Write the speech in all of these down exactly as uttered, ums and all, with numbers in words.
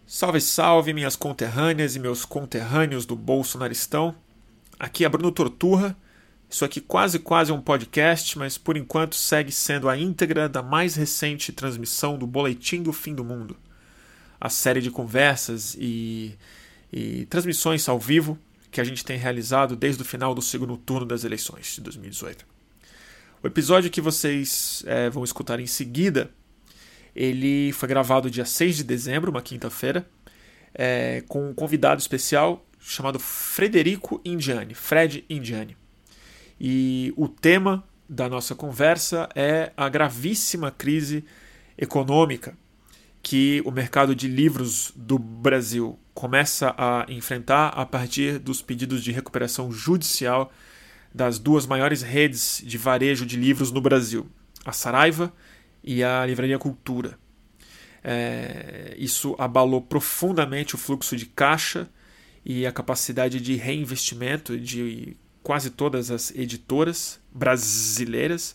Salve, salve, minhas conterrâneas e meus conterrâneos do Bolsonaristão. Aqui é Bruno Torturra. Isso aqui quase quase é um podcast, mas por enquanto segue sendo a íntegra da mais recente transmissão do Boletim do Fim do Mundo. A série de conversas e, e transmissões ao vivo que a gente tem realizado desde o final do segundo turno das eleições de dois mil e dezoito. O episódio que vocês é, vão escutar em seguida, ele foi gravado dia seis de dezembro, uma quinta-feira, é, com um convidado especial chamado Frederico Indiani, Fred Indiani. E o tema da nossa conversa é a gravíssima crise econômica que o mercado de livros do Brasil começa a enfrentar a partir dos pedidos de recuperação judicial das duas maiores redes de varejo de livros no Brasil, a Saraiva e a Livraria Cultura. É, isso abalou profundamente o fluxo de caixa e a capacidade de reinvestimento de quase todas as editoras brasileiras,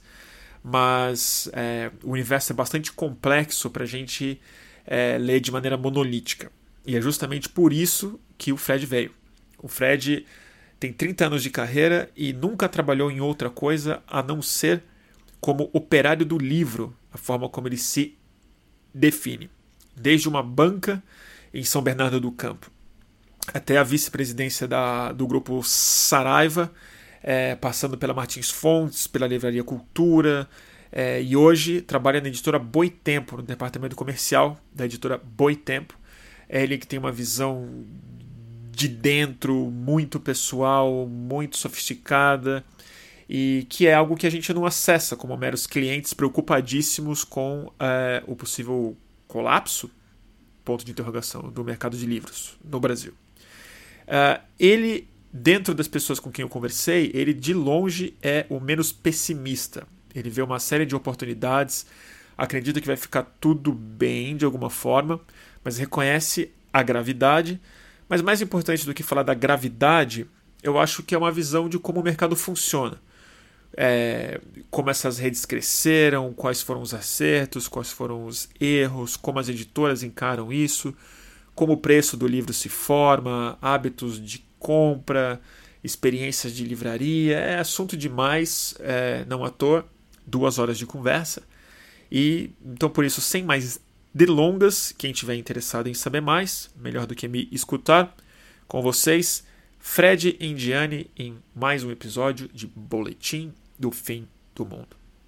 mas é, o universo é bastante complexo para a gente é, ler de maneira monolítica. E é justamente por isso que o Fred veio. O Fred tem trinta anos de carreira e nunca trabalhou em outra coisa a não ser como operário do livro, a forma como ele se define. Desde uma banca em São Bernardo do Campo até a vice-presidência da, do grupo Saraiva, é, passando pela Martins Fontes, pela Livraria Cultura, é, e hoje trabalha na editora Boitempo, no departamento comercial da editora Boitempo. É ele que tem uma visão de dentro muito pessoal, muito sofisticada, e que é algo que a gente não acessa como meros clientes preocupadíssimos com é, o possível colapso, ponto de interrogação, do mercado de livros no Brasil. Uh, ele, dentro das pessoas com quem eu conversei, ele de longe é o menos pessimista. Ele vê uma série de oportunidades, acredita que vai ficar tudo bem de alguma forma, mas reconhece a gravidade. Mas mais importante do que falar da gravidade, eu acho que é uma visão de como o mercado funciona. É, como essas redes cresceram, quais foram os acertos, quais foram os erros, como as editoras encaram isso, como o preço do livro se forma, hábitos de compra, experiências de livraria. É assunto demais, é, não à toa, duas horas de conversa. E então, por isso, sem mais delongas, quem estiver interessado em saber mais, melhor do que me escutar, com vocês, Fred Indiani, em mais um episódio de Boletim do Fim do Mundo.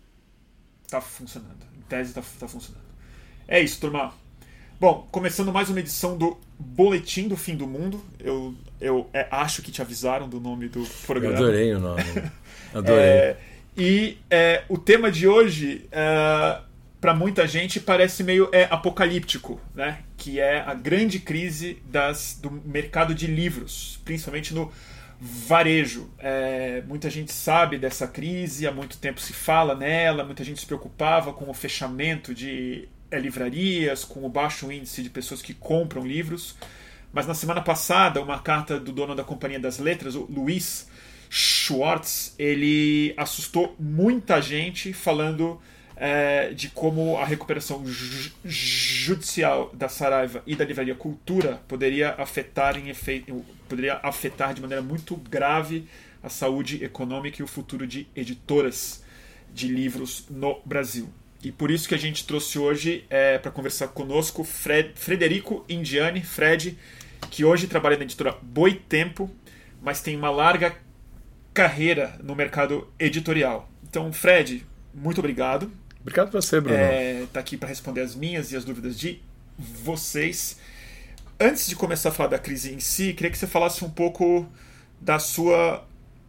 Tá funcionando. Em tese tá, tá funcionando. É isso, turma. Bom, começando mais uma edição do Boletim do Fim do Mundo. Eu, eu é, acho que te avisaram do nome do programa. Eu adorei o nome. Adorei. É, e é, o tema de hoje, é, para muita gente, parece meio é, apocalíptico, né? Que é a grande crise das, do mercado de livros, principalmente no varejo. É, muita gente sabe dessa crise, há muito tempo se fala nela, muita gente se preocupava com o fechamento de é, livrarias, com o baixo índice de pessoas que compram livros. Mas na semana passada, uma carta do dono da Companhia das Letras, o Luiz Schwartz, ele assustou muita gente falando é, de como a recuperação ju- judicial da Saraiva e da Livraria Cultura poderia afetar, em efeito, poderia afetar de maneira muito grave a saúde econômica e o futuro de editoras de livros no Brasil. E por isso que a gente trouxe hoje é, para conversar conosco Fred, Frederico Indiani, Fred, que hoje trabalha na editora Boitempo, mas tem uma larga carreira no mercado editorial. Então, Fred, muito obrigado. Obrigado a você, Bruno. É, tá aqui para responder as minhas e as dúvidas de vocês. Antes de começar a falar da crise em si, queria que você falasse um pouco da sua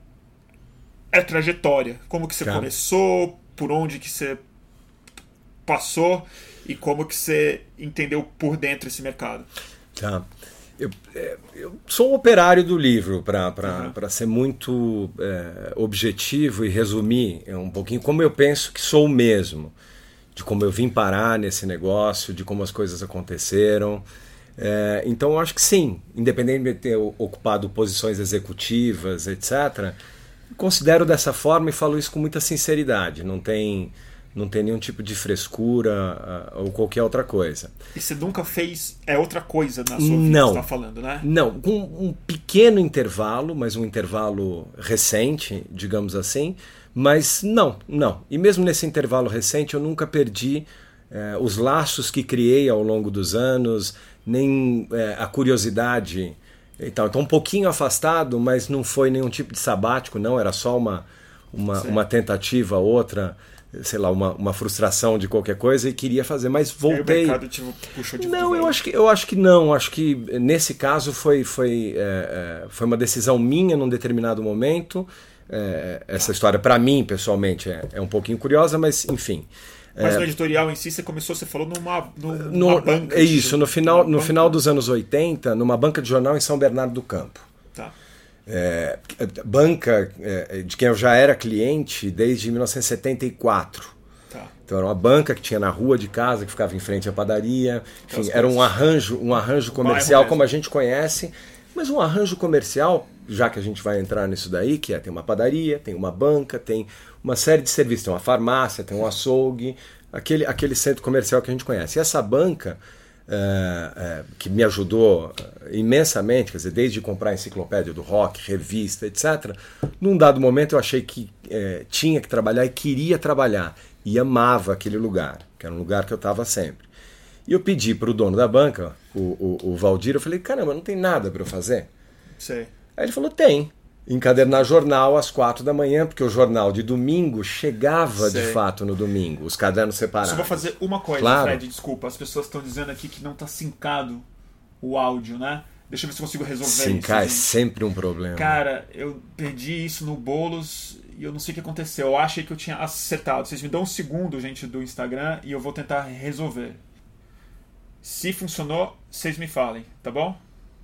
é, trajetória. Como que você tá. começou, por onde que você passou e como que você entendeu por dentro esse mercado. Tá. Eu, eu sou um operário do livro, para uhum. ser muito é, objetivo e resumir um pouquinho como eu penso que sou mesmo, de como eu vim parar nesse negócio, de como as coisas aconteceram. É, então eu acho que sim, independente de ter ocupado posições executivas, etcétera, considero dessa forma e falo isso com muita sinceridade. Não tem, não tem nenhum tipo de frescura uh, ou qualquer outra coisa. E você nunca fez é outra coisa na sua vida, não, que você está falando, né? Não, com um pequeno intervalo, mas um intervalo recente, digamos assim, mas não, não. E mesmo nesse intervalo recente eu nunca perdi eh, os laços que criei ao longo dos anos, nem eh, a curiosidade. Então, então, um pouquinho afastado, mas não foi nenhum tipo de sabático, não, era só uma, uma, uma tentativa, outra, sei lá, uma, uma frustração de qualquer coisa e queria fazer, mas voltei. E o mercado te puxou de Não, eu acho que eu acho que não, acho que nesse caso foi, foi, é, é, foi uma decisão minha num determinado momento. É, essa história, para mim, pessoalmente, é, é um pouquinho curiosa, mas enfim. Mas é, no editorial em si, você começou, você falou numa, numa no, banca. É isso, de, no final, no banca. final dos anos oitenta, numa banca de jornal em São Bernardo do Campo. Tá. É, banca é, de quem eu já era cliente desde mil novecentos e setenta e quatro. Tá. Então era uma banca que tinha na rua de casa, que ficava em frente à padaria. Enfim, era um arranjo, um arranjo comercial como a gente conhece, mas um arranjo comercial, já que a gente vai entrar nisso daí, que é, tem uma padaria, tem uma banca, tem uma série de serviços, tem uma farmácia, tem um açougue, aquele, aquele centro comercial que a gente conhece. E essa banca, é, é, que me ajudou imensamente, quer dizer, desde comprar a enciclopédia do rock, revista, etcétera, num dado momento eu achei que é, tinha que trabalhar e queria trabalhar. E amava aquele lugar, que era um lugar que eu estava sempre. E eu pedi para o dono da banca, o, o, o Valdir, eu falei, caramba, não tem nada para eu fazer? Sei. Aí ele falou, tem. Encadernar jornal às quatro da manhã, porque o jornal de domingo chegava Sei. de fato no domingo, os cadernos separados. Só vou fazer uma coisa, claro. Fred, desculpa, as pessoas estão dizendo aqui que não está sincado o áudio, né? Deixa eu ver se eu consigo resolver Sincar isso. Sincar é sempre um problema. Cara, eu perdi isso no Bolos e eu não sei o que aconteceu. Eu achei que eu tinha acertado. Vocês me dão um segundo, gente, do Instagram, e eu vou tentar resolver. Se funcionou, vocês me falem, tá bom?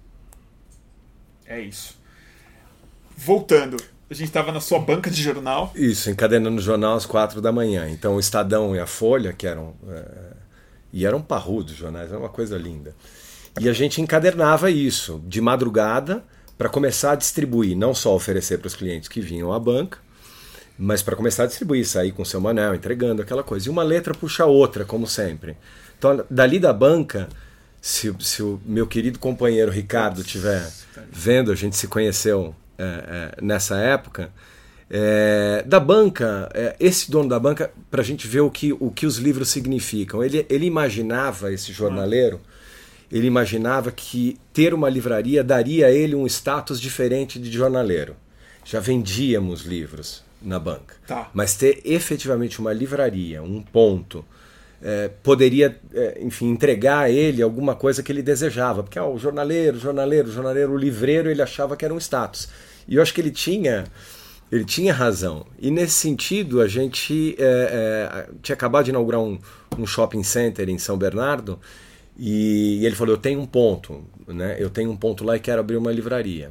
É isso. Voltando, a gente estava na sua banca de jornal. Isso, encadernando o jornal às quatro da manhã. Então o Estadão e a Folha, que eram... É, e eram parrudos jornais, era uma coisa linda. E a gente encadernava isso de madrugada para começar a distribuir, não só oferecer para os clientes que vinham à banca, mas para começar a distribuir, sair com o seu manual, entregando aquela coisa. E uma letra puxa a outra, como sempre. Então, dali da banca, se, se o meu querido companheiro Ricardo estiver vendo, a gente se conheceu é, é, nessa época, é, da banca, é, esse dono da banca, para a gente ver o que, o que os livros significam. Ele, ele imaginava, esse jornaleiro, ele imaginava que ter uma livraria daria a ele um status diferente de jornaleiro. Já vendíamos livros na banca. Tá. Mas ter efetivamente uma livraria, um ponto, é, poderia, é, enfim, entregar a ele alguma coisa que ele desejava. Porque ah, o jornaleiro, jornaleiro, jornaleiro, o livreiro, ele achava que era um status. E eu acho que ele tinha, ele tinha razão. E nesse sentido, a gente é, é, tinha acabado de inaugurar um, um shopping center em São Bernardo. E ele falou, eu tenho um ponto, né? Eu tenho um ponto lá e quero abrir uma livraria.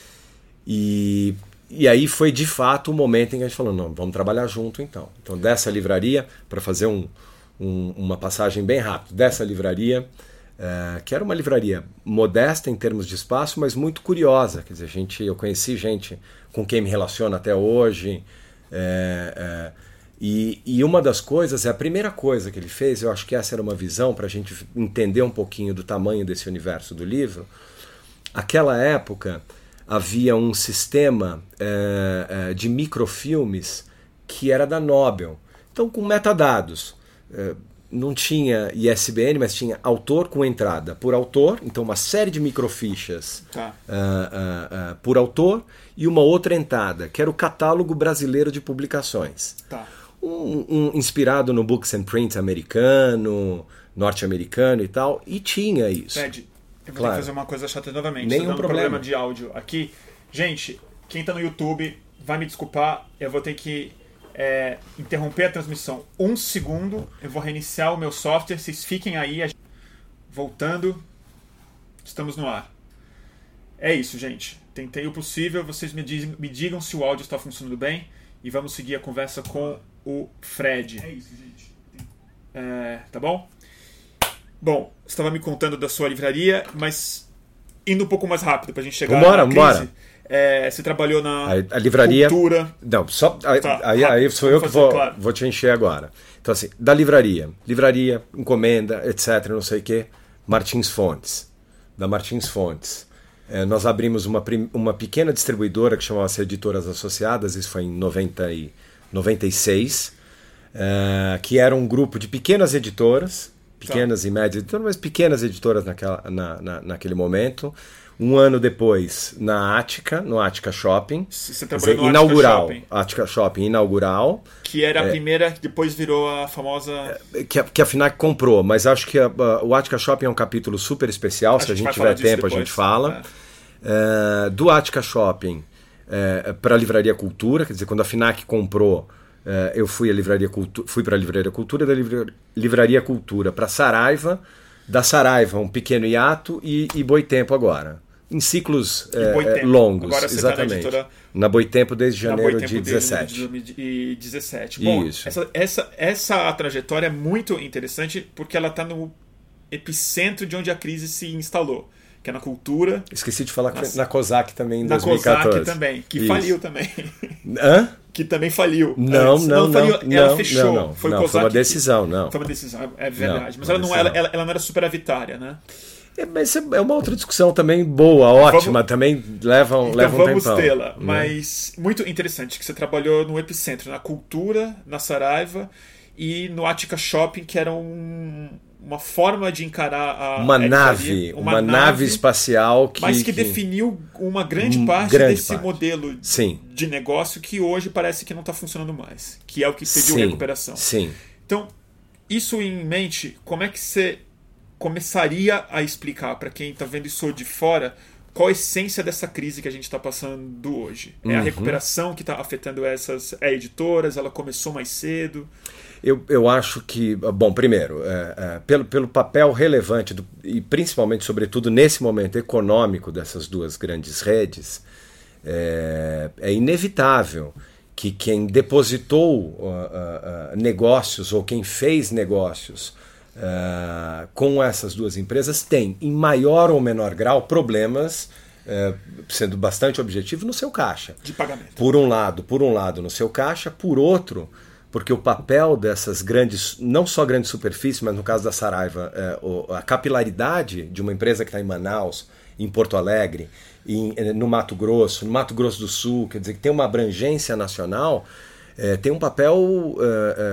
E, e aí foi de fato o momento em que a gente falou, não, vamos trabalhar junto então. Então dessa livraria, para fazer um, um, uma passagem bem rápida, dessa livraria, é, que era uma livraria modesta em termos de espaço, mas muito curiosa. Quer dizer, a gente, eu conheci gente com quem me relaciono até hoje, é, é, E, e uma das coisas, é a primeira coisa que ele fez, eu acho que essa era uma visão para a gente entender um pouquinho do tamanho desse universo do livro. Aquela época havia um sistema é, é, de microfilmes que era da Nobel. Então, com metadados. É, não tinha I S B N, mas tinha autor com entrada por autor, então uma série de microfichas tá. uh, uh, uh, por autor, e uma outra entrada, que era o Catálogo Brasileiro de Publicações. Tá. Um, um, inspirado no Books and Print americano, norte-americano e tal, e tinha isso. Fred, eu vou claro. ter que fazer uma coisa chata novamente. Nenhum dando problema. problema de áudio aqui. Gente, quem está no YouTube vai me desculpar, eu vou ter que é, interromper a transmissão um segundo, eu vou reiniciar o meu software, vocês fiquem aí. Voltando, estamos no ar. É isso, gente. Tentei o possível, vocês me, dizem, me digam se o áudio está funcionando bem e vamos seguir a conversa com o Fred. É isso, gente. É, tá bom? Bom, você estava me contando da sua livraria, mas indo um pouco mais rápido pra gente chegar vambora, na crise. Vambora. É, você trabalhou na a, a livraria, cultura. Não, só aí, tá, aí, aí sou eu que fazer, vou, claro. vou te encher agora. Então assim, da livraria, livraria, encomenda, etc, não sei o que, Martins Fontes. Da Martins Fontes. É, nós abrimos uma, uma pequena distribuidora que chamava-se Editoras Associadas, isso foi em noventa e, noventa e seis, é, que era um grupo de pequenas editoras, pequenas tá. e médias editoras, mas pequenas editoras naquela, na, na, naquele momento. Um ano depois, na Ática, no Ática Shopping. Você trabalhou dizer, no inaugural, Ática Shopping. Ática Shopping inaugural. Que era a é, primeira, que depois virou a famosa... Que a, que a FINAC comprou, mas acho que a, a, o Ática Shopping é um capítulo super especial, acho se a gente tiver tempo depois. A gente fala. É. É, do Ática Shopping é, para a Livraria Cultura, quer dizer, quando a FINAC comprou, é, eu fui, a livraria Cultu- fui para a Livraria Cultura, da Livra- Livraria Cultura para Saraiva, da Saraiva um pequeno hiato e, e Boitempo agora. Em ciclos é, longos, agora você exatamente. Tá na, editora... na Boitempo desde janeiro Boitempo de dezessete. De dois mil e dezessete. Bom, Isso. Essa, essa, essa trajetória é muito interessante porque ela está no epicentro de onde a crise se instalou, que é na cultura. Esqueci de falar na, que na COSAC também em na dois mil e quatorze. Na COSAC também, que Isso. faliu também. Hã? Que também faliu. Não, antes. não, não, faliu, não. Ela não, fechou. Não, não, foi, não, foi uma decisão, que... não. Foi uma decisão, é verdade. Não, mas ela não, ela, ela, ela não era superavitária, né? É, mas é uma outra discussão também boa, ótima, vamos... também leva um, então leva um vamos tempão. tê-la, né? mas muito interessante que você trabalhou no epicentro, na cultura, na Saraiva e no Ática Shopping, que era um, uma forma de encarar a uma a nave, uma, uma nave, nave espacial que mas que, que... definiu uma grande parte grande desse parte. modelo Sim. de negócio que hoje parece que não está funcionando mais, que é o que pediu sim, recuperação. Sim. Então, isso em mente, como é que você começaria a explicar para quem está vendo isso de fora qual a essência dessa crise que a gente está passando hoje? É uhum. a recuperação que está afetando essas é, editoras? Ela começou mais cedo? Eu, eu acho que, bom, primeiro, é, é, pelo, pelo papel relevante do, e principalmente, sobretudo, nesse momento econômico dessas duas grandes redes, é, é inevitável que quem depositou uh, uh, uh, negócios ou quem fez negócios Uh, com essas duas empresas tem, em maior ou menor grau, problemas, uh, sendo bastante objetivo, no seu caixa. De pagamento. Por um lado, por um lado no seu caixa, por outro, porque o papel dessas grandes, não só grandes superfícies, mas no caso da Saraiva, uh, a capilaridade de uma empresa que está em Manaus, em Porto Alegre, em, no Mato Grosso, no Mato Grosso do Sul, quer dizer, que tem uma abrangência nacional, uh, tem um papel uh, uh,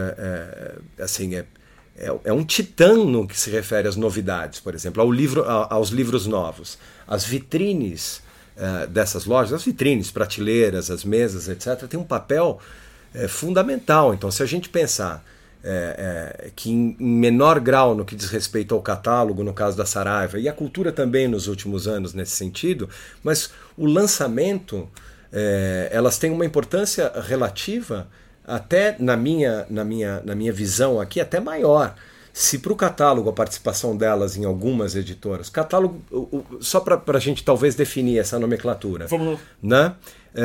uh, assim, é É um titã no que se refere às novidades, por exemplo, ao livro, aos livros novos. As vitrines uh, dessas lojas, as vitrines, prateleiras, as mesas, etcétera, tem um papel uh, fundamental. Então, se a gente pensar uh, uh, que em, em menor grau no que diz respeito ao catálogo, no caso da Saraiva, e a cultura também nos últimos anos nesse sentido, mas o lançamento, uh, elas têm uma importância relativa até na minha, na, minha, na minha visão aqui, até maior. Se para o catálogo, a participação delas em algumas editoras, catálogo, só para a gente talvez definir essa nomenclatura, Vamos. Né?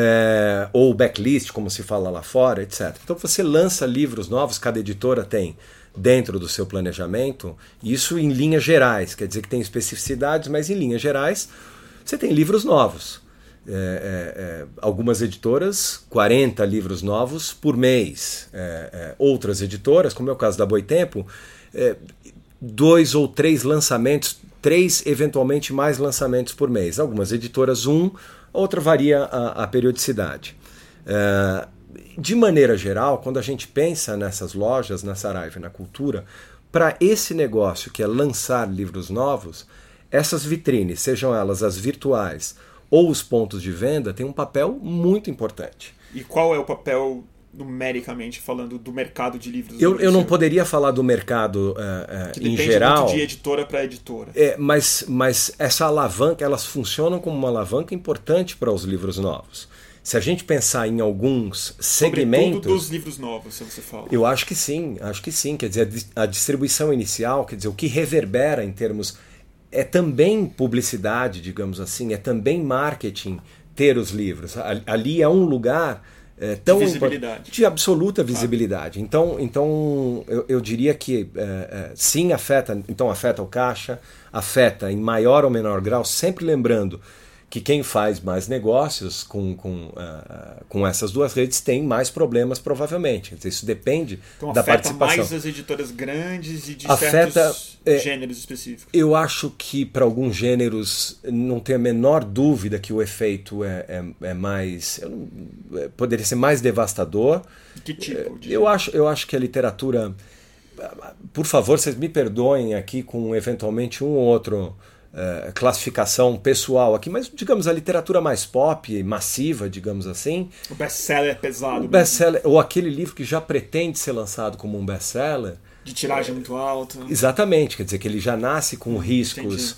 É, ou backlist, como se fala lá fora, etcétera. Então você lança livros novos, cada editora tem dentro do seu planejamento, isso em linhas gerais, quer dizer que tem especificidades, mas em linhas gerais você tem livros novos. É, é, é, algumas editoras, quarenta livros novos por mês. É, é, outras editoras, como é o caso da Boitempo, é, dois ou três lançamentos, três eventualmente mais lançamentos por mês. Algumas editoras um, outra varia a, a periodicidade. É, de maneira geral, quando a gente pensa nessas lojas, na Saraiva e na Cultura, para esse negócio que é lançar livros novos, essas vitrines, sejam elas as virtuais ou os pontos de venda, tem um papel muito importante. E qual é o papel, numericamente falando, do mercado de livros? Eu, eu não poderia falar do mercado uh, uh, que em depende geral. Muito de editora para editora. É, mas, mas essa alavanca, elas funcionam como uma alavanca importante para os livros novos. Se a gente pensar em alguns segmentos... Sobretudo dos livros novos, se você fala. Eu acho que sim, acho que sim. Quer dizer, a distribuição inicial, quer dizer, o que reverbera em termos... É também publicidade, digamos assim, é também marketing ter os livros. Ali é um lugar é, tão de visibilidade. De absoluta visibilidade. Ah. Então, então eu, eu diria que é, é, sim, afeta, então afeta o caixa, afeta em maior ou menor grau, sempre lembrando que quem faz mais negócios com, com, uh, com essas duas redes tem mais problemas, provavelmente. Isso depende então, da afeta participação. mais as editoras grandes e de afeta, certos é, gêneros específicos. Eu acho que para alguns gêneros não tem a menor dúvida que o efeito é, é, é mais... Eu não, é, poderia ser mais devastador. Que tipo de... Eu acho, eu acho que a literatura... Por favor, vocês me perdoem aqui com eventualmente um ou outro... Uh, classificação pessoal aqui, mas digamos a literatura mais pop, massiva, digamos assim. O best-seller pesado. O best-seller, ou aquele livro que já pretende ser lançado como um best-seller. De tiragem é, muito alta. Exatamente, quer dizer que ele já nasce com riscos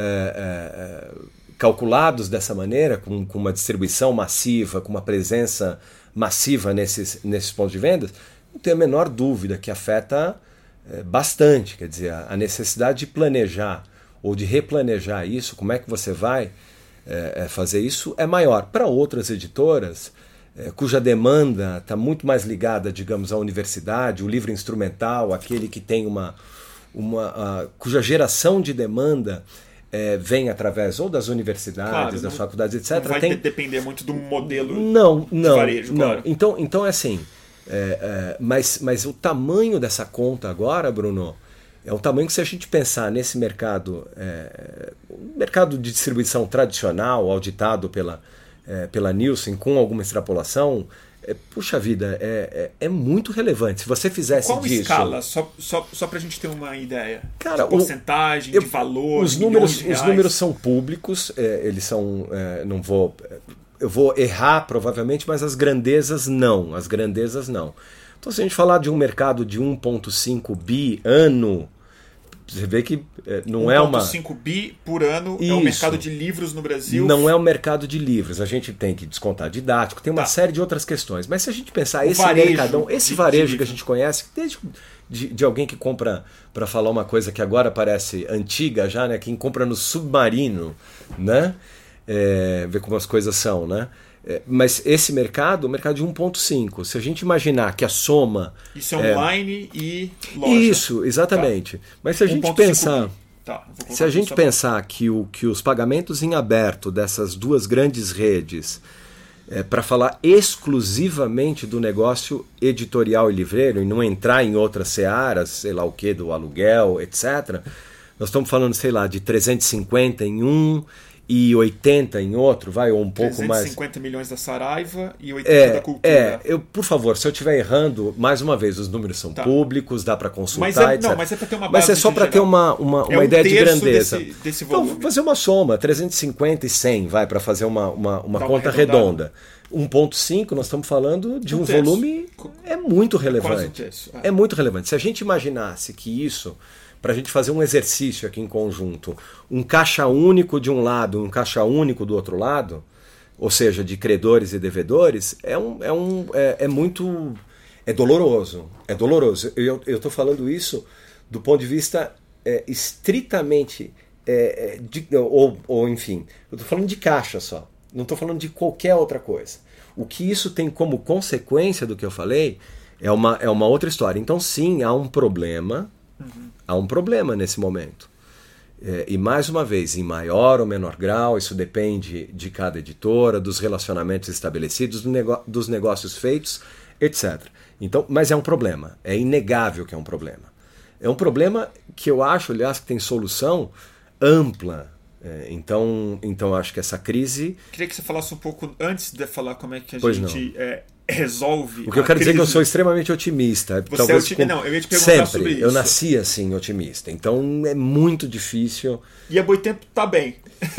uh, uh, uh, calculados dessa maneira, com, com uma distribuição massiva, com uma presença massiva nesses, nesses pontos de vendas. Não tenho a menor dúvida que afeta uh, bastante, quer dizer, a, a necessidade de planejar ou de replanejar isso, como é que você vai é, fazer isso, é maior. Para outras editoras, é, cuja demanda está muito mais ligada, digamos, à universidade, o livro instrumental, aquele que tem uma... uma a, cuja geração de demanda é, vem através ou das universidades, claro, das não, faculdades, etcétera. Não vai tem... depender muito do modelo não, não, de varejo, não. Claro. Então, então é assim, é, é, mas, mas o tamanho dessa conta agora, Bruno... É um tamanho que, se a gente pensar nesse mercado, é, mercado de distribuição tradicional, auditado pela, é, pela Nielsen, com alguma extrapolação, é, puxa vida, é, é, é muito relevante. Se você fizesse Qual disso... Qual escala? Só, só, só para a gente ter uma ideia. Cara, de porcentagem, o, eu, de valor, os números, de os números são públicos, é, eles são... É, não vou... Eu vou errar, provavelmente, mas as grandezas não. As grandezas não. Então, se a gente falar de um mercado de um vírgula cinco bi ano... Você vê que não é uma... um vírgula cinco bi por ano. Isso. É o mercado de livros no Brasil. Não é o mercado de livros. A gente tem que descontar didático, tem uma tá. série de outras questões. Mas se a gente pensar, o esse varejo, mercadão, esse de, varejo de que a gente conhece, desde de, de alguém que compra, para falar uma coisa que agora parece antiga já, né? Quem compra no Submarino, né? É, ver como as coisas são, né? Mas esse mercado, o mercado de um vírgula cinco, se a gente imaginar que a soma... Isso é online é... e loja. Isso, exatamente. Tá. Mas se a gente pensar... Tá, se a gente pensar que, o, que os pagamentos em aberto dessas duas grandes redes, é, para falar exclusivamente do negócio editorial e livreiro, e não entrar em outras searas, sei lá o que, do aluguel, etcétera, nós estamos falando, sei lá, de trezentos e cinquenta em um... e oitenta em outro, vai, ou um pouco mais... trezentos e cinquenta milhões da Saraiva e oitenta é, da Cultura. É, eu, por favor, se eu estiver errando, mais uma vez, os números são tá. públicos, dá para consultar, mas é, etcétera. Não, mas é para ter uma base. Mas é só para ter uma, uma, uma é um ideia de grandeza. Desse, desse volume. Então, fazer uma soma, trezentos e cinquenta e cem, vai, para fazer uma, uma, uma conta redonda. um vírgula cinco, nós estamos falando de um, um volume... É muito relevante. É, um é. é muito relevante. Se a gente imaginasse que isso... para a gente fazer um exercício aqui em conjunto, um caixa único de um lado, um caixa único do outro lado, ou seja, de credores e devedores, é, um, é, um, é, é muito... é doloroso. É doloroso. Eu estou falando isso do ponto de vista é, estritamente... É, de, ou, ou, enfim, eu estou falando de caixa só. Não estou falando de qualquer outra coisa. O que isso tem como consequência do que eu falei é uma, é uma outra história. Então, sim, há um problema... Uhum. Há um problema nesse momento. É, e, mais uma vez, em maior ou menor grau, isso depende de cada editora, dos relacionamentos estabelecidos, do nego- dos negócios feitos, etcétera. Então, mas é um problema. É inegável que é um problema. É um problema que eu acho, aliás, que tem solução ampla. É, então, então, acho que essa crise... Queria que você falasse um pouco, antes de falar como é que a pois gente... É... resolve. O que eu quero dizer é que eu sou extremamente otimista. Você Talvez é otimista? com... Não, eu ia te perguntar Sempre. sobre isso. Eu nasci assim, otimista. Então é muito difícil. E a Boitempo está bem.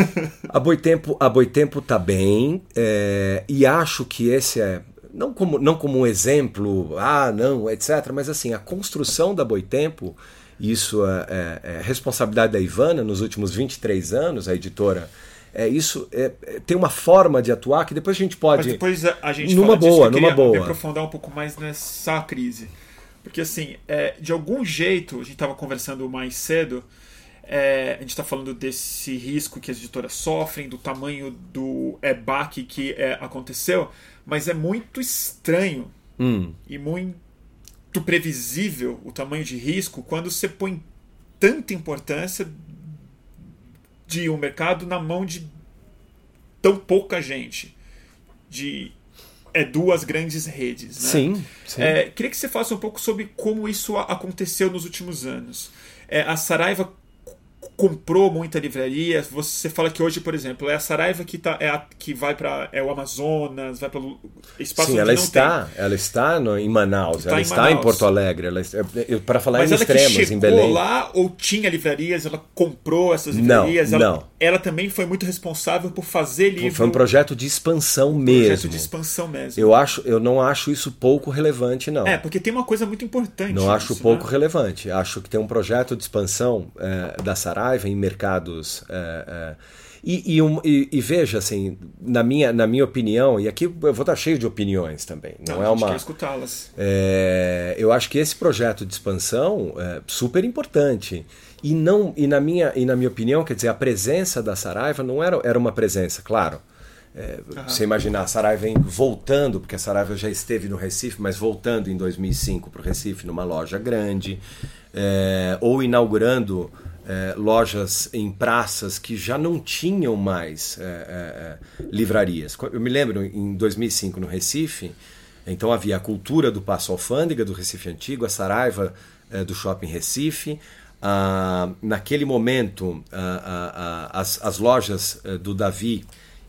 a Boitempo a Boitempo está bem. É... E acho que esse é. Não como, não como um exemplo, ah, não, etcétera. Mas assim, a construção da Boitempo, isso é, é, é responsabilidade da Ivana nos últimos vinte e três anos, a editora. É, isso é, é, tem uma forma de atuar que depois a gente pode... Mas depois a, a gente numa fala boa, disso, eu numa boa. me aprofundar um pouco mais nessa crise. Porque assim, é, de algum jeito, a gente estava conversando mais cedo, é, a gente está falando desse risco que as editoras sofrem, do tamanho do é, baque que é, aconteceu, mas é muito estranho hum. e muito previsível o tamanho de risco quando você põe tanta importância de um mercado na mão de tão pouca gente, de é, duas grandes redes, né? Sim, sim. É, queria que você falasse um pouco sobre como isso aconteceu nos últimos anos. É, a Saraiva comprou muita livraria. Você fala que hoje, por exemplo, é a Saraiva que, tá, é a, que vai para é o Amazonas, vai para espaço. Sim, onde ela não está, tem. ela está no, em Manaus, Está ela em está Manaus. em Porto Alegre, ela, para falar Mas em ela extremos, que chegou em Belém. lá ou tinha livrarias, ela comprou essas livrarias? Não, ela, não. ela também foi muito responsável por fazer livro. Foi um projeto de expansão um mesmo. Projeto de expansão mesmo. Eu, acho, eu não acho isso pouco relevante, não. É, porque tem uma coisa muito importante. Não acho isso, pouco né? relevante. Acho que tem um projeto de expansão é, da Saraiva em mercados. É, é, e, e, um, e, e veja, assim, na minha, na minha opinião, e aqui eu vou estar cheio de opiniões também. Não, Não, é a gente uma. quer escutá-las. É, eu acho que esse projeto de expansão é super importante. E, não, e, na minha, e na minha opinião, quer dizer, a presença da Saraiva não era, era uma presença, claro. É, você imaginar a Saraiva voltando, porque a Saraiva já esteve no Recife, mas voltando em dois mil e cinco para o Recife numa loja grande, é, ou inaugurando é, lojas em praças que já não tinham mais é, é, livrarias. Eu me lembro em dois mil e cinco no Recife, então havia a cultura do Paço Alfândega, do Recife Antigo, a Saraiva é, do Shopping Recife. Ah, naquele momento, ah, ah, ah, as, as lojas eh, do Davi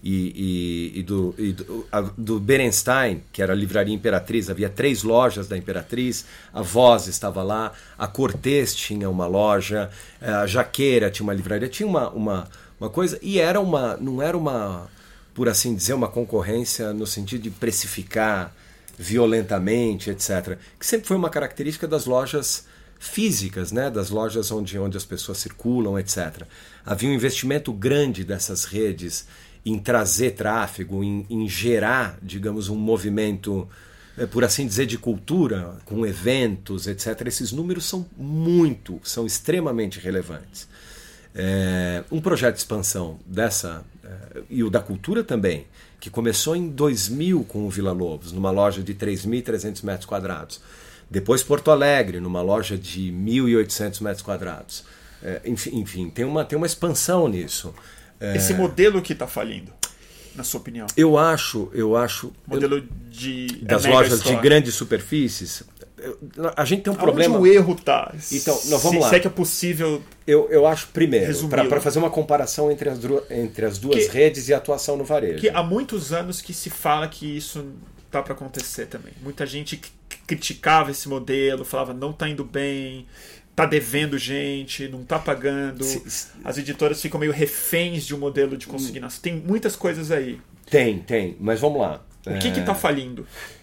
e, e, e, do, e do, a, do Berenstein, que era a livraria Imperatriz, havia três lojas da Imperatriz, a Voz estava lá, a Cortês tinha uma loja, a Jaqueira tinha uma livraria, tinha uma, uma, uma coisa, e era uma, não era uma, por assim dizer, uma concorrência no sentido de precificar violentamente, etcétera, que sempre foi uma característica das lojas físicas, né, das lojas onde, onde as pessoas circulam, etcétera. Havia um investimento grande dessas redes em trazer tráfego, em, em gerar, digamos, um movimento, por assim dizer, de cultura, com eventos, etcétera. Esses números são muito, são extremamente relevantes. É, um projeto de expansão dessa, é, e o da cultura também, que começou em dois mil com o Vila Lobos, numa loja de três mil e trezentos metros quadrados. Depois Porto Alegre, numa loja de mil e oitocentos metros quadrados. É, enfim, enfim tem, uma, tem uma expansão nisso. É, Esse modelo que está falindo, na sua opinião? Eu acho... Eu acho modelo eu, de... Das é lojas store. de grandes superfícies. Eu, a gente tem um Aonde problema... o erro está? Então, nós vamos se, lá. Se é que é possível... Eu, eu acho, primeiro, para fazer uma comparação entre as, entre as duas que, redes e a atuação no varejo. Que há muitos anos que se fala que isso tá para acontecer também. Muita gente criticava esse modelo, falava não tá indo bem, tá devendo gente, não tá pagando. As editoras ficam meio reféns de um modelo de consignação. Tem muitas coisas aí. Tem, tem, mas vamos lá. O que é... que tá falindo?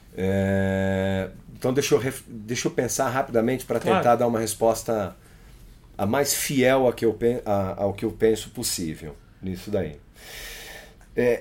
É... Então deixa eu, ref... deixa eu pensar rapidamente para tentar claro. dar uma resposta a mais fiel ao que eu, pen... ao que eu penso possível nisso daí. É...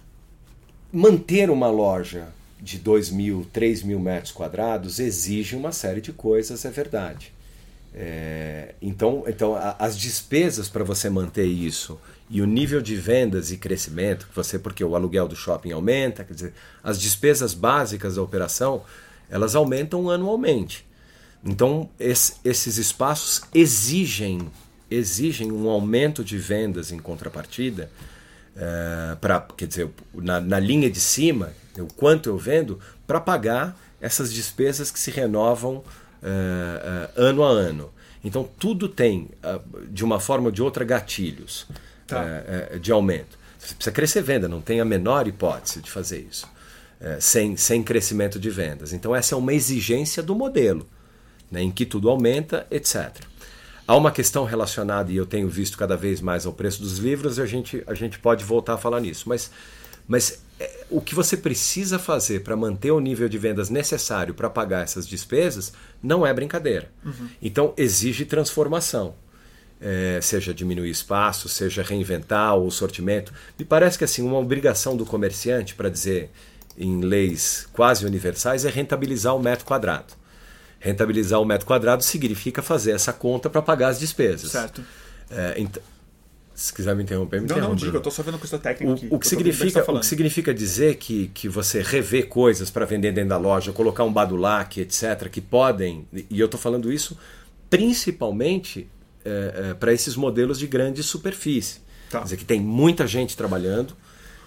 Manter uma loja de dois mil, três mil metros quadrados exige uma série de coisas, é verdade. É, então, então a, as despesas para você manter isso e o nível de vendas e crescimento, que você, porque o aluguel do shopping aumenta, quer dizer, as despesas básicas da operação, elas aumentam anualmente. Então, esse, esses espaços exigem, exigem um aumento de vendas em contrapartida, é, pra, quer dizer, na, na linha de cima, o quanto eu vendo, para pagar essas despesas que se renovam uh, uh, ano a ano. Então tudo tem, uh, de uma forma ou de outra, gatilhos tá. uh, uh, de aumento. Você precisa crescer venda, não tem a menor hipótese de fazer isso, uh, sem, sem crescimento de vendas. Então essa é uma exigência do modelo, né, em que tudo aumenta, etcétera. Há uma questão relacionada, e eu tenho visto cada vez mais ao preço dos livros, e a gente, a gente pode voltar a falar nisso, mas... Mas é, o que você precisa fazer para manter o nível de vendas necessário para pagar essas despesas não é brincadeira. Uhum. Então exige transformação. É, seja diminuir espaço, seja reinventar o sortimento. Me parece que assim, uma obrigação do comerciante, para dizer em leis quase universais, é rentabilizar o metro quadrado. Rentabilizar o metro quadrado significa fazer essa conta para pagar as despesas. Certo. É, então, se quiser me interromper, me não, interrompe. Não, diga, eu estou só vendo a questão técnica o, aqui. O que, significa, o que significa dizer que, que você revê coisas para vender dentro da loja, colocar um badulac, etcétera, que podem, e eu estou falando isso principalmente é, é, para esses modelos de grande superfície. Tá. Quer dizer, que tem muita gente trabalhando,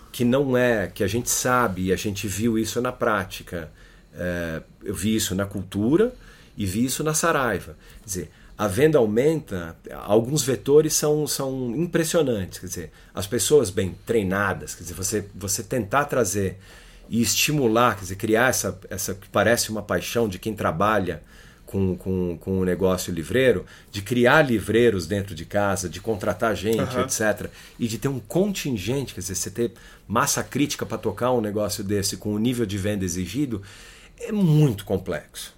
que não é, que a gente sabe, e a gente viu isso na prática. É, eu vi isso na cultura e vi isso na Saraiva. Quer dizer, a venda aumenta, alguns vetores são, são impressionantes. Quer dizer, as pessoas bem treinadas, quer dizer, você, você tentar trazer e estimular, quer dizer, criar essa, essa que parece uma paixão de quem trabalha com, com, com o negócio livreiro, de criar livreiros dentro de casa, de contratar gente, uhum. etcétera. E de ter um contingente, quer dizer, você ter massa crítica para tocar um negócio desse com o nível de venda exigido, é muito complexo.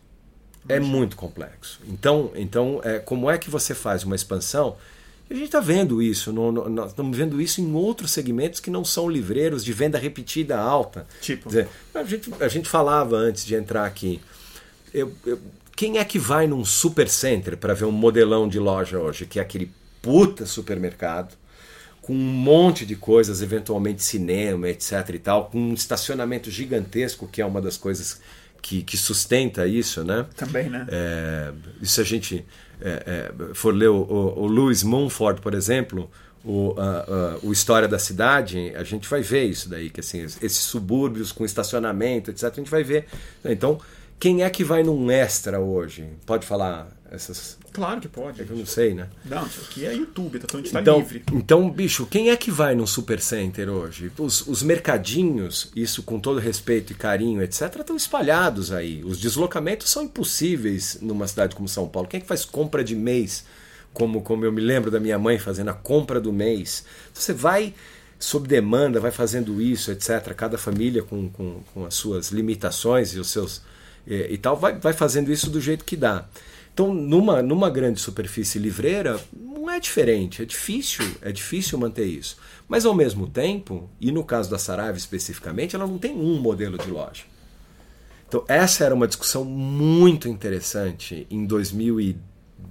É muito complexo. Então, então é, como é que você faz uma expansão? A gente está vendo isso, no, no, nós estamos vendo isso em outros segmentos que não são livreiros de venda repetida alta. Tipo? Quer dizer, a, gente, a gente falava antes de entrar aqui, eu, eu, quem é que vai num supercenter para ver um modelão de loja hoje, que é aquele puta supermercado, com um monte de coisas, eventualmente cinema, etc e tal, com um estacionamento gigantesco, que é uma das coisas que, que sustenta isso, né? Também, né? É, se a gente é, é, for ler o, o, o Lewis Mumford, por exemplo, o, a, a, o História da Cidade, a gente vai ver isso daí, que assim, esses subúrbios com estacionamento, etcétera, a gente vai ver. Então, quem é que vai num Extra hoje? Pode falar essas... Claro que pode. É que eu não sei, né? Não, isso aqui é YouTube, então a gente tá então, livre. Então, bicho, quem é que vai num supercenter hoje? Os, os mercadinhos, isso com todo respeito e carinho, etcétera, estão espalhados aí. Os deslocamentos são impossíveis numa cidade como São Paulo. Quem é que faz compra de mês, como, como eu me lembro da minha mãe fazendo a compra do mês? Você vai sob demanda, vai fazendo isso, etcétera. Cada família com, com, com as suas limitações e os seus... E, e tal, vai, vai fazendo isso do jeito que dá. Então, numa, numa grande superfície livreira, não é diferente, é difícil, é difícil manter isso. Mas, ao mesmo tempo, e no caso da Saraiva especificamente, ela não tem um modelo de loja. Então, essa era uma discussão muito interessante em dois mil e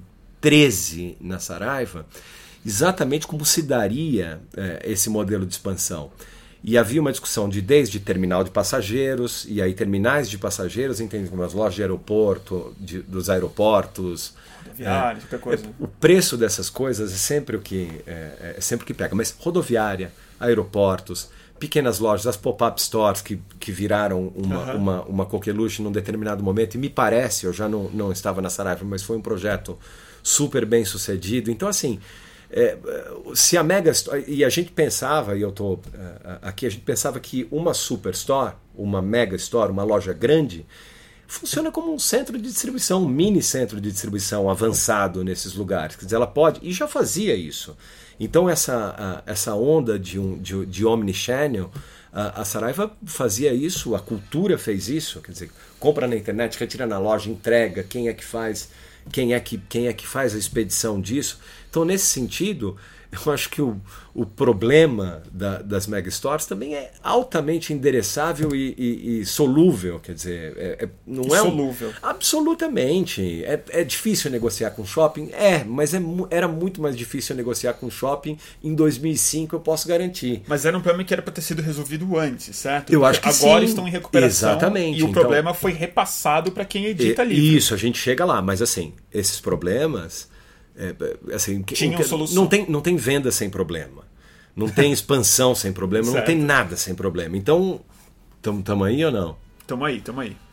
treze na Saraiva, exatamente como se daria é, esse modelo de expansão. E havia uma discussão de desde terminal de passageiros, e aí terminais de passageiros, entende, como as lojas de aeroporto, de, dos aeroportos. Rodoviária, qualquer coisa. É, o preço dessas coisas é sempre o que, é, é sempre o que pega. Mas rodoviária, aeroportos, pequenas lojas, as pop-up stores que, que viraram uma, uhum. uma, uma coqueluche num determinado momento, e me parece, eu já não, não estava na Saraiva, mas foi um projeto super bem sucedido. Então, assim... É, se a Mega Store, e a gente pensava, e eu estou aqui, a gente pensava que uma Superstore, uma Mega Store, uma loja grande, funciona como um centro de distribuição, um mini centro de distribuição avançado nesses lugares. Quer dizer, ela pode, e já fazia isso. Então essa, a, essa onda de, um, de, de omnichannel, a, a Saraiva fazia isso, a cultura fez isso, quer dizer, compra na internet, retira na loja, entrega, quem é que faz, quem é que, quem é que faz a expedição disso. Então, nesse sentido, eu acho que o, o problema da, das megastores também é altamente endereçável e, e, e solúvel, quer dizer, é, é, não é um, solúvel. Absolutamente. É, é difícil negociar com shopping? É, mas é, era muito mais difícil negociar com shopping em dois mil e cinco, eu posso garantir. Mas era um problema que era para ter sido resolvido antes, certo? Eu acho que agora sim. Estão em recuperação. Exatamente. E o então, problema foi repassado para quem edita livro. Isso, a gente chega lá, mas assim, esses problemas... É, assim, Tinham solução. Não tem, não tem venda sem problema, não tem expansão sem problema, não tem nada sem problema. Então, estamos aí ou não? Estamos aí, estamos aí.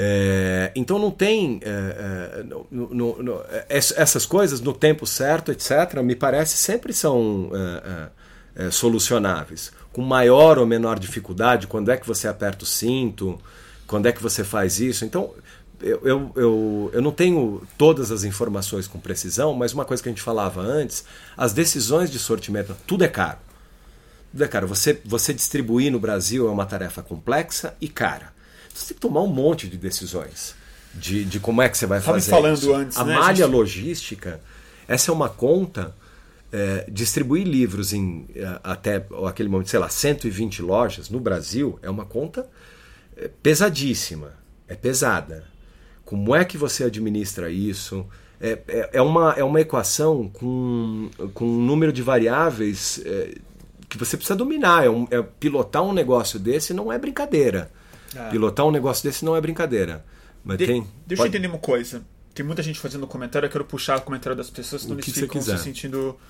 É, então não tem é, é, no, no, no, essas coisas no tempo certo, etcétera, me parece sempre são é, é, solucionáveis. Com maior ou menor dificuldade, quando é que você aperta o cinto, quando é que você faz isso. Então... Eu, eu, eu, eu não tenho todas as informações com precisão, mas uma coisa que a gente falava antes, as decisões de sortimento, tudo é caro. Tudo é caro. Você, você distribuir no Brasil é uma tarefa complexa e cara. Você tem que tomar um monte de decisões de, de como é que você vai Tava fazer falando isso. Antes, a né, malha gente? Logística, essa é uma conta, é, distribuir livros em até aquele momento, sei lá, cento e vinte lojas no Brasil é uma conta pesadíssima, é pesada. Como é que você administra isso? É, é, é, uma, é uma equação com, com um número de variáveis é, que você precisa dominar. É, um, é pilotar um negócio desse não é brincadeira. Ah. Pilotar um negócio desse não é brincadeira. Mas de, tem, deixa pode... eu entender uma coisa. Tem muita gente fazendo comentário, eu quero puxar o comentário das pessoas, senão eles ficam se sentindo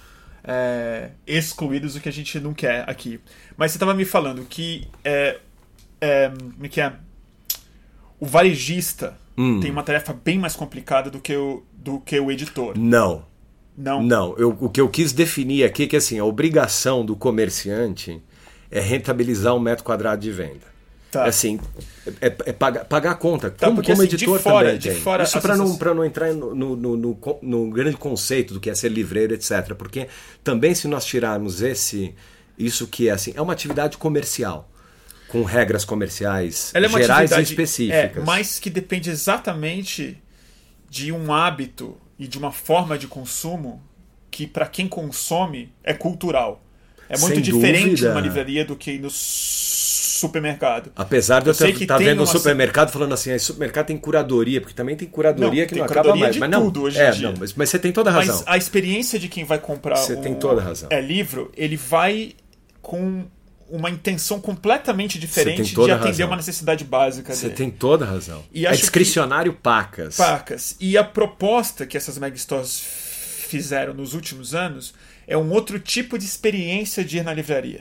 é, excluídos, o que a gente não quer aqui. Mas você estava me falando que, é, é, como é que é? O varejista hum. tem uma tarefa bem mais complicada do que o, do que o editor. Não. Não? Não. Eu, o que eu quis definir aqui é que assim, a obrigação do comerciante é rentabilizar um metro quadrado de venda. Tá. É assim, é, é pagar, pagar a conta. Tá, como porque, como assim, editor de fora, também de tem. fora, Isso para não, sensação... para não entrar no, no, no, no, no grande conceito do que é ser livreiro, etcétera. Porque também se nós tirarmos esse, isso que é assim, é uma atividade comercial, com regras comerciais Ela é uma gerais e atividade, específicas. É, mas que depende exatamente de um hábito e de uma forma de consumo que para quem consome é cultural. É muito Sem diferente dúvida. numa livraria do que no supermercado. Apesar de eu estar vendo o uma... supermercado falando assim, o supermercado tem curadoria, porque também tem curadoria não, que tem não curadoria acaba mais. de Mas não, tudo hoje é, em dia. Não, mas, mas você tem toda a razão. Mas a experiência de quem vai comprar você um tem toda a razão. É, livro, ele vai com uma intenção completamente diferente de toda atender razão. uma necessidade básica Você dele. tem toda a razão. E é acho discricionário que... pacas. Pacas. E a proposta que essas megastores fizeram nos últimos anos é um outro tipo de experiência de ir na livraria.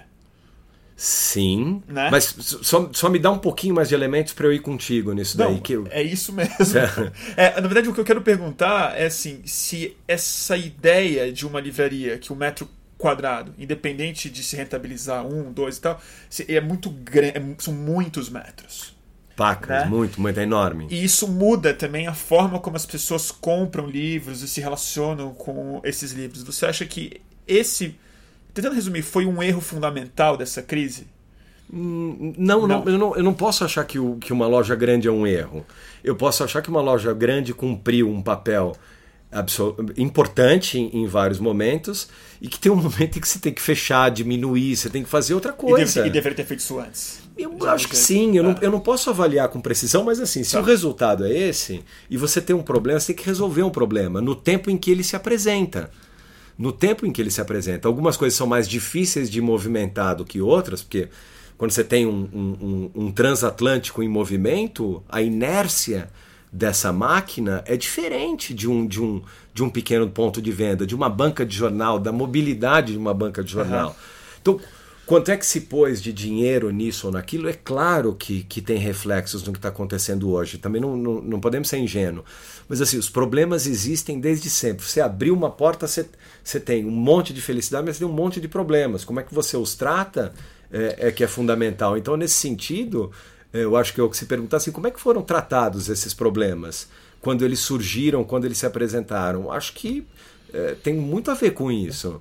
Sim, né? Mas só, só me dá um pouquinho mais de elementos para eu ir contigo nisso Não, daí. Que eu... É isso mesmo. é, na verdade, o que eu quero perguntar é assim, se essa ideia de uma livraria que o metro quadrado, independente de se rentabilizar um, dois e tal, é muito grande, são muitos metros. Pacas, né? muito, muito, é enorme. E isso muda também a forma como as pessoas compram livros e se relacionam com esses livros. Você acha que esse... Tentando resumir, foi um erro fundamental dessa crise? Hum, não, não. Não, eu não, eu não posso achar que, o, que uma loja grande é um erro. Eu posso achar que uma loja grande cumpriu um papel importante em, em vários momentos e que tem um momento em que você tem que fechar, diminuir, você tem que fazer outra coisa. E, deve, e deveria ter feito isso antes. Eu acho que sim, eu, ah. não, eu não posso avaliar com precisão, mas assim, se tá. o resultado é esse e você tem um problema, você tem que resolver um problema no tempo em que ele se apresenta. No tempo em que ele se apresenta. Algumas coisas são mais difíceis de movimentar do que outras, porque quando você tem um, um, um, um transatlântico em movimento, a inércia dessa máquina é diferente de um, de, um, de um pequeno ponto de venda, de uma banca de jornal, da mobilidade de uma banca de jornal. Uhum. Então, quanto é que se pôs de dinheiro nisso ou naquilo? É claro que, que tem reflexos no que está acontecendo hoje. Também não, não, não podemos ser ingênuos. Mas assim, os problemas existem desde sempre. Você abriu uma porta, você, você tem um monte de felicidade, mas você tem um monte de problemas. Como é que você os trata é, é que é fundamental. Então, nesse sentido, eu acho que eu que se perguntar assim, como é que foram tratados esses problemas? Quando eles surgiram, quando eles se apresentaram? Acho que é, tem muito a ver com isso.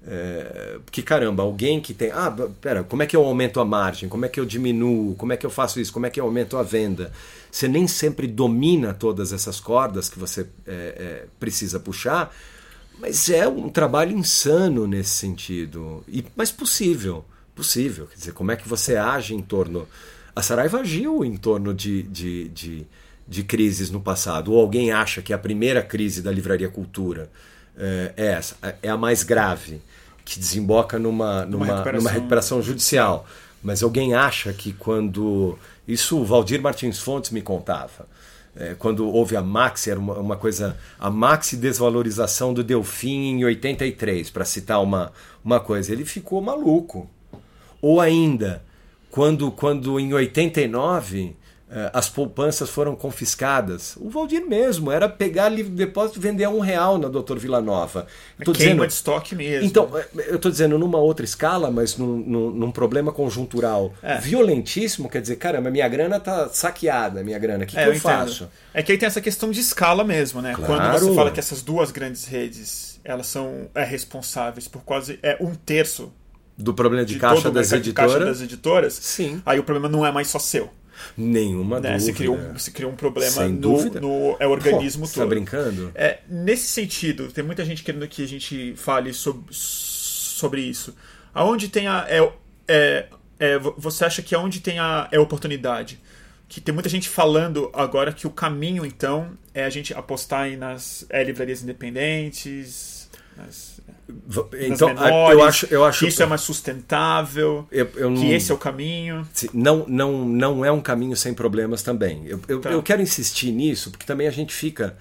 É, porque caramba, alguém que tem ah, pera, como é que eu aumento a margem, como é que eu diminuo, como é que eu faço isso, como é que eu aumento a venda? Você nem sempre domina todas essas cordas que você é, é, precisa puxar, mas é um trabalho insano nesse sentido, e, mas possível, possível, quer dizer, como é que você age em torno, a Saraiva agiu em torno de, de, de, de crises no passado, ou alguém acha que a primeira crise da Livraria Cultura é essa, é a mais grave, que desemboca numa, numa, uma, recuperação... numa recuperação judicial. Mas alguém acha que quando... Isso o Valdir Martins Fontes me contava. É, quando houve a Maxi, era uma, uma coisa... A Maxi desvalorização do Delfim em oitenta e três, para citar uma, uma coisa. Ele ficou maluco. Ou ainda, quando, quando em oitenta e nove... as poupanças foram confiscadas. O Valdir mesmo, era pegar livro de depósito e vender a um real na doutor Villanova. Tô Queima dizendo, de estoque mesmo. Então, eu estou dizendo numa outra escala, mas num, num, num problema conjuntural é. violentíssimo, quer dizer, caramba, minha grana tá saqueada, minha grana, o que, é, que eu, eu faço? É que aí tem essa questão de escala mesmo, né? Claro. Quando você fala que essas duas grandes redes, elas são é, responsáveis por quase é, um terço do problema de, de caixa das editoras. Caixa das editoras, sim. Aí o problema não é mais só seu. Nenhuma né? dúvida. Você criou um, você criou um problema Sem no, dúvida. no é, organismo Pô, todo. Você tá brincando? É, nesse sentido, tem muita gente querendo que a gente fale sobre, sobre isso. Aonde tem a... É, é, é, você acha que aonde tem a é oportunidade? Que tem muita gente falando agora que o caminho, então, é a gente apostar aí nas é, livrarias independentes... Nas, então, menores, eu acho, eu acho que isso é mais sustentável, eu, eu não, que esse é o caminho. Não, não, não é um caminho sem problemas também. Eu, eu, tá. eu quero insistir nisso, porque também a gente fica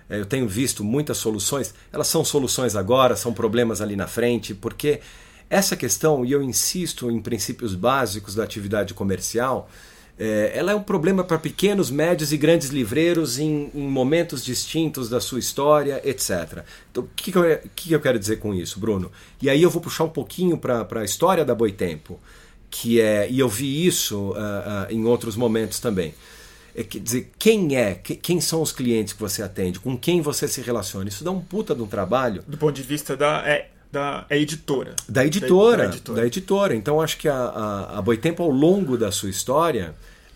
eu tenho visto muitas soluções, elas são soluções agora, são problemas ali na frente, porque essa questão, e eu insisto em princípios básicos da atividade comercial, é, ela é um problema para pequenos, médios e grandes livreiros em, em momentos distintos da sua história, etcétera. Então, o que, que, eu, que eu quero dizer com isso, Bruno? E aí eu vou puxar um pouquinho para a história da Boitempo, que é, e eu vi isso uh, uh, em outros momentos também. É, quer dizer, quem é, que, quem são os clientes que você atende, com quem você se relaciona? Isso dá um puta de um trabalho. Do ponto de vista da... É... Da é editora. Da editora, da, da editora. Da editora. Então, acho que a, a, a Boitempo, ao longo da sua história,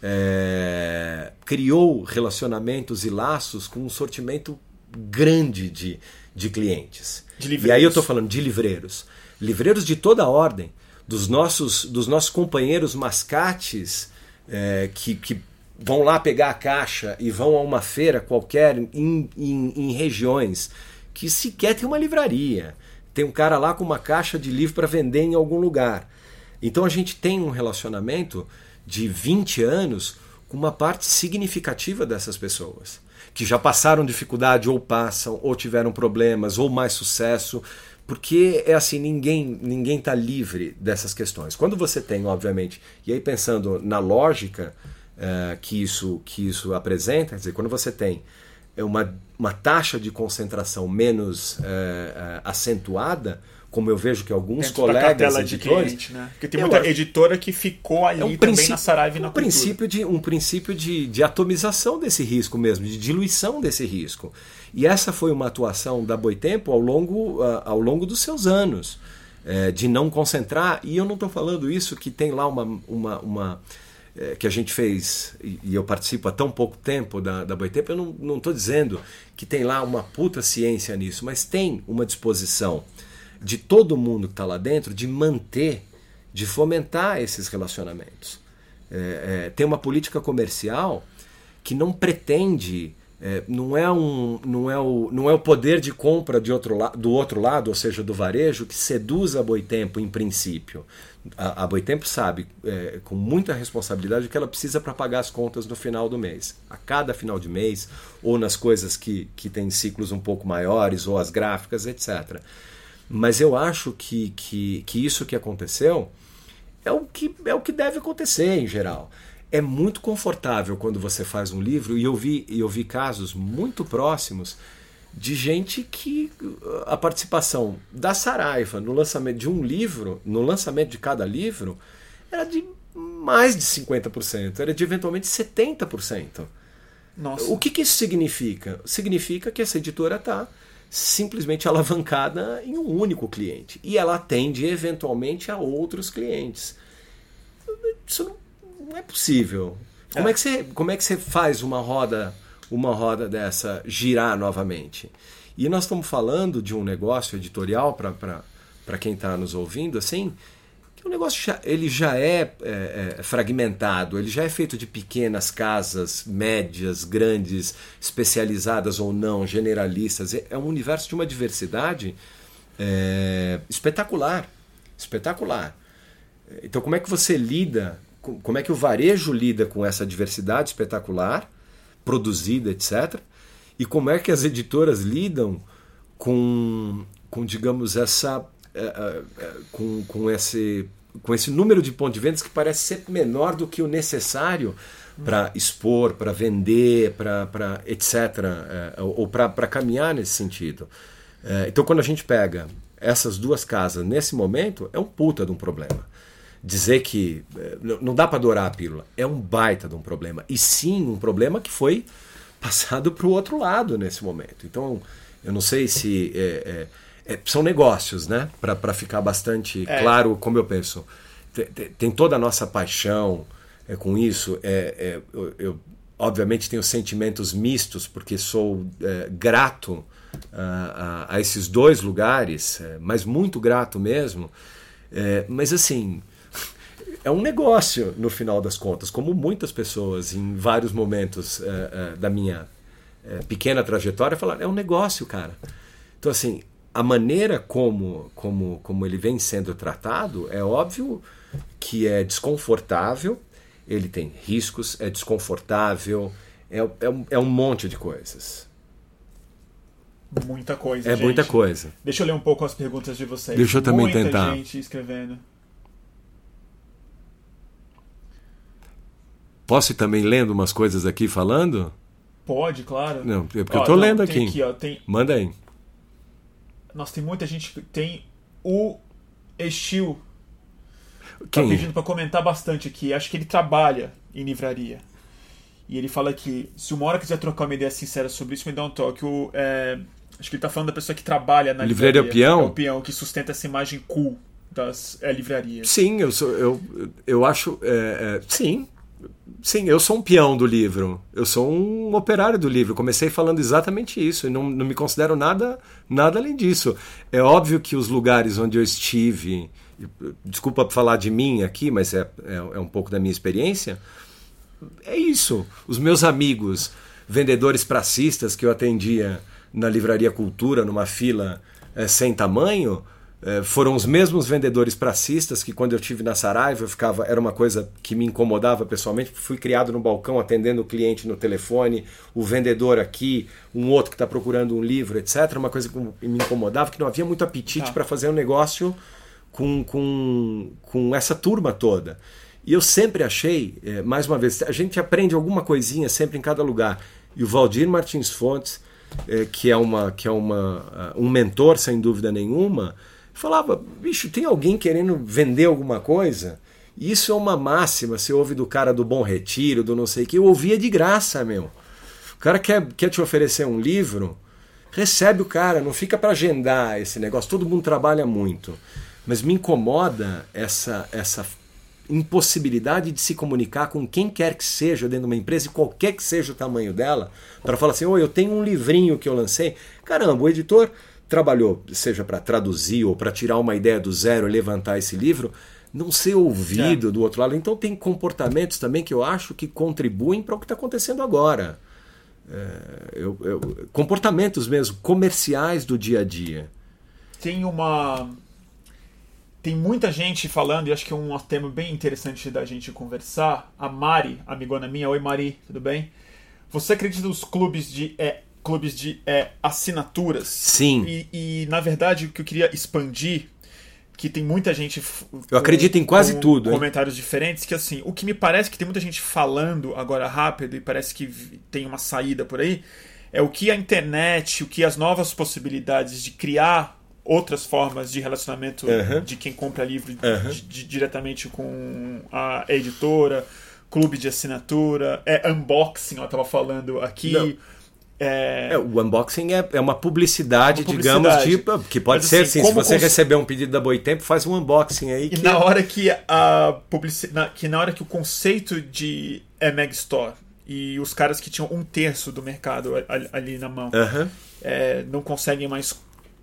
é, criou relacionamentos e laços com um sortimento grande de, de clientes. De livreiros. E aí eu estou falando de livreiros. Livreiros de toda a ordem. Dos nossos, dos nossos companheiros mascates é, que, que vão lá pegar a caixa e vão a uma feira qualquer em, em, em regiões que sequer tem uma livraria. Tem um cara lá com uma caixa de livro para vender em algum lugar. Então a gente tem um relacionamento de vinte anos com uma parte significativa dessas pessoas, que já passaram dificuldade, ou passam, ou tiveram problemas, ou mais sucesso, porque é assim, ninguém ninguém está livre dessas questões. Quando você tem, obviamente, e aí pensando na lógica uh, que, isso, que isso apresenta, quer dizer, quando você tem uma, uma taxa de concentração menos é, acentuada, como eu vejo que alguns dentro colegas editores... Cliente, né? Porque tem muita editora que ficou ali é um também na Saraiva e na um princípio de Um princípio de, de atomização desse risco mesmo, de diluição desse risco. E essa foi uma atuação da Boitempo ao longo, uh, ao longo dos seus anos, é, de não concentrar, e eu não estou falando isso que tem lá uma... uma, uma que a gente fez, e eu participo há tão pouco tempo da, da Boitempo, eu não estou dizendo que tem lá uma puta ciência nisso, mas tem uma disposição de todo mundo que está lá dentro de manter, de fomentar esses relacionamentos. É, é, tem uma política comercial que não pretende, é, não, é um, não, é o, não é o poder de compra de outro la, do outro lado, ou seja, do varejo, que seduz a Boitempo em princípio. A, a Boitempo sabe, é, com muita responsabilidade, que ela precisa para pagar as contas no final do mês. A cada final de mês, ou nas coisas que, que têm ciclos um pouco maiores, ou as gráficas, etcétera. Mas eu acho que, que, que isso que aconteceu é o que, é o que deve acontecer em geral. É muito confortável quando você faz um livro, e eu vi, eu vi casos muito próximos de gente que a participação da Saraiva no lançamento de um livro, no lançamento de cada livro, era de mais de cinquenta por cento, era de eventualmente setenta por cento. Nossa. O que, que isso significa? Significa que essa editora está simplesmente alavancada em um único cliente. E ela atende eventualmente a outros clientes. Isso não, não é possível. Como é. é que você, como é que você faz uma roda... uma roda dessa girar novamente? E nós estamos falando de um negócio editorial, para quem está nos ouvindo, assim, que o negócio já, ele já é, é, é fragmentado, ele já é feito de pequenas casas, médias, grandes, especializadas ou não, generalistas. É um universo de uma diversidade é, espetacular, espetacular. Então, como é que você lida, como é que o varejo lida com essa diversidade espetacular, produzida, etcétera. E como é que as editoras lidam com, com digamos, essa, uh, uh, com, com, esse, com esse número de pontos de vendas que parece ser menor do que o necessário para expor, para vender, para etcétera. Uh, ou para caminhar nesse sentido. Uh, então, quando a gente pega essas duas casas nesse momento, é um puta de um problema. Dizer que não dá para adorar a pílula é um baita de um problema. E sim, um problema que foi passado para o outro lado nesse momento. Então, eu não sei se... É, é, é, são negócios, né? Para ficar bastante é. claro como eu penso. Tem, tem toda a nossa paixão é, com isso. É, é, eu, eu, obviamente, tenho sentimentos mistos, porque sou é, grato a, a, a esses dois lugares, é, mas muito grato mesmo. É, mas, assim... É um negócio, no final das contas, como muitas pessoas em vários momentos uh, uh, da minha uh, pequena trajetória falaram, é um negócio, cara. Então, assim, a maneira como, como, como ele vem sendo tratado, é óbvio que é desconfortável, ele tem riscos, é desconfortável, é, é, um, é um monte de coisas. Muita coisa, É gente. muita coisa. Deixa eu ler um pouco as perguntas de vocês. Deixa eu também Muita tentar. Muita gente escrevendo. Posso ir também lendo umas coisas aqui falando? Pode, claro. Não, é porque ó, eu tô não, lendo tem aqui. aqui ó, tem... Manda aí. Nossa, tem muita gente que tem o Estil. Tá Quem? pedindo para comentar bastante aqui. Acho que ele trabalha em livraria. E ele fala que se uma hora quiser trocar uma ideia sincera sobre isso, me dá um toque. O, é, acho que ele tá falando da pessoa que trabalha na Livraria livraria. Peão? É o peão que sustenta essa imagem cool das é, livrarias. Sim, eu sou, eu, eu acho. É, é, sim. Sim, eu sou um peão do livro. Eu sou um operário do livro. Comecei falando exatamente isso e não, não me considero nada, nada além disso. É óbvio que os lugares onde eu estive, desculpa falar de mim aqui, mas é, é, é um pouco da minha experiência, é isso. Os meus amigos, vendedores pracistas que eu atendia na Livraria Cultura, numa fila é, sem tamanho, é, foram os mesmos vendedores pracistas que quando eu estive na Saraiva eu ficava, era uma coisa que me incomodava pessoalmente. Fui criado no balcão atendendo o cliente no telefone, o vendedor aqui, um outro que está procurando um livro, etcétera. Uma coisa que me incomodava, que não havia muito apetite Tá. para fazer um negócio com, com, com essa turma toda. E eu sempre achei, é, mais uma vez, a gente aprende alguma coisinha sempre em cada lugar. E o Valdir Martins Fontes, é, que é, uma, que é uma, um mentor sem dúvida nenhuma, falava, bicho, tem alguém querendo vender alguma coisa? Isso é uma máxima, você ouve do cara do Bom Retiro, do não sei o que, eu ouvia de graça, meu. O cara quer, quer te oferecer um livro, recebe o cara, não fica para agendar esse negócio, todo mundo trabalha muito. Mas me incomoda essa, essa impossibilidade de se comunicar com quem quer que seja dentro de uma empresa, e qualquer que seja o tamanho dela, para falar assim, oh, eu tenho um livrinho que eu lancei. Caramba, o editor trabalhou, seja para traduzir ou para tirar uma ideia do zero e levantar esse livro, não ser ouvido é. do outro lado. Então tem comportamentos também que eu acho que contribuem para o que está acontecendo agora. É, eu, eu, comportamentos mesmo, comerciais do dia a dia. Tem uma... Tem muita gente falando, e acho que é um tema bem interessante da gente conversar. A Mari, amigona minha. Oi, Mari, tudo bem? Você acredita nos clubes de... É, clubes de é, assinaturas? Sim. E, e, na verdade, o que eu queria expandir, que tem muita gente... Eu acredito em quase com tudo. Comentários hein? diferentes, que assim, o que me parece que tem muita gente falando agora rápido, e parece que tem uma saída por aí, é o que a internet, o que as novas possibilidades de criar outras formas de relacionamento uhum. de quem compra livro uhum. de, de, diretamente com a editora, clube de assinatura, é unboxing, eu estava falando aqui. Não. É... É, o unboxing é, é uma publicidade, uma publicidade, digamos, de, que pode Mas, ser assim, assim, se você cons... receber um pedido da Boitempo, faz um unboxing aí. E que... na hora que a publicidade, que na hora que o conceito de é Mag Store e os caras que tinham um terço do mercado ali na mão uhum. é, não conseguem mais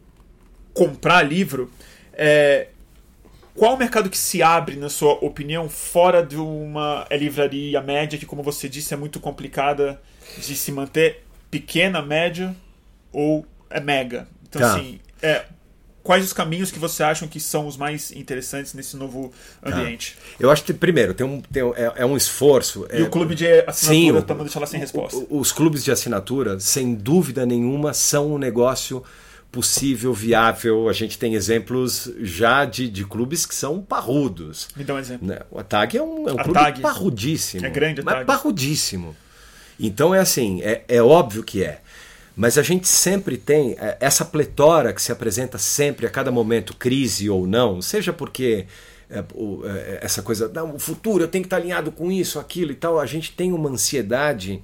comprar livro, é, qual o mercado que se abre, na sua opinião, fora de uma é, livraria média, que, como você disse, é muito complicada de se manter, pequena, média ou é mega? Então, tá. assim, é, quais os caminhos que você acham que são os mais interessantes nesse novo ambiente? Tá. Eu acho que, primeiro, tem um, tem um, é, é um esforço... E é, o clube de assinatura também deixa ela sem resposta. O, os clubes de assinatura, sem dúvida nenhuma, são um negócio possível, viável. A gente tem exemplos já de, de clubes que são parrudos. Me dá um exemplo. O A T A G é um, é um clube Tag. parrudíssimo. É grande a mas Tag. Parrudíssimo. Então é assim, é, é óbvio que é. Mas a gente sempre tem essa pletora que se apresenta sempre, a cada momento, crise ou não, seja porque é, o, é, essa coisa, não, o futuro eu tenho que estar alinhado com isso, aquilo e tal, a gente tem uma ansiedade...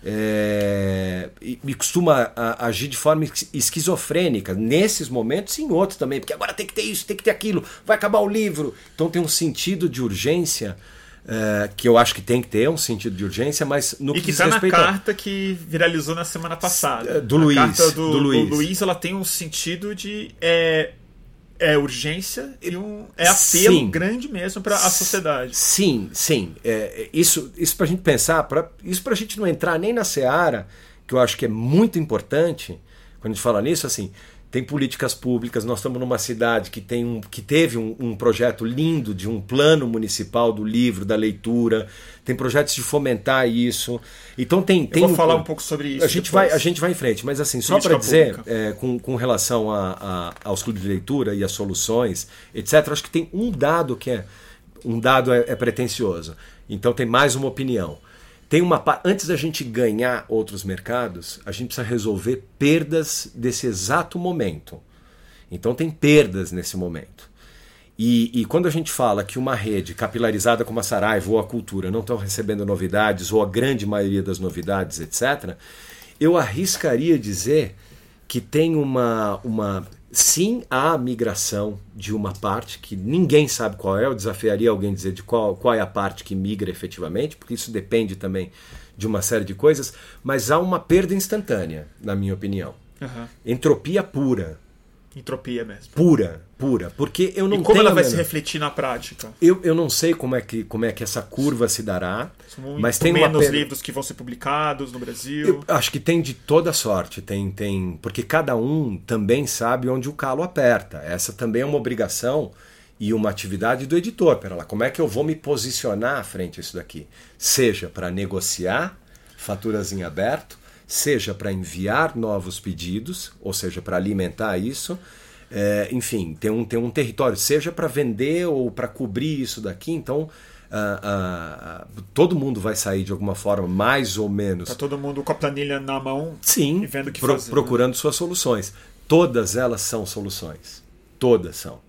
É, e, e costuma a, agir de forma esquizofrênica nesses momentos e em outros também, porque agora tem que ter isso, tem que ter aquilo, vai acabar o livro. Então tem um sentido de urgência é, que eu acho que tem que ter um sentido de urgência, mas no e que que está respeita... na carta que viralizou na semana passada. Do a Luiz. carta do, do Luiz. do Luiz, ela tem um sentido de é, é urgência e um é apelo sim. grande mesmo para a sociedade. Sim, sim. É, isso isso para a gente pensar, pra, isso para a gente não entrar nem na seara, que eu acho que é muito importante, quando a gente fala nisso, assim, tem políticas públicas. Nós estamos numa cidade que, tem um, que teve um, um projeto lindo de um plano municipal do livro, da leitura, tem projetos de fomentar isso. Então tem, tem Eu vou um, falar um pouco sobre isso. A gente, vai, a gente vai em frente, mas assim, só para dizer, é, com, com relação a, a, aos clubes de leitura e as soluções, etcétera, acho que tem um dado que é, um dado é, é pretensioso. Então tem mais uma opinião. Tem uma, antes da gente ganhar outros mercados, a gente precisa resolver perdas desse exato momento. Então tem perdas nesse momento. E, e quando a gente fala que uma rede capilarizada como a Saraiva ou a Cultura não estão recebendo novidades, ou a grande maioria das novidades, etcétera, eu arriscaria dizer que tem uma... uma sim, há migração de uma parte que ninguém sabe qual é. Eu desafiaria alguém a dizer de qual, qual é a parte que migra efetivamente, porque isso depende também de uma série de coisas, mas há uma perda instantânea, na minha opinião. Uhum. Entropia pura. Entropia mesmo. Pura, pura. Porque eu não e como tenho ela vai menor... se refletir na prática? Eu, eu não sei como é, que, como é que essa curva se dará. São mas tem menos uma per... livros que vão ser publicados no Brasil. Eu acho que tem de toda sorte. Tem, tem... Porque cada um também sabe onde o calo aperta. Essa também é uma obrigação e uma atividade do editor. Pera lá, como é que eu vou me posicionar frente a isso daqui? Seja para negociar faturas em aberto, seja para enviar novos pedidos, ou seja, para alimentar isso, é, enfim, tem um, tem um território, seja para vender ou para cobrir isso daqui. Então, ah, ah, todo mundo vai sair de alguma forma, mais ou menos. Está todo mundo com a planilha na mão. Sim, e vendo o que pro, fazer, procurando né? suas soluções. Todas elas são soluções. Todas são.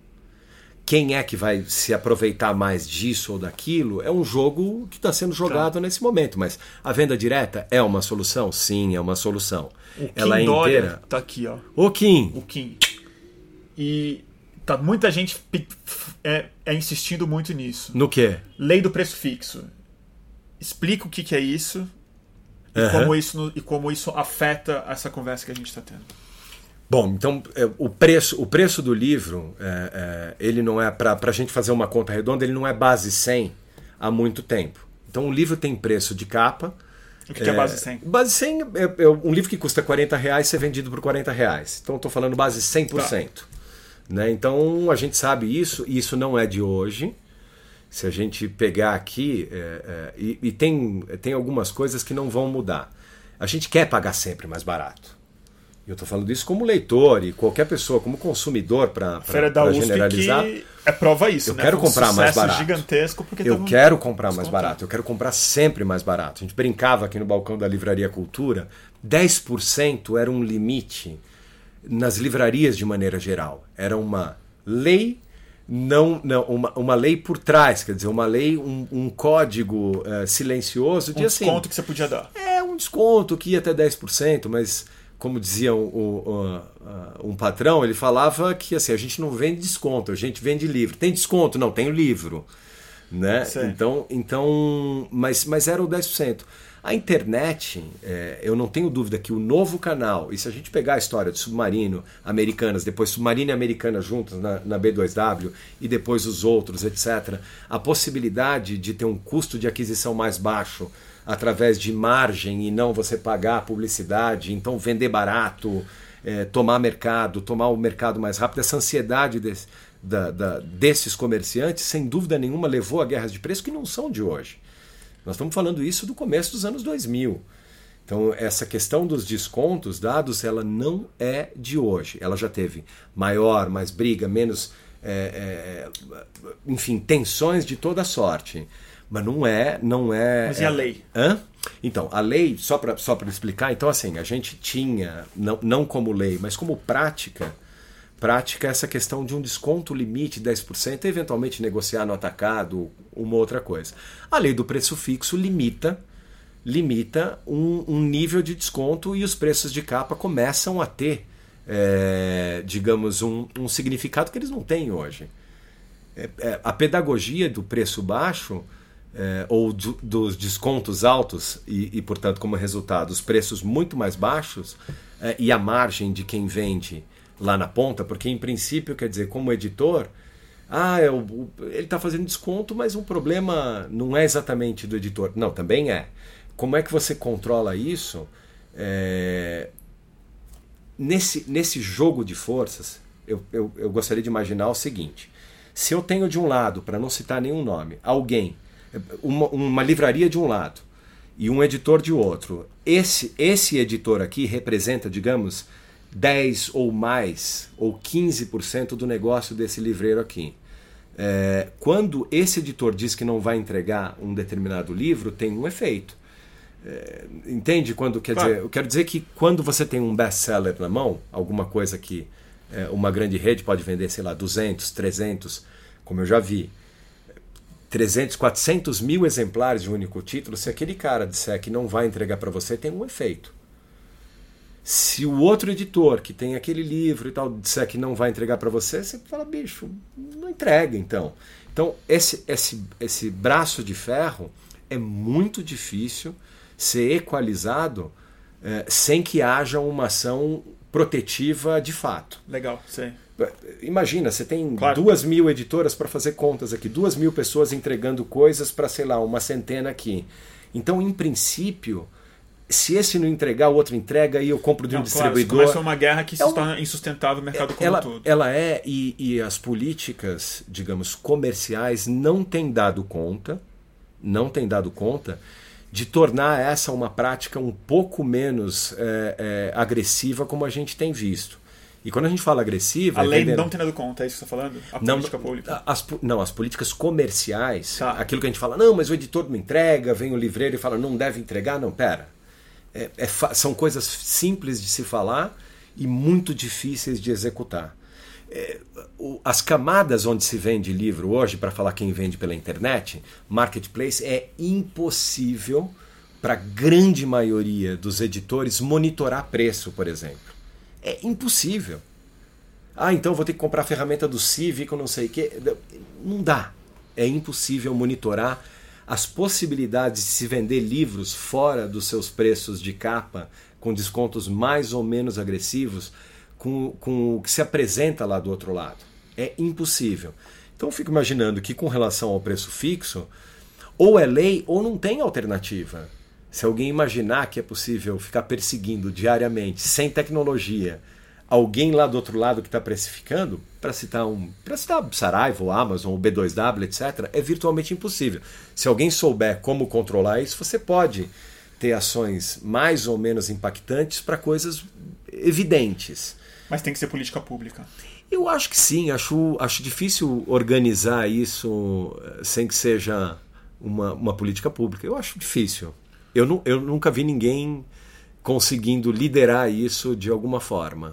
Quem é que vai se aproveitar mais disso ou daquilo é um jogo que está sendo jogado tá. nesse momento. Mas a venda direta é uma solução? Sim, é uma solução. O Kim Ela é Dória inteira. tá aqui, ó. O Kim. O Kim. E tá muita gente é, é insistindo muito nisso. No quê? Lei do preço fixo. Explica o que, que é isso e, Uhum. como isso e como isso afeta essa conversa que a gente está tendo. Bom, então é, o, preço, o preço do livro, é, é, ele não é, para a gente fazer uma conta redonda, ele não é base cem há muito tempo. Então o livro tem preço de capa. O que é, que é base cem? Base cem é, é um livro que custa quarenta reais ser vendido por quarenta reais. Então eu estou falando base cem por cento. Tá. Né? Então a gente sabe isso, e isso não é de hoje. Se a gente pegar aqui, é, é, e, e tem, tem algumas coisas que não vão mudar. A gente quer pagar sempre mais barato. Eu estou falando isso como leitor e qualquer pessoa, como consumidor, para generalizar. Que é prova isso, eu né? quero Foi um comprar mais barato. Gigantesco porque eu tava quero comprar mais descontado. barato. Eu quero comprar sempre mais barato. A gente brincava aqui no balcão da Livraria Cultura. dez por cento era um limite nas livrarias de maneira geral. Era uma lei, não, não uma, uma lei por trás, quer dizer, uma lei, um, um código uh, silencioso de um assim. desconto que você podia dar. É um desconto que ia até dez por cento, mas como dizia um, um, um patrão, ele falava que assim, a gente não vende desconto, a gente vende livro. Tem desconto? Não, tem o livro. Né? Então, então mas, mas era o dez por cento. A internet, é, eu não tenho dúvida que o novo canal, e se a gente pegar a história de Submarino, Americanas, depois Submarino e Americanas juntas na, na B dois W, e depois os outros, etcétera, a possibilidade de ter um custo de aquisição mais baixo através de margem e não você pagar a publicidade, então vender barato, é, tomar mercado, tomar o mercado mais rápido, essa ansiedade desse, da, da, desses comerciantes, sem dúvida nenhuma, levou a guerras de preço que não são de hoje. Nós estamos falando isso do começo dos anos dois mil. Então, essa questão dos descontos dados, ela não é de hoje. Ela já teve maior, mais briga, menos, é, é, enfim, tensões de toda sorte. Mas não é... Não é Mas e a lei? Hã? Então, a lei, só para só para explicar, então assim, a gente tinha, não, não como lei, mas como prática, prática essa questão de um desconto limite de dez por cento e eventualmente negociar no atacado, uma outra coisa. A lei do preço fixo limita, limita um, um nível de desconto e os preços de capa começam a ter, é, digamos, um, um significado que eles não têm hoje. É, é, a pedagogia do preço baixo... É, ou do, dos descontos altos e, e, portanto, como resultado, os preços muito mais baixos é, e a margem de quem vende lá na ponta, porque, em princípio, quer dizer, como editor, ah, é o, ele está fazendo desconto, mas o problema não é exatamente do editor. Não, também é. Como é que você controla isso? É, nesse, nesse jogo de forças, eu, eu, eu gostaria de imaginar o seguinte: se eu tenho de um lado, para não citar nenhum nome, alguém, uma, uma livraria de um lado e um editor de outro, esse, esse editor aqui representa, digamos, dez ou mais, ou quinze por cento do negócio desse livreiro aqui. É, quando esse editor diz que não vai entregar um determinado livro, tem um efeito. É, entende? Quando, quer claro. dizer, eu quero dizer que quando você tem um best-seller na mão, alguma coisa que é, uma grande rede pode vender, sei lá, duzentos, trezentos, como eu já vi, trezentos, quatrocentos mil exemplares de um único título, se aquele cara disser que não vai entregar para você, tem um efeito. Se o outro editor que tem aquele livro e tal disser que não vai entregar para você, você fala, bicho, não entrega então. Então esse, esse, esse braço de ferro é muito difícil ser equalizado é, sem que haja uma ação protetiva de fato. Legal, sei. Imagina, você tem claro. duas mil editoras para fazer contas aqui, duas mil pessoas entregando coisas para, sei lá, uma centena aqui. Então, em princípio, se esse não entregar, o outro entrega e eu compro de um não, distribuidor. Claro, começa uma guerra que se ela, torna insustentável o mercado como ela, um todo. Ela é, e, e as políticas, digamos, comerciais não têm dado conta, não têm dado conta de tornar essa uma prática um pouco menos é, é, agressiva como a gente tem visto. E quando a gente fala agressiva... A lei entendendo? não tem dado conta, é isso que você está falando? A não, política pública? As, não, as políticas comerciais, tá. Aquilo que a gente fala, não, mas o editor não entrega, vem o livreiro e fala, não deve entregar, não, pera. É, é, são coisas simples de se falar e muito difíceis de executar. É, o, as camadas onde se vende livro hoje, para falar quem vende pela internet, marketplace, é impossível para a grande maioria dos editores monitorar preço, por exemplo. É impossível. Ah, então vou ter que comprar a ferramenta do Civic, não sei o quê. Não dá. É impossível monitorar as possibilidades de se vender livros fora dos seus preços de capa, com descontos mais ou menos agressivos, com, com o que se apresenta lá do outro lado. É impossível. Então eu fico imaginando que com relação ao preço fixo, ou é lei ou não tem alternativa. Se alguém imaginar que é possível ficar perseguindo diariamente, sem tecnologia, alguém lá do outro lado que está precificando, para citar um, para citar Saraiva, o Amazon, o B dois W, etcétera, é virtualmente impossível. Se alguém souber como controlar isso, você pode ter ações mais ou menos impactantes para coisas evidentes. Mas tem que ser política pública. Eu acho que sim, acho, acho difícil organizar isso sem que seja uma, uma política pública. Eu acho difícil. Eu, nu, eu nunca vi ninguém conseguindo liderar isso de alguma forma.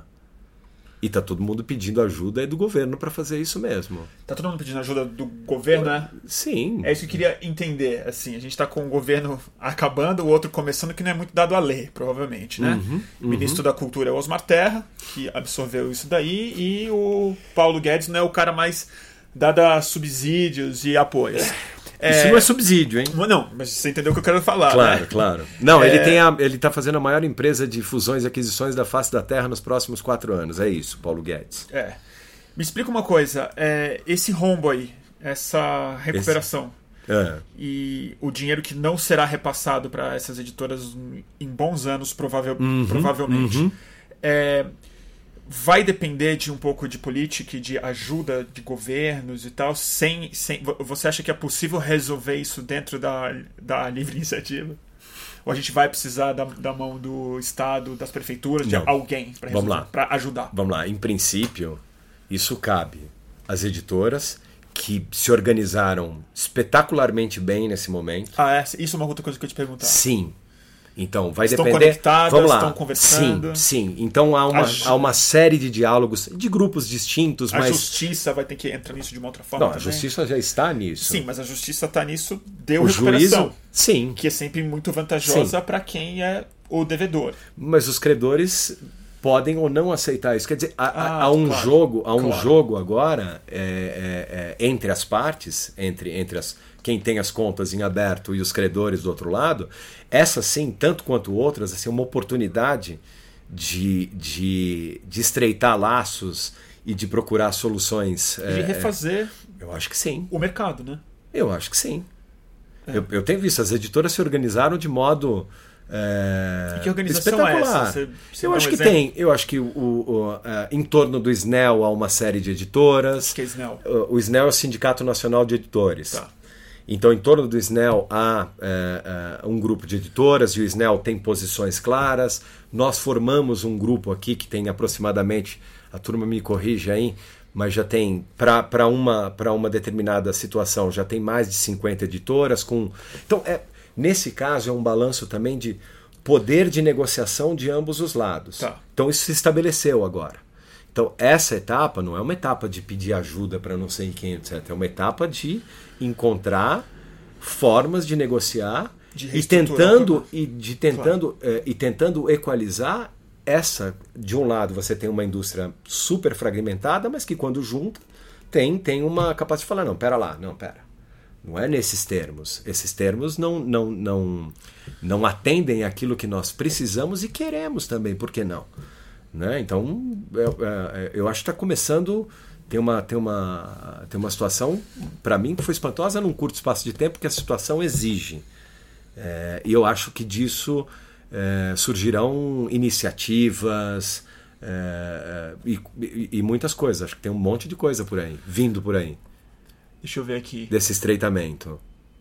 E tá todo mundo pedindo ajuda do governo para fazer isso mesmo. Tá todo mundo pedindo ajuda do governo, né? Sim. É isso que eu queria entender. Assim, a gente tá com o governo acabando, o outro começando, que não é muito dado à lei, provavelmente, né? Uhum, uhum. O ministro da Cultura é o Osmar Terra, que absorveu isso daí, e o Paulo Guedes não é o cara mais dado a subsídios e apoios. É... Isso não é subsídio, hein? Não, mas você entendeu o que eu quero falar. Claro, né? claro. Não, é... ele, tem a, ele tá fazendo a maior empresa de fusões e aquisições da face da Terra nos próximos quatro anos. É isso, Paulo Guedes. É. Me explica uma coisa. É, esse rombo aí, essa recuperação esse... é. e o dinheiro que não será repassado para essas editoras em bons anos, provável, uhum, provavelmente, uhum. É, vai depender de um pouco de política e de ajuda de governos e tal. Sem, sem, você acha que é possível resolver isso dentro da, da livre iniciativa? Ou a gente vai precisar da, da mão do Estado, das prefeituras, de Não. alguém para ajudar? Vamos lá. Em princípio, isso cabe às editoras que se organizaram espetacularmente bem nesse momento. Ah, é? Isso é uma outra coisa que eu te perguntar. Sim. Então, vai estão depender... conectadas, Vamos lá. Estão conversando. Sim, sim. Então há uma, há uma série de diálogos de grupos distintos, a mas... A justiça vai ter que entrar nisso de uma outra forma Não, também. a justiça já está nisso. Sim, mas a justiça está nisso, deu o recuperação. Juízo, sim. Que é sempre muito vantajosa para quem é o devedor. Mas os credores podem ou não aceitar isso. Quer dizer, há, ah, há um, claro, jogo, há um claro. jogo agora é, é, é, entre as partes, entre, entre as... quem tem as contas em aberto e os credores do outro lado, essa sim, tanto quanto outras, assim, uma oportunidade de, de, de estreitar laços e de procurar soluções. E de é, refazer eu acho que sim. o mercado, né? Eu acho que sim. É. Eu, eu tenho visto, as editoras se organizaram de modo É, que organização é essa? Você, você eu acho um que exemplo? tem. Eu acho que o, o, o, em torno do S N E L há uma série de editoras. O que é S N E L? O, o S N E L é o Sindicato Nacional de Editores. Tá. Então, em torno do S N E L há é, é, um grupo de editoras e o S N E L tem posições claras. Nós formamos um grupo aqui que tem aproximadamente, a turma me corrige aí, mas já tem, para uma, para uma determinada situação, já tem mais de cinquenta editoras. Com... Então, é, nesse caso, é um balanço também de poder de negociação de ambos os lados. Tá. Então, isso se estabeleceu agora. Então, essa etapa não é uma etapa de pedir ajuda para não sei quem, etcétera. É uma etapa de encontrar formas de negociar de e tentando, como... e, de tentando, claro. é, e tentando equalizar essa. De um lado, você tem uma indústria super fragmentada, mas que quando junta, tem, tem uma capacidade de falar, não, pera lá, não, pera. Não é nesses termos. Esses termos não, não, não, não atendem aquilo que nós precisamos e queremos também, por que não? Né? Então, eu, eu acho que está começando... Tem uma, tem uma, tem uma situação, para mim, que foi espantosa num curto espaço de tempo, que a situação exige. É, e eu acho que disso é, surgirão iniciativas é, e, e, e muitas coisas. Acho que tem um monte de coisa por aí, vindo por aí. Deixa eu ver aqui. Desse estreitamento.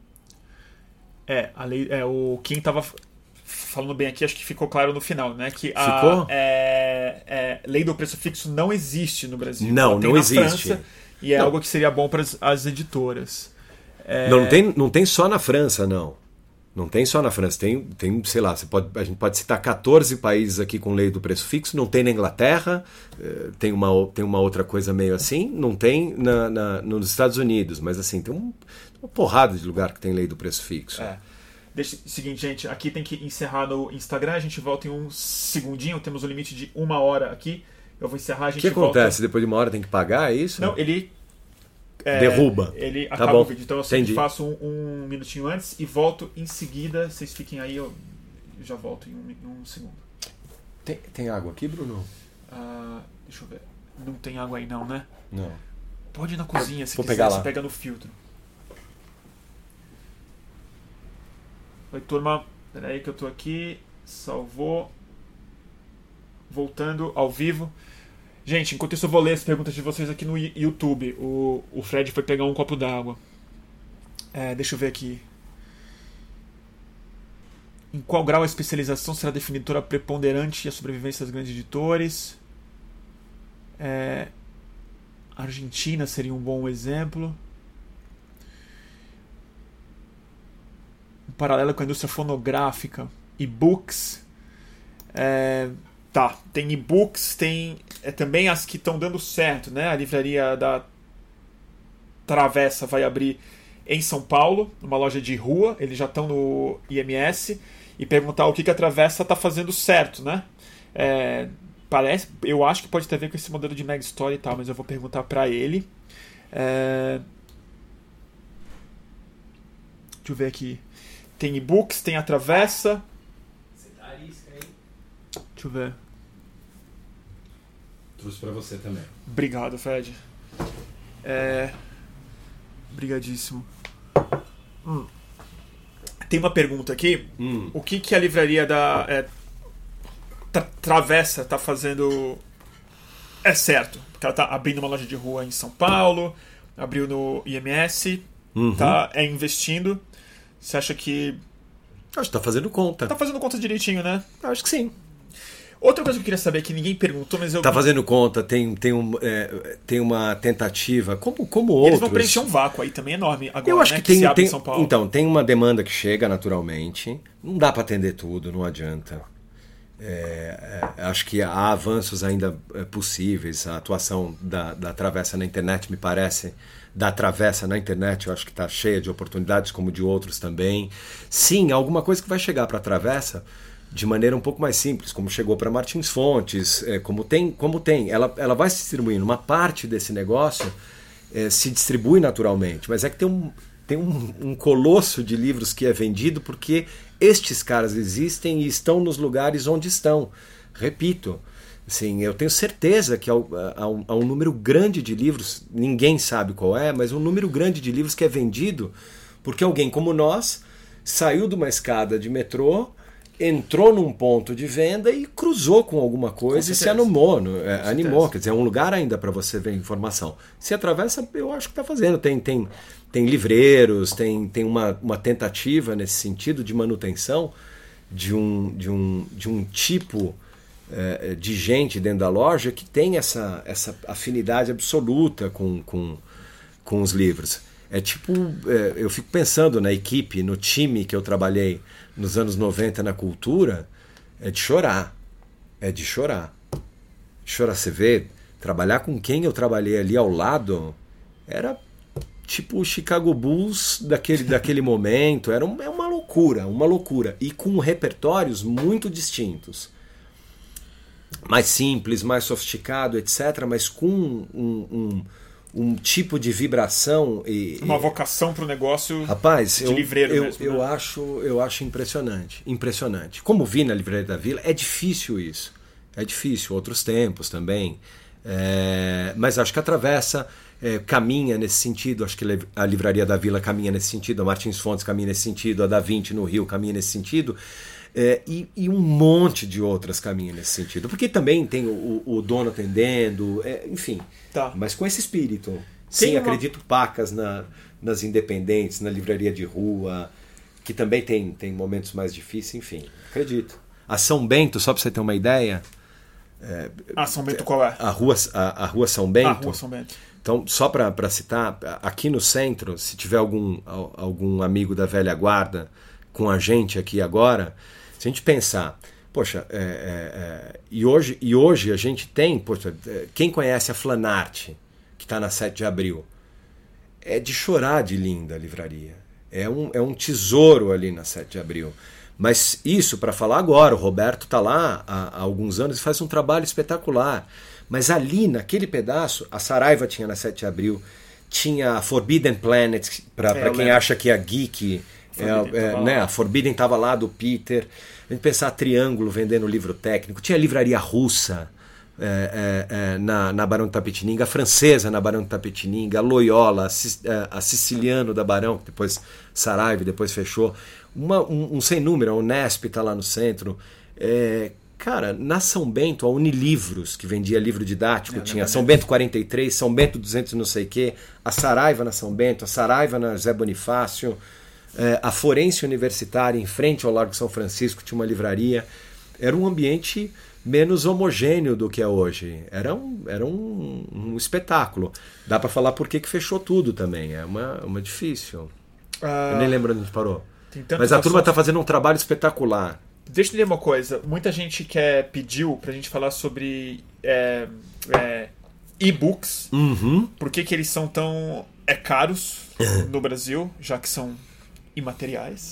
É, a lei, é o Kim estava falando bem aqui, acho que ficou claro no final, né? Que a ficou? É, é, lei do preço fixo não existe no Brasil. Não, Ela tem não na existe. França, e é não. algo que seria bom para as, as editoras. É... Não, não, tem, não tem só na França, não. Não tem só na França. Tem, tem sei lá, você pode, a gente pode citar quatorze países aqui com lei do preço fixo. Não tem na Inglaterra, tem uma, tem uma outra coisa meio assim. Não tem na, na, nos Estados Unidos, mas assim, tem um, uma porrada de lugar que tem lei do preço fixo. É. Deixa, seguinte, gente, aqui tem que encerrar no Instagram, a gente volta em um segundinho, temos um limite de uma hora aqui. Eu vou encerrar, a gente O que volta... acontece? Depois de uma hora tem que pagar, é isso? Não, ele... É, derruba. Ele tá acaba bom. o vídeo, então eu sempre faço um, um minutinho antes e volto em seguida. Vocês fiquem aí, eu já volto em um, em um segundo. Tem, tem água aqui, Bruno? Uh, deixa eu ver. Não tem água aí não, né? Não. Pode ir na cozinha se Vou quiser, pegar lá. você pega no filtro. Oi, turma. Pera aí que eu tô aqui. Salvou. Voltando ao vivo. Gente, enquanto isso eu vou ler as perguntas de vocês aqui no YouTube. O, o Fred foi pegar um copo d'água. É, deixa eu ver aqui. Em qual grau a especialização será definitora preponderante e a sobrevivência das grandes editores? É, Argentina seria um bom exemplo. Um paralelo com a indústria fonográfica. E-books. É... Tá, tem e-books, tem é, também as que estão dando certo, né? A livraria da Travessa vai abrir em São Paulo, uma loja de rua, eles já estão no I M S, e perguntar o que, que a Travessa está fazendo certo, né? É, parece, eu acho que pode ter a ver com esse modelo de Mega Story e tal, mas eu vou perguntar para ele. É, deixa eu ver aqui. Tem e-books, tem a Travessa. Você tá arisca aí? Deixa eu ver. Trouxe pra você também. Obrigado, Fred. É... Obrigadíssimo. Hum. Tem uma pergunta aqui. Hum. O que, que a livraria da é, tra Travessa está fazendo é certo? Porque ela está abrindo uma loja de rua em São Paulo, abriu no I M S, Uhum. tá, é investindo. Você acha que... Acho que tá fazendo conta. Tá fazendo conta direitinho, né? Acho que sim. Outra coisa que eu queria saber, que ninguém perguntou, mas eu... Tá fazendo conta, tem, tem, um, é, tem uma tentativa, como, como outros... Eles vão preencher um vácuo aí também enorme agora, eu acho né, que, tem, se abre tem em São Paulo. Então, tem uma demanda que chega naturalmente, não dá para atender tudo, não adianta. É, é, acho que há avanços ainda possíveis, a atuação da, da Travessa na internet me parece... da Travessa na internet, eu acho que está cheia de oportunidades, como de outros também. Sim, alguma coisa que vai chegar para a Travessa de maneira um pouco mais simples, como chegou para Martins Fontes, é, como tem, como tem. Ela, ela vai se distribuindo. Uma parte desse negócio é, se distribui naturalmente, mas é que tem, um, tem um, um colosso de livros que é vendido porque estes caras existem e estão nos lugares onde estão. Repito, sim, eu tenho certeza que há um, há um número grande de livros, ninguém sabe qual é, mas um número grande de livros que é vendido porque alguém como nós saiu de uma escada de metrô entrou num ponto de venda e cruzou com alguma coisa Com e se certeza. animou, no- é, Com animou, certeza. quer dizer, é um lugar ainda para você ver informação. Se atravessa, eu acho que está fazendo. Tem, tem, tem livreiros, tem, tem uma, uma tentativa nesse sentido de manutenção de um, de um, de um tipo é, de gente dentro da loja que tem essa, essa afinidade absoluta com, com, com os livros. É tipo, é, eu fico pensando na equipe, no time que eu trabalhei nos anos noventa na cultura, é de chorar. É de chorar. Chorar, você vê, trabalhar com quem eu trabalhei ali ao lado era tipo o Chicago Bulls daquele, daquele momento. Era um, é uma loucura, uma loucura. E com repertórios muito distintos. Mais simples, mais sofisticado, etcétera. Mas com um, um, um tipo de vibração e... Uma vocação para o negócio Rapaz, de eu, livreiro eu, mesmo. eu, né? acho, eu acho impressionante. Impressionante. Como vi na Livraria da Vila, é difícil isso. É difícil. Outros tempos também. É, mas acho que atravessa, é, caminha nesse sentido. Acho que a Livraria da Vila caminha nesse sentido. A Martins Fontes caminha nesse sentido. A Da Vinci no Rio caminha nesse sentido. É, e, e um monte de outras caminham nesse sentido. Porque também tem o, o dono atendendo. É, enfim. Tá. Mas com esse espírito. Tem Sim, uma- acredito pacas na, nas independentes, na livraria de rua, que também tem, tem momentos mais difíceis, enfim, acredito. A São Bento, só para você ter uma ideia, Ah, São Bento qual é? a rua, a, a rua São Bento, Ah, Rua São Bento. então só para citar, aqui no centro, se tiver algum, al- algum amigo da velha guarda com a gente aqui agora, se a gente pensar, poxa, é, é, é, e, hoje, e hoje a gente tem, poxa, é, quem conhece a Flanarte, que está na sete de abril, é de chorar de linda a livraria. É um, é um tesouro ali na sete de abril. Mas isso, para falar agora, o Roberto está lá há, há alguns anos e faz um trabalho espetacular. Mas ali, naquele pedaço, a Saraiva tinha na sete de abril, tinha a Forbidden Planet, para É, eu quem lembro. acha que a Geek, é, Forbidden é, tava né, lá. a Forbidden estava lá do Peter. A gente pensar Triângulo vendendo livro técnico, tinha a livraria russa, É, é, é, na, na Barão de Tapetininga, a francesa na Barão de Tapetininga, a Loyola, a, Cis- é, a Siciliano da Barão, que depois Saraiva, depois fechou, uma, um, um sem número, a Unesp está lá no centro. É, cara, na São Bento, a Unilivros, que vendia livro didático, É, tinha lembra São mesmo. Bento quarenta e três, São Bento duzentos e não sei o quê, a Saraiva na São Bento, a Saraiva na José Bonifácio, é, a Forense Universitária, em frente ao Largo São Francisco, tinha uma livraria. Era um ambiente menos homogêneo do que é hoje. Era um, era um, um espetáculo. Dá para falar por que que fechou tudo também. É uma, uma difícil. Ah, Eu nem lembro onde a gente parou. tem tantos Mas a turma está assuntos. fazendo um trabalho espetacular. Deixa eu dizer uma coisa. Muita gente quer, pediu pra gente falar sobre é, é, e-books. Uhum. Por que, que eles são tão é, caros no Brasil, já que são imateriais.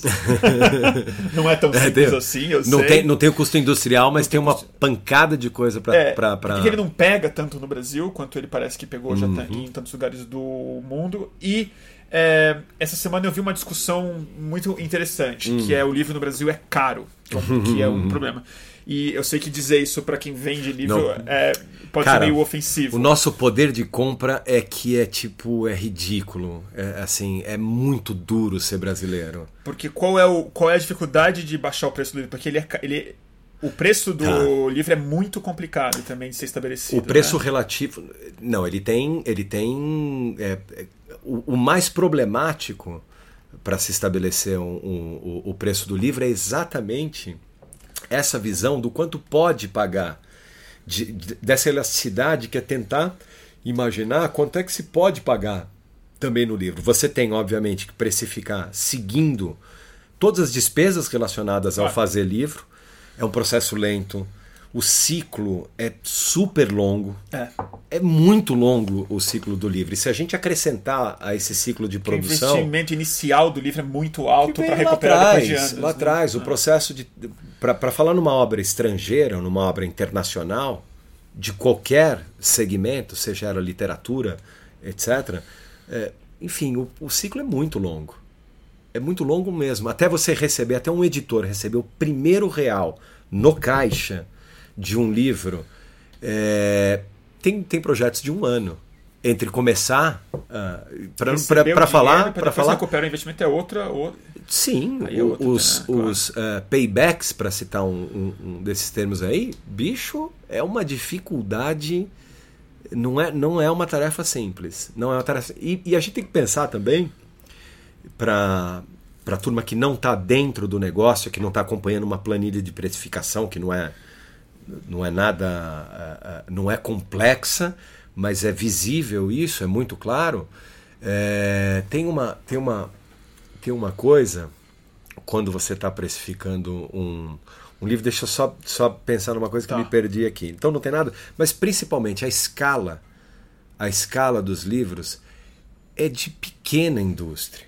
Não é tão É, simples tem- assim, eu Não sei. tem, não tem o custo industrial, mas tem uma pancada de coisa para. É, pra, por pra... que que ele não pega tanto no Brasil quanto ele parece que pegou já Uhum. tá em tantos lugares do mundo? E é, essa semana eu vi uma discussão muito interessante, Hum. que é o livro no Brasil é caro, que é um, que é um problema. E eu sei que dizer isso pra quem vende livro Não. é, pode Cara, ser meio ofensivo. O nosso poder de compra é que é tipo, é ridículo. É, assim, é muito duro ser brasileiro. Porque qual é, o, qual é a dificuldade de baixar o preço do livro? Porque ele é, ca- ele, o preço do Tá. livro é muito complicado também de ser estabelecido. O preço né? relativo. Não, ele tem. Ele tem é, é, o, o mais problemático para se estabelecer um, um, o, o preço do livro é exatamente essa visão do quanto pode pagar, de, de- dessa elasticidade que é tentar imaginar quanto é que se pode pagar também no livro. Você tem, obviamente, que precificar seguindo todas as despesas relacionadas ao Claro. fazer livro. É um processo lento. O ciclo é super longo. É. É muito longo o ciclo do livro. E se a gente acrescentar a esse ciclo de O produção... investimento inicial do livro é muito alto que para vem recuperar lá depois de atrás, anos. lá né? atrás, o Ah. processo de... Para falar numa obra estrangeira, numa obra internacional, de qualquer segmento, seja ela literatura, etcétera, é, enfim, o, o ciclo é muito longo. É muito longo mesmo. Até você receber, até um editor receber o primeiro real no caixa de um livro, é, tem, tem projetos de um ano. entre começar uh, para falar para falar recuperar o investimento é outra ou... sim aí é outra, os, né? Claro. os uh, paybacks, para citar um, um, um desses termos aí, bicho, é uma dificuldade, não é, não é uma tarefa simples, não é uma tarefa e, e a gente tem que pensar também para para a turma que não está dentro do negócio, que não está acompanhando uma planilha de precificação, que não é não é nada uh, uh, não é complexa, mas é visível isso, é muito claro. É, tem, uma, tem, uma, tem uma coisa, quando você está precificando um, um livro, deixa eu só, só pensar numa coisa que tá. me perdi aqui. Então não tem nada, mas principalmente a escala, a escala dos livros é de pequena indústria.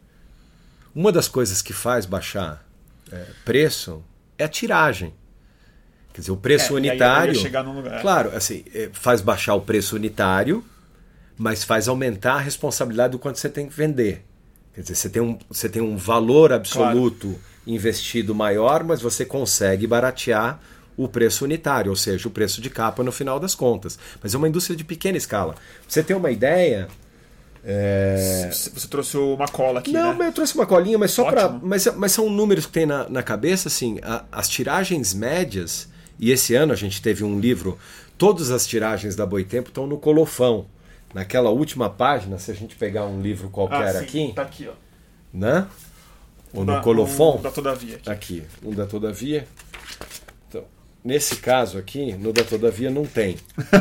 Uma das coisas que faz baixar é, preço é a tiragem. Quer dizer, o preço é, unitário, chegar num lugar. Claro, assim, faz baixar o preço unitário, mas faz aumentar a responsabilidade do quanto você tem que vender. Quer dizer, você tem um, você tem um valor absoluto claro. investido maior, mas você consegue baratear o preço unitário, ou seja, o preço de capa no final das contas. Mas é uma indústria de pequena escala. Pra você ter uma ideia... É... Você trouxe uma cola aqui, Não, né? mas eu trouxe uma colinha, mas só para, mas, mas são números que tem na, na cabeça, assim, a, as tiragens médias. E esse ano a gente teve um livro, todas as tiragens da Boitempo estão no colofão. Naquela última página, se a gente pegar um livro qualquer ah, sim, aqui... Tá aqui, ó. Né? Ou no da, colofão. Um da Todavia. Aqui. aqui, um da Todavia. Então, nesse caso aqui, no da Todavia não tem.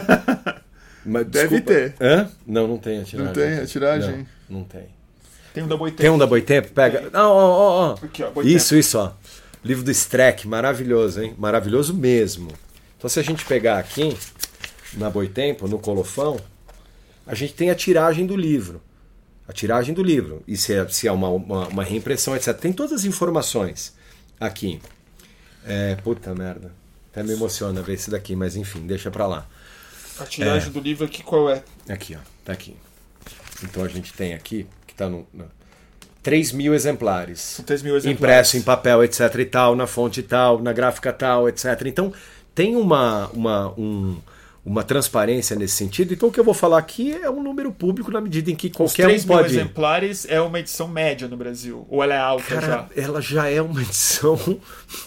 Mas, Deve desculpa. ter. Hã? Não, não tem a tiragem. Não tem a tiragem? Não, não tem. Tem um da Boitempo. Tem um da Boitempo? Pega. Não, ó, ó, ó. Aqui, ó, Boitempo. Isso, isso, ó. Livro do Streck, maravilhoso, hein? Maravilhoso mesmo. Então, se a gente pegar aqui, na Boitempo, no colofão, a gente tem a tiragem do livro. A tiragem do livro. E se é, se é uma, uma, uma reimpressão, etcétera. Tem todas as informações aqui. É, puta merda. Até me emociona ver esse daqui, mas enfim, deixa pra lá. A tiragem é. do livro aqui, qual é? Aqui, ó. Tá aqui. Então a gente tem aqui, que tá no... no três mil exemplares. três mil exemplares. Impresso em papel, etc e tal, na fonte tal, na gráfica tal, etcétera. Então, tem uma, uma, um, uma transparência nesse sentido. Então, o que eu vou falar aqui é um número público na medida em que qualquer um pode... três mil exemplares é uma edição média no Brasil? Ou ela é alta? Cara, já? Ela já é uma edição...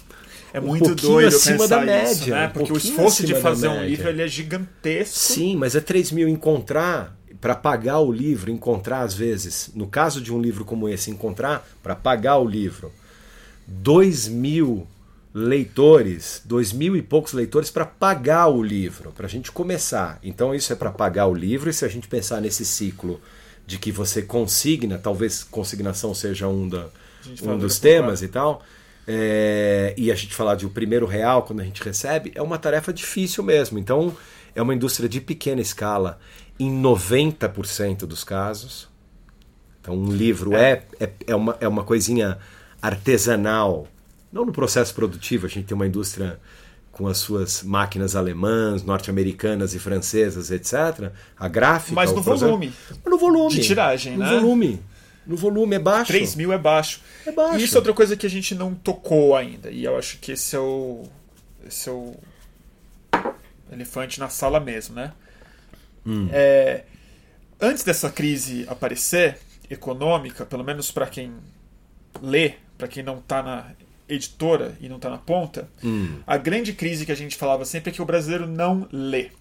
É muito um doido acima pensar da média, isso, né? um Porque o esforço de fazer um média. livro ele é gigantesco. Sim, mas é três mil encontrar... Para pagar o livro, encontrar às vezes, no caso de um livro como esse, encontrar, para pagar o livro, dois mil leitores, dois mil e poucos leitores para pagar o livro, para a gente começar. Então isso é para pagar o livro, e se a gente pensar nesse ciclo de que você consigna, talvez consignação seja um, da, um dos temas e tal, é, e a gente falar de o primeiro real quando a gente recebe, é uma tarefa difícil mesmo. Então é uma indústria de pequena escala, em noventa por cento dos casos. Então um livro é, é, é, uma, é uma coisinha artesanal, não no processo produtivo. A gente tem uma indústria com as suas máquinas alemãs, norte-americanas e francesas, etcétera. A gráfica... Mas no processo... volume. No volume. De tiragem, no né? No volume. No volume é baixo. três mil é baixo. É baixo. E isso é outra coisa que a gente não tocou ainda. E eu acho que esse é o... Esse é o elefante na sala mesmo, né? Hum. É, antes dessa crise aparecer, econômica, pelo menos para quem lê, para quem não está na editora e não está na ponta, hum. a grande crise que a gente falava sempre é que o brasileiro não lê.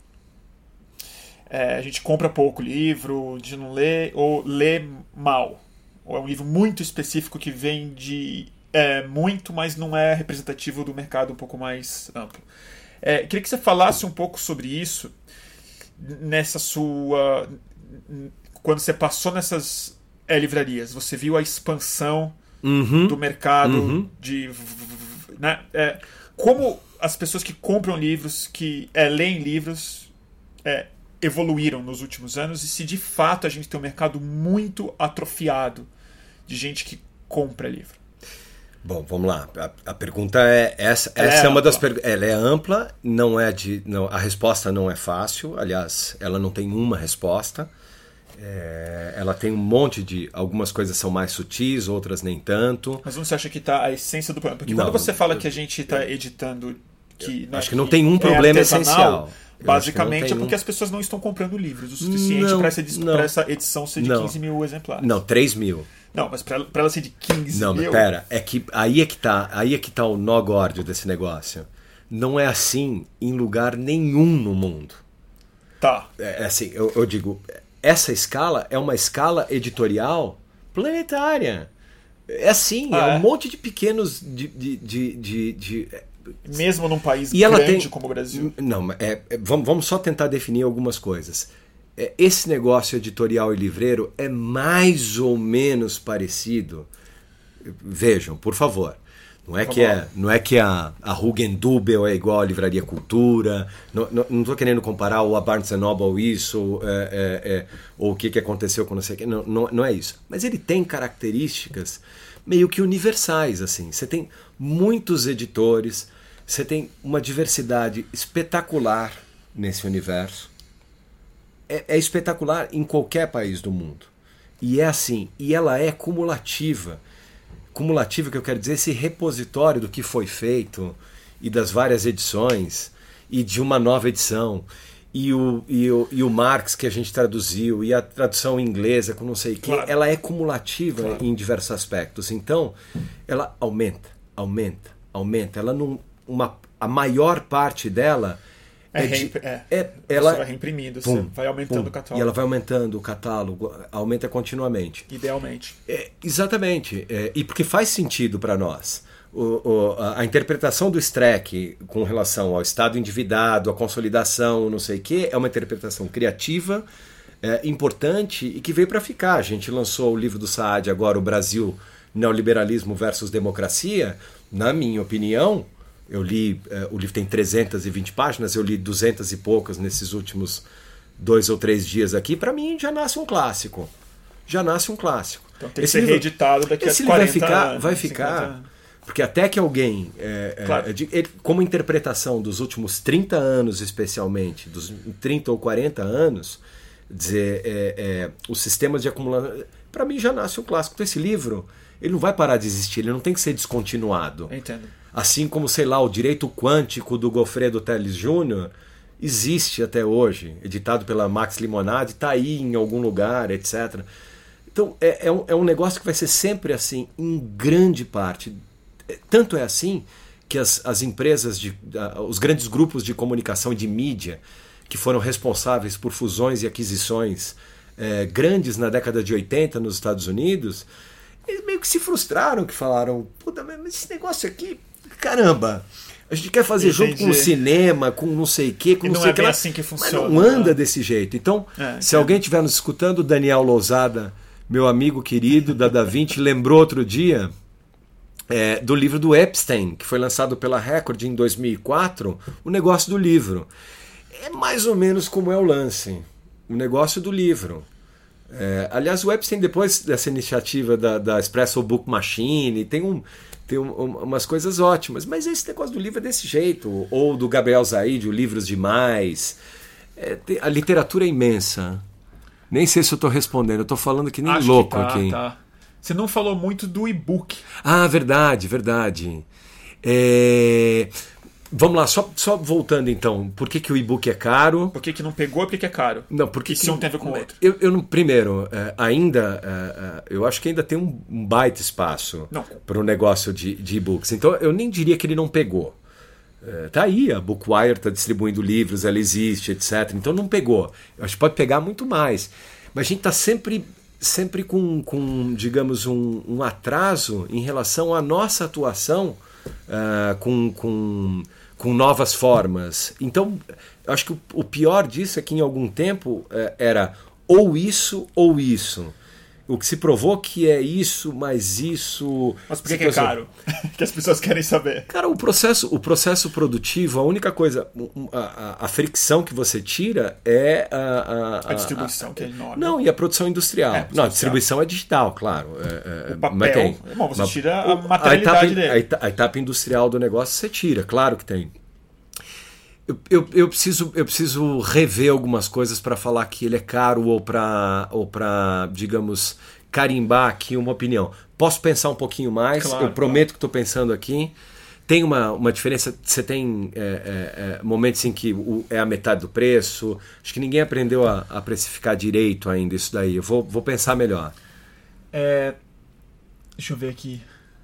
É, a gente compra pouco livro, de não ler, ou lê mal. Ou é um livro muito específico que vende é, muito, mas não é representativo do mercado um pouco mais amplo. É, queria que você falasse um pouco sobre isso nessa sua... Quando você passou nessas é, livrarias, você viu a expansão uhum. do mercado uhum. de... Né? É, como as pessoas que compram livros, que é, leem livros, é, evoluíram nos últimos anos, e se de fato a gente tem um mercado muito atrofiado de gente que compra livro. Bom, vamos lá. A, a pergunta é essa. Ela essa é, é uma ampla. das perguntas. Ela é ampla, não é de. Não, a resposta não é fácil. Aliás, ela não tem uma resposta. É, ela tem um monte de. Algumas coisas são mais sutis, outras nem tanto. Mas onde você acha que está a essência do problema? Porque não, quando você fala que a gente está editando. Que, acho que não tem um problema essencial. Basicamente é porque um... as pessoas não estão comprando livros o suficiente para essa, essa edição ser de não. quinze mil exemplares. Não, três mil. Não, mas para ela ser de quinze não, mil... Não, mas pera, é que, aí, é que tá, aí é que tá o nó górdio desse negócio. Não é assim em lugar nenhum no mundo. Tá. É assim, eu, eu digo, essa escala é uma escala editorial planetária. É assim, ah, é um é? monte de pequenos... de, de, de, de, de mesmo num país e grande tem, como o Brasil. Não, é, é, vamos, vamos só tentar definir algumas coisas. É, esse negócio editorial e livreiro é mais ou menos parecido. Vejam, por favor. Não é, que é, não é que a, a Hugendubel é igual à Livraria Cultura. Não estou querendo comparar o a Barnes and Noble isso, é, é, é, ou o que, que aconteceu com não sei o que. Não, não, não é isso. Mas ele tem características meio que universais. Assim. Você tem muitos editores, você tem uma diversidade espetacular nesse universo. É, é espetacular em qualquer país do mundo. E é assim, e ela é cumulativa. Cumulativo, que eu quero dizer, esse repositório do que foi feito e das várias edições e de uma nova edição e o, e o, e o Marx que a gente traduziu e a tradução inglesa com não sei o que, claro. Ela é cumulativa claro. Em diversos aspectos. Então, ela aumenta, aumenta, aumenta. Ela não, uma, a maior parte dela é, é, de, é, é ela vai reimprimindo, pum, você vai aumentando pum, o catálogo. E ela vai aumentando o catálogo, aumenta continuamente. Idealmente. É, exatamente. É, e porque faz sentido para nós. O, o, a, a interpretação do Streck com relação ao estado endividado, a consolidação, não sei o quê, é uma interpretação criativa, é, importante e que veio para ficar. A gente lançou o livro do Saad agora, O Brasil, Neoliberalismo versus Democracia. Na minha opinião, eu li, uh, o livro tem trezentas e vinte páginas, eu li duzentas e poucas nesses últimos dois ou três dias aqui. Para mim já nasce um clássico. Já nasce um clássico. Então tem que ser reeditado daqui a quarenta vai ficar, anos. Vai ficar, cinquenta... porque até que alguém, é, claro. é, ele, como interpretação dos últimos trinta anos especialmente, dos trinta ou quarenta anos, dizer, é, é, os sistemas de acumulação, para mim já nasce um clássico. Então esse livro, ele não vai parar de existir, ele não tem que ser descontinuado. Eu entendo. Assim como, sei lá, o Direito Quântico do Goffredo Teles Júnior existe até hoje, editado pela Max Limonade, está aí em algum lugar, etcétera. Então é, é, um, é um negócio que vai ser sempre assim, em grande parte. Tanto é assim que as, as empresas, de, os grandes grupos de comunicação e de mídia que foram responsáveis por fusões e aquisições é, grandes na década de oitenta nos Estados Unidos, eles meio que se frustraram, que falaram, puta, mas esse negócio aqui, caramba, a gente quer fazer Entendi. Junto com o cinema, com não sei o quê, com e não, não sei é o que bem lá, assim que funciona. Mas não anda desse jeito. Então, é, se é. alguém estiver nos escutando, Daniel Lousada, meu amigo querido da Da Vinci, lembrou outro dia é, do livro do Epstein, que foi lançado pela Record em dois mil e quatro, o negócio do livro. É mais ou menos como é o lance, o negócio do livro. É, aliás, o Epstein, depois dessa iniciativa da, da Espresso Book Machine, tem, um, tem um, umas coisas ótimas, mas esse negócio do livro é desse jeito, ou do Gabriel Zaid, o Livros Demais. É, tem, a literatura é imensa. Nem sei se eu estou respondendo, eu estou falando que nem Acho louco que tá, aqui. Tá. Você não falou muito do e-book. Ah, verdade, verdade. É... Vamos lá, só, só voltando então. Por que, que o e-book é caro? Por que, que não pegou e por que, que é caro? Não, porque isso não tem a ver com o outro. Eu, eu não, primeiro, é, ainda, é, eu acho que ainda tem um, um baita espaço para o negócio de, de e-books. Então eu nem diria que ele não pegou. É, tá aí, a Bookwire está distribuindo livros, ela existe, etcétera. Então não pegou. Eu acho que pode pegar muito mais. Mas a gente está sempre, sempre com, com digamos, um, um atraso em relação à nossa atuação uh, com... com com novas formas. Então, eu acho que o, o pior disso é que em algum tempo é, era ou isso ou isso. O que se provou que é isso, mais isso... Mas por que, que é caro? Que as pessoas querem saber. Cara, o processo, o processo produtivo, a única coisa, a, a, a fricção que você tira é a... A, a, a distribuição, a, que é enorme. Não, e a produção industrial. É, não, a distribuição é digital, claro. É, o papel, tem, bom, você mas, tira a materialidade a etapa, dele. A etapa, a etapa industrial do negócio você tira, claro que tem. Eu, eu, eu, preciso, eu preciso rever algumas coisas para falar que ele é caro ou para, ou para, digamos, carimbar aqui uma opinião. Posso pensar um pouquinho mais, claro, eu prometo claro. que estou pensando aqui. tem uma, uma diferença, você tem é, é, é, momentos em que o, é a metade do preço. Acho que ninguém aprendeu a, a precificar direito ainda isso daí. Eu vou, vou pensar melhor. É, deixa eu ver aqui.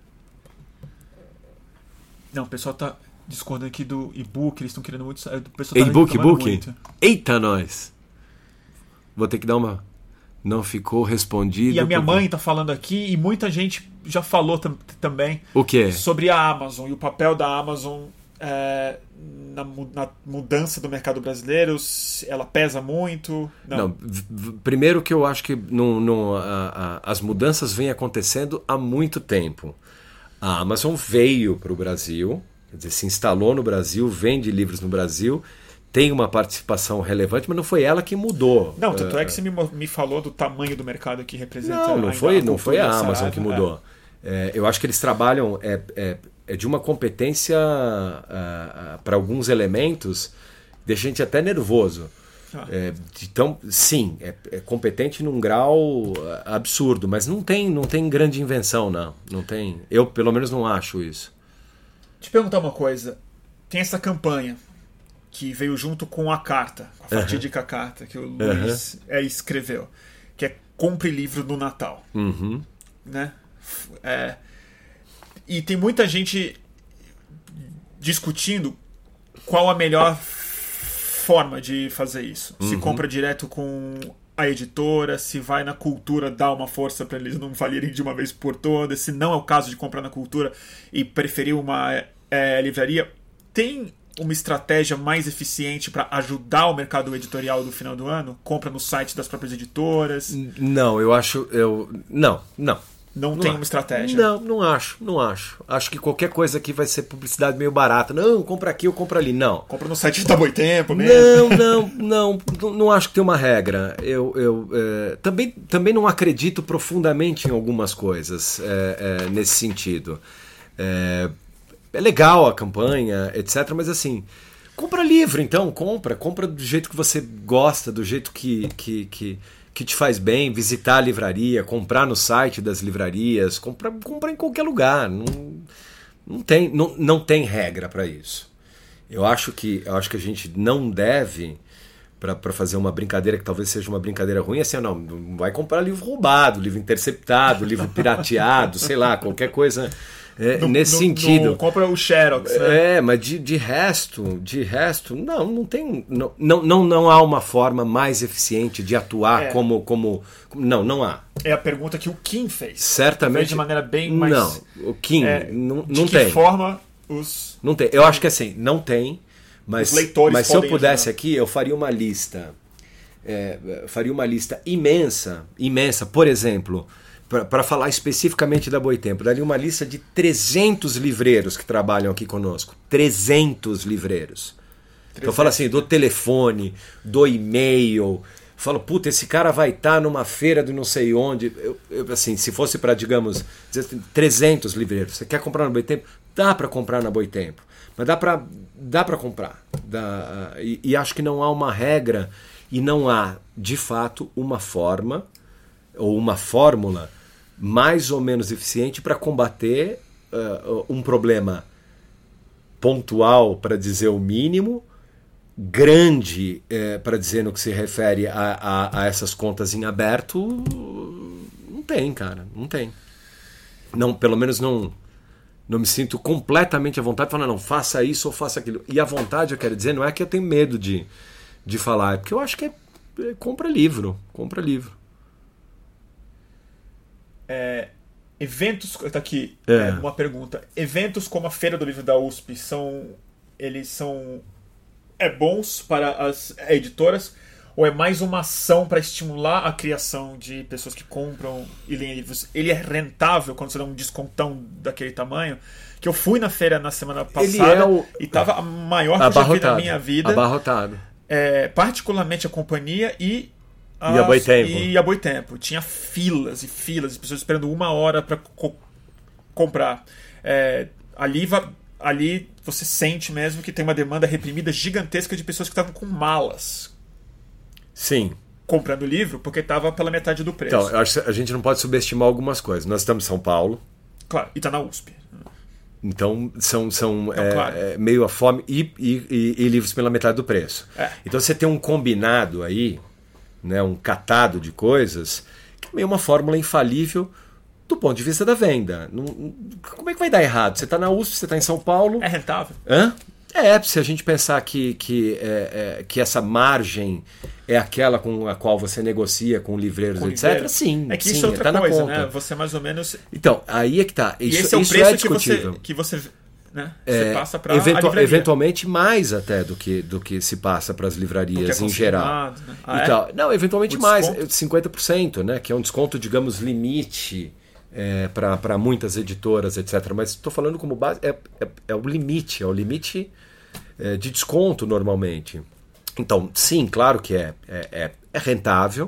Não, o pessoal tá discordando aqui do e-book, eles estão querendo muito. O pessoal tá e-book, e-book? Muito. Eita, nós! Vou ter que dar uma... Não ficou respondido. E a minha porque... mãe tá falando aqui, e muita gente já falou tam- também. O quê? Sobre a Amazon e o papel da Amazon é, na, na mudança do mercado brasileiro. Ela pesa muito? Não. Não, v- v- primeiro que eu acho que não, não, a, a, as mudanças vêm acontecendo há muito tempo. A Amazon veio para o Brasil, quer dizer, se instalou no Brasil, vende livros no Brasil, tem uma participação relevante, mas não foi ela que mudou. Não, tanto é que você me, me falou do tamanho do mercado que representa. Não, não ainda foi, a não foi a cultura Amazon sarada, que mudou. É, eu acho que eles trabalham é, é, é de uma competência para alguns elementos, deixa a gente até nervoso. Ah. É, então, sim, é, é competente num grau absurdo, mas não tem, não tem grande invenção, não. Não tem. Eu, pelo menos, não acho isso. Te perguntar uma coisa. Tem essa campanha que veio junto com a carta, com a fatídica uhum. carta que o Luiz uhum. é, escreveu, que é compre livro no Natal. Uhum. Né? É, e tem muita gente discutindo qual a melhor forma de fazer isso. Uhum. Se compra direto com a editora, se vai na Cultura dar uma força para eles não falirem de uma vez por todas, se não é o caso de comprar na Cultura e preferir uma é, livraria. Tem uma estratégia mais eficiente para ajudar o mercado editorial do final do ano? Compra no site das próprias editoras? Não, eu acho... Eu... Não, não. Não, não tem acho. uma estratégia? Não, não acho, não acho. Acho que qualquer coisa aqui vai ser publicidade meio barata. Não, compra aqui ou compra ali. Não. Compra no site da Boitempo mesmo? Não, não, não, não. Não acho que tem uma regra. Eu, eu é, também, também não acredito profundamente em algumas coisas é, é, nesse sentido. É, é legal a campanha, etcétera. Mas assim, compra livro então, compra. Compra do jeito que você gosta, do jeito que... que, que que te faz bem, visitar a livraria, comprar no site das livrarias, comprar, comprar em qualquer lugar. Não, não, tem, não, não tem regra para isso. Eu acho que, eu acho que a gente não deve, para fazer uma brincadeira que talvez seja uma brincadeira ruim, assim, não, não vai comprar livro roubado, livro interceptado, livro pirateado, sei lá, qualquer coisa... É, no, nesse no, sentido. No, compra o Xerox, né? É, mas de, de resto, de resto, não, não tem. Não, não, não, não há uma forma mais eficiente de atuar é. como, como. Não, não há. É a pergunta que o Kim fez. Certamente. Fez de maneira bem mais. Não, o Kim é, não, de não que tem. forma os. Não tem. Eu acho que assim, não tem. Mas, os leitores mas se eu pudesse ajudar. aqui, eu faria uma lista. É, faria uma lista imensa, imensa, por exemplo. Para falar especificamente da Boitempo, daria uma lista de trezentos livreiros que trabalham aqui conosco. trezentos livreiros. trezentos. Então eu falo assim, do telefone, do e-mail. Falo, puta, esse cara vai estar tá numa feira de não sei onde. Eu, eu, assim, se fosse para, digamos, trezentos livreiros. Você quer comprar na Boitempo? Dá para comprar na Boitempo. Mas dá para dá para comprar. Dá, e, e acho que não há uma regra e não há, de fato, uma forma ou uma fórmula mais ou menos eficiente para combater uh, um problema pontual, para dizer o mínimo, grande, uh, para dizer no que se refere a, a, a essas contas em aberto. Não tem, cara, não tem. Não, pelo menos não, não me sinto completamente à vontade de falar, não, faça isso ou faça aquilo. E a vontade, eu quero dizer, não é que eu tenho medo de, de falar, é porque eu acho que é, é compra livro, compra livro. É, eventos, tá aqui é. É, uma pergunta. Eventos como a Feira do Livro da U S P são, eles são é bons para as editoras ou é mais uma ação para estimular a criação de pessoas que compram e leem livros? Ele é rentável quando você dá um descontão daquele tamanho? Que eu fui na feira na semana passada é o... e tava a maior que eu já vi na minha vida. Abarrotado. É, particularmente a companhia e E a Boitempo. E a Boitempo. Tinha filas e filas, de pessoas esperando uma hora para co- comprar. É, ali, va- ali você sente mesmo que tem uma demanda reprimida gigantesca de pessoas que estavam com malas. Sim. Comprando livro, porque estava pela metade do preço. Então, eu acho que a gente não pode subestimar algumas coisas. Nós estamos em São Paulo. Claro, e está na U S P. Então, são, são Não, é, claro. é, meio a fome e, e, e, e livros pela metade do preço. É. Então, você tem um combinado aí, né, um catado de coisas, que é meio uma fórmula infalível do ponto de vista da venda. Não, como é que vai dar errado? Você está na U S P, você está em São Paulo... É rentável? Hã? É, se a gente pensar que, que, é, é, que essa margem é aquela com a qual você negocia com livreiros, Com etcétera, livreiro. sim. É que sim, isso é outra tá coisa, na conta. né? Você mais ou menos... Então, aí é que tá. Isso, e esse é o isso preço é que discutível. você, que você, né? É, você passa para eventu- a livraria. Eventualmente mais até do que, do que se passa para as livrarias Porque é em geral. consignado, né? Ah, é? Então, não, eventualmente O mais, desconto? cinquenta por cento, né? Que é um desconto, digamos, limite é, para muitas editoras, etcétera. Mas estou falando como base, é, é, é o limite, é o limite é, de desconto normalmente. Então, sim, claro que é, é, é, é rentável,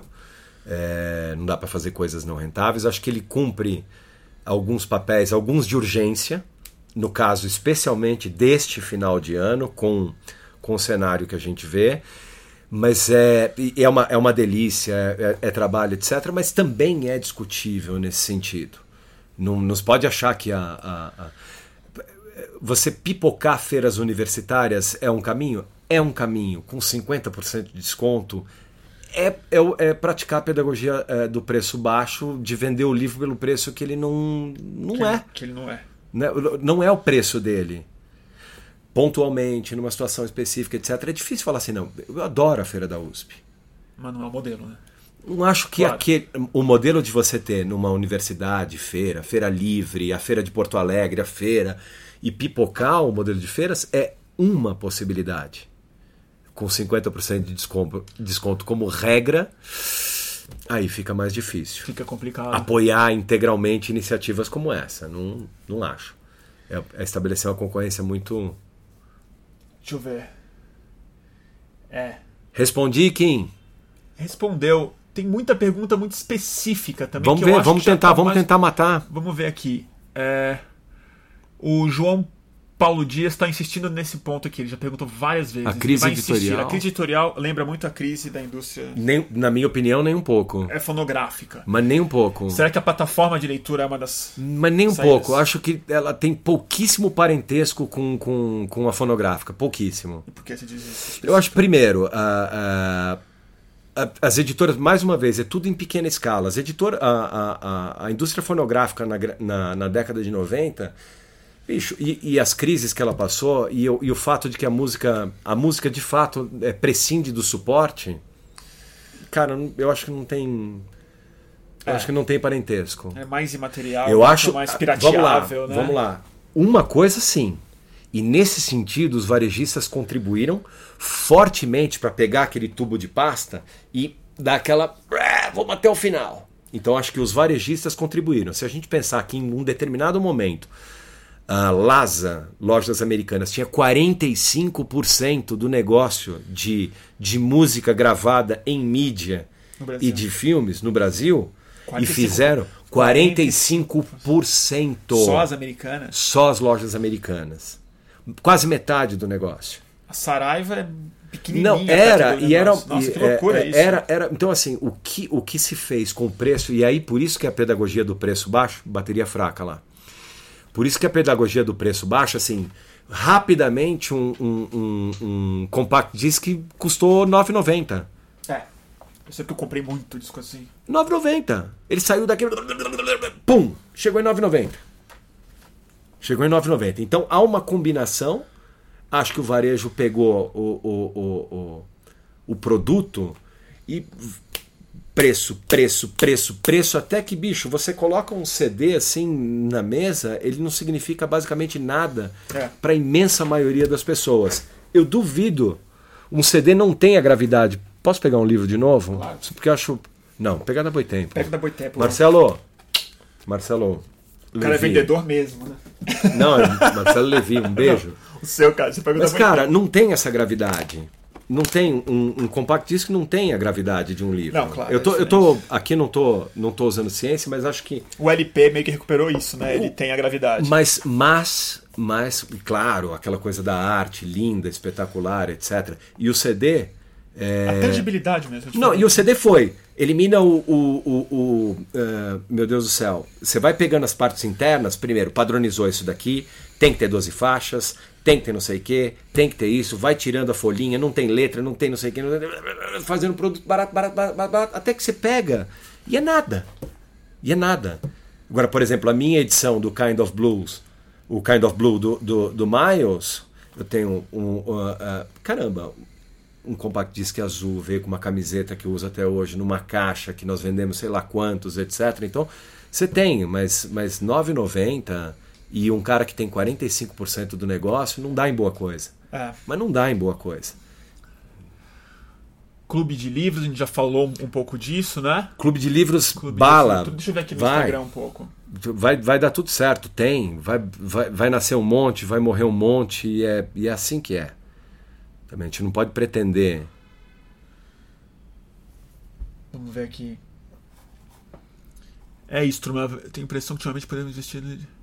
é, não dá para fazer coisas não rentáveis. Acho que ele cumpre alguns papéis, alguns de urgência, no caso especialmente deste final de ano, com, com o cenário que a gente vê, mas é, é, uma, é uma delícia, é, é trabalho, etcétera, mas também é discutível nesse sentido. Não nos pode achar que a, a, a, você pipocar feiras universitárias é um caminho? É um caminho, com cinquenta por cento de desconto. É, é, é praticar a pedagogia é, do preço baixo, de vender o livro pelo preço que ele não, não que é. Ele, que ele não é. Não é o preço dele. Pontualmente, numa situação específica, etcétera. É difícil falar assim, não. Eu adoro a feira da U S P. Mas não é o modelo, né? Não acho que Claro. aquele, o modelo de você ter numa universidade, feira, feira livre, a feira de Porto Alegre, a feira, e pipocar o modelo de feiras é uma possibilidade. Com cinquenta por cento de desconto, desconto como regra, aí fica mais difícil. Fica complicado. Apoiar integralmente iniciativas como essa. Não, não acho. É, é estabelecer uma concorrência muito... Deixa eu ver. É. Respondi, Kim? Respondeu. Tem muita pergunta muito específica também. Vamos que eu ver, acho vamos que já tentar, tá vamos mais... tentar matar. Vamos ver aqui. É... O João Paulo Dias está insistindo nesse ponto aqui. Ele já perguntou várias vezes. A crise Ele vai insistir. editorial. A crise editorial lembra muito a crise da indústria. Nem, na minha opinião, nem um pouco. É fonográfica. Mas nem um pouco. Será que a plataforma de leitura é uma das... Mas nem um saídas? pouco. Acho que ela tem pouquíssimo parentesco com, com, com a fonográfica. Pouquíssimo. E por que você diz isso? Eu acho, primeiro, a, a, a, as editoras, mais uma vez, é tudo em pequena escala. As editoras, a, a, a, a indústria fonográfica na, na, na década de noventa... Bicho, e, e as crises que ela passou e, o- e o fato de que a música, a música de fato é, prescinde do suporte, cara, não- eu acho que não tem, eu É. acho que não tem parentesco. É mais imaterial, Eu muito acho, mais vamos pirateável, lá, né? vamos lá. Uma coisa sim. E nesse sentido, os varejistas contribuíram fortemente para pegar aquele tubo de pasta e dar aquela, "Ah, vamos até o final". Então acho que os varejistas contribuíram. Se a gente pensar que em um determinado momento a Lasa, Lojas Americanas, tinha quarenta e cinco por cento do negócio de, de música gravada em mídia No Brasil. e de filmes no Brasil, quarenta e e cinco fizeram quarenta e cinco por cento Só as americanas. só as lojas americanas. Quase metade do negócio. A Saraiva é pequenininha. Não, perto era, do e era, negócio. Nossa, e, que loucura é, isso. era, era, então assim, o que, o que se fez com o preço, e aí por isso que a pedagogia do preço baixo, bateria fraca lá. Por isso que a pedagogia do preço baixo, assim, rapidamente um, um, um, um compact disc custou nove reais e noventa centavos. É. Eu sei que eu comprei muito disco assim. nove reais e noventa centavos. Ele saiu daqui, pum, chegou em nove reais e noventa centavos. Chegou em nove reais e noventa centavos. Então há uma combinação. Acho que o varejo pegou o, o, o, o, o produto e preço, preço, preço, preço, até que, bicho, você coloca um C D assim na mesa, ele não significa basicamente nada É. para a imensa maioria das pessoas. Eu duvido. Um C D não tem a gravidade. Posso pegar um livro de novo? Claro. Porque eu acho... Não, pegar da Boitempo. Pega da Boitempo. Marcelo. Marcelo. O cara é Levi. vendedor mesmo, né? Não, é Marcelo Levi, um beijo. O seu, cara, você pega Mas, da cara, Boitempo. não tem essa gravidade. Não tem um, um compact disc, não tem a gravidade de um livro. Não, claro, Eu tô, é eu tô aqui não tô, não tô usando ciência, mas acho que O L P meio que recuperou isso, né? Ele tem a gravidade. mas mas mas claro, aquela coisa da arte linda, espetacular, etcétera. E o C D A é... tangibilidade mesmo. é Não, diferente. e o C D foi Elimina o... o, o, o uh, meu Deus do céu. Você vai pegando as partes internas. Primeiro, padronizou isso daqui. Tem que ter doze faixas. Tem que ter não sei o que. Tem que ter isso. Vai tirando a folhinha. Não tem letra. Não tem não sei o que. Fazendo produto barato, barato, barato, barato. Até que você pega. E é nada. E é nada. Agora, por exemplo, a minha edição do Kind of Blues. O Kind of Blue do, do, do Miles. Eu tenho um... um uh, uh, caramba... um compact disc azul, veio com uma camiseta que eu uso até hoje, numa caixa que nós vendemos sei lá quantos, etcétera. Então, você tem, mas, mas nove reais e noventa centavos e um cara que tem quarenta e cinco por cento do negócio, não dá em boa coisa. É. Mas não dá em boa coisa. Clube de livros, a gente já falou um pouco disso, né? Clube de livros, Clube bala. De livros, deixa eu ver aqui no vai, Instagram um pouco. Vai, vai dar tudo certo, tem. Vai, vai, vai nascer um monte, vai morrer um monte, e é, e é assim que é. Também a gente não pode pretender. Vamos ver aqui. É isso, turma. Eu tenho a impressão que ultimamente podemos investir.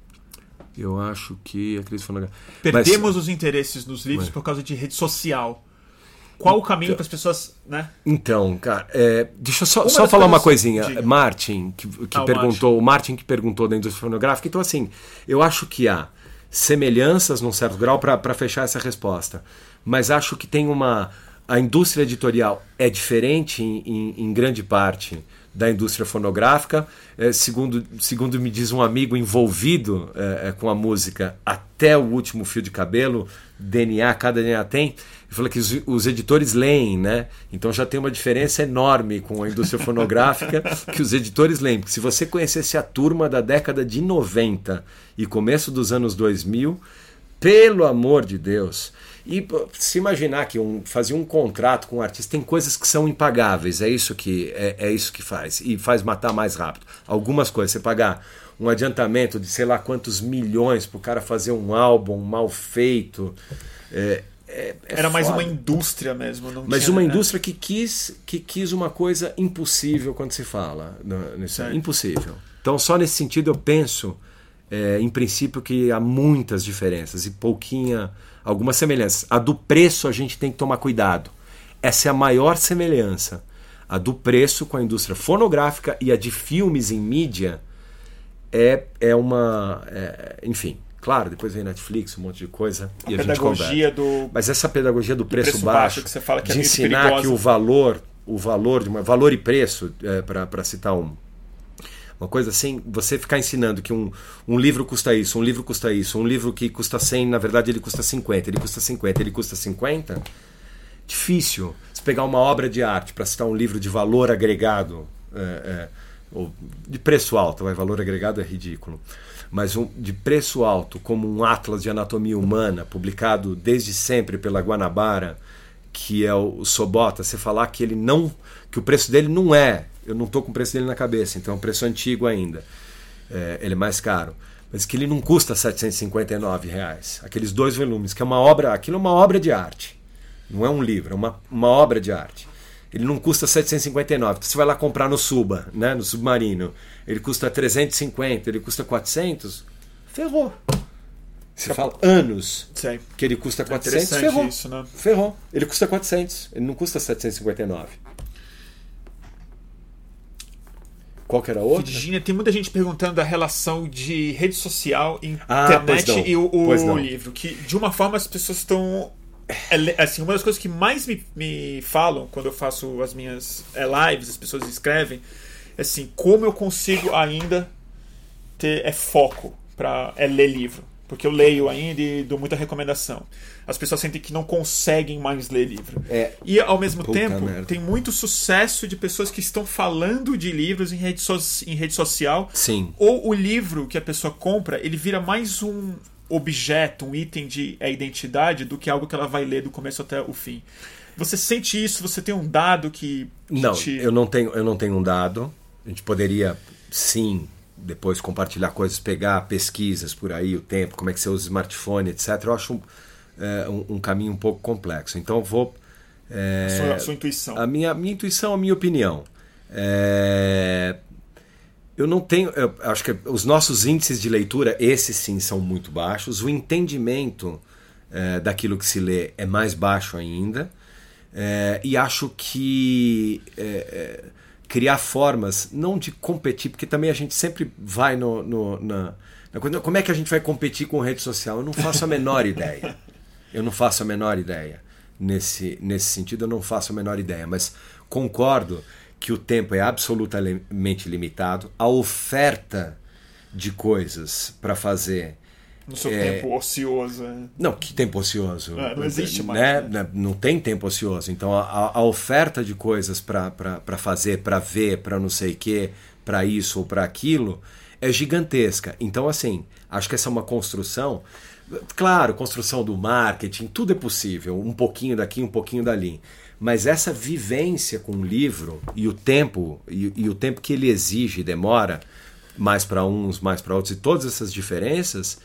Eu acho que a crise fonográfica. Perdemos Mas... os interesses nos livros Mas... por causa de rede social. Qual o caminho então, para as pessoas, né? Então, cara, é, deixa eu só, só falar uma coisinha. Diga. Martin, que, que ah, perguntou, o Martin. o Martin que perguntou da indústria fonográfica. Então, assim, eu acho que há semelhanças, num certo grau, para fechar essa resposta. Mas acho que tem uma... A indústria editorial é diferente em, em, em grande parte da indústria fonográfica. É, segundo, segundo me diz um amigo envolvido é, é, com a música até o último fio de cabelo, D N A, cada D N A tem, ele falou que os, os editores leem, né? Então já tem uma diferença enorme com a indústria fonográfica que os editores leem. Porque se você conhecesse a turma da década de noventa e começo dos anos dois mil, pelo amor de Deus... E se imaginar que um, fazia um contrato com um artista, tem coisas que são impagáveis, é isso que, é, é isso que faz, e faz matar mais rápido. Algumas coisas, você pagar um adiantamento de sei lá quantos milhões para o cara fazer um álbum mal feito, é, é, é era mais foda. Uma indústria mesmo. Não Mas tinha, uma né? indústria que quis, que quis uma coisa impossível quando se fala. Nisso, é impossível. Então só nesse sentido eu penso, é, em princípio, que há muitas diferenças e pouquinha... Algumas semelhanças. A do preço a gente tem que tomar cuidado. Essa é a maior semelhança. A do preço com a indústria fonográfica e a de filmes em mídia é, é uma... É, enfim, claro, depois vem Netflix, um monte de coisa a e a pedagogia gente do... Mas essa pedagogia do, do preço, preço baixo, baixo que você fala que de é ensinar perigosa. Que o valor, o valor, de uma, valor e preço, é, para citar um... Uma coisa assim, você ficar ensinando que um, um livro custa isso, um livro custa isso, um livro que custa cem, na verdade ele custa cinquenta, ele custa cinquenta, ele custa cinquenta. Difícil. Se pegar uma obra de arte para citar um livro de valor agregado, é, é, ou de preço alto, vai, valor agregado é ridículo, mas um, de preço alto, como um Atlas de Anatomia Humana, publicado desde sempre pela Guanabara, que é o Sobota, você falar que ele não, que o preço dele não é, eu não estou com o preço dele na cabeça, então é um preço antigo ainda, é, ele é mais caro, mas que ele não custa setecentos e cinquenta e nove reais, aqueles dois volumes, que é uma obra, aquilo é uma obra de arte, não é um livro, é uma, uma obra de arte, ele não custa setecentos e cinquenta e nove, você vai lá comprar no Suba, né, no Submarino, ele custa trezentos e cinquenta, ele custa quatrocentos, ferrou. Você fala anos Sei. Que ele custa quatrocentos, é ferrou. Isso, né? Ferrou. Ele custa quatrocentos, ele não custa setecentos e cinquenta e nove. Qual que era a outra? Virginia, tem muita gente perguntando da relação de rede social, ah, internet e o, o livro. Que de uma forma as pessoas estão... Assim, uma das coisas que mais me, me falam quando eu faço as minhas é, lives, as pessoas escrevem, é assim, como eu consigo ainda ter é, foco para é, ler livro. Porque eu leio ainda e dou muita recomendação. As pessoas sentem que não conseguem mais ler livro. É. E, ao mesmo Puta tempo, merda. tem muito sucesso de pessoas que estão falando de livros em rede, so em rede social. Sim. Ou o livro que a pessoa compra, ele vira mais um objeto, um item de é, identidade do que algo que ela vai ler do começo até o fim. Você sente isso? Você tem um dado que... que não, te... eu não tenho, eu não tenho um dado. A gente poderia, sim... depois compartilhar coisas, pegar pesquisas por aí, o tempo, como é que você usa o smartphone, etcétera. Eu acho um, é, um, um caminho um pouco complexo. Então eu vou... É, a, sua, a sua intuição. A minha, minha intuição, a minha opinião. É, eu não tenho... Eu acho que os nossos índices de leitura, esses sim, são muito baixos. O entendimento é, daquilo que se lê é mais baixo ainda. É, e acho que... É, criar formas, não de competir, porque também a gente sempre vai no, no, na, na coisa. Como é que a gente vai competir com rede social? Eu não faço a menor ideia. Eu não faço a menor ideia. Nesse, nesse sentido, eu não faço a menor ideia. Mas concordo que o tempo é absolutamente limitado. A oferta de coisas para fazer... No seu é... tempo ocioso. É... Não, que tempo ocioso? É, não existe mais. Né? Né? Não tem tempo ocioso. Então, a, a oferta de coisas para fazer, para ver, para não sei o quê, para isso ou para aquilo, é gigantesca. Então, assim, acho que essa é uma construção... Claro, construção do marketing, tudo é possível. Um pouquinho daqui, um pouquinho dali. Mas essa vivência com o livro e o tempo, e, e o tempo que ele exige e demora, mais para uns, mais para outros, e todas essas diferenças...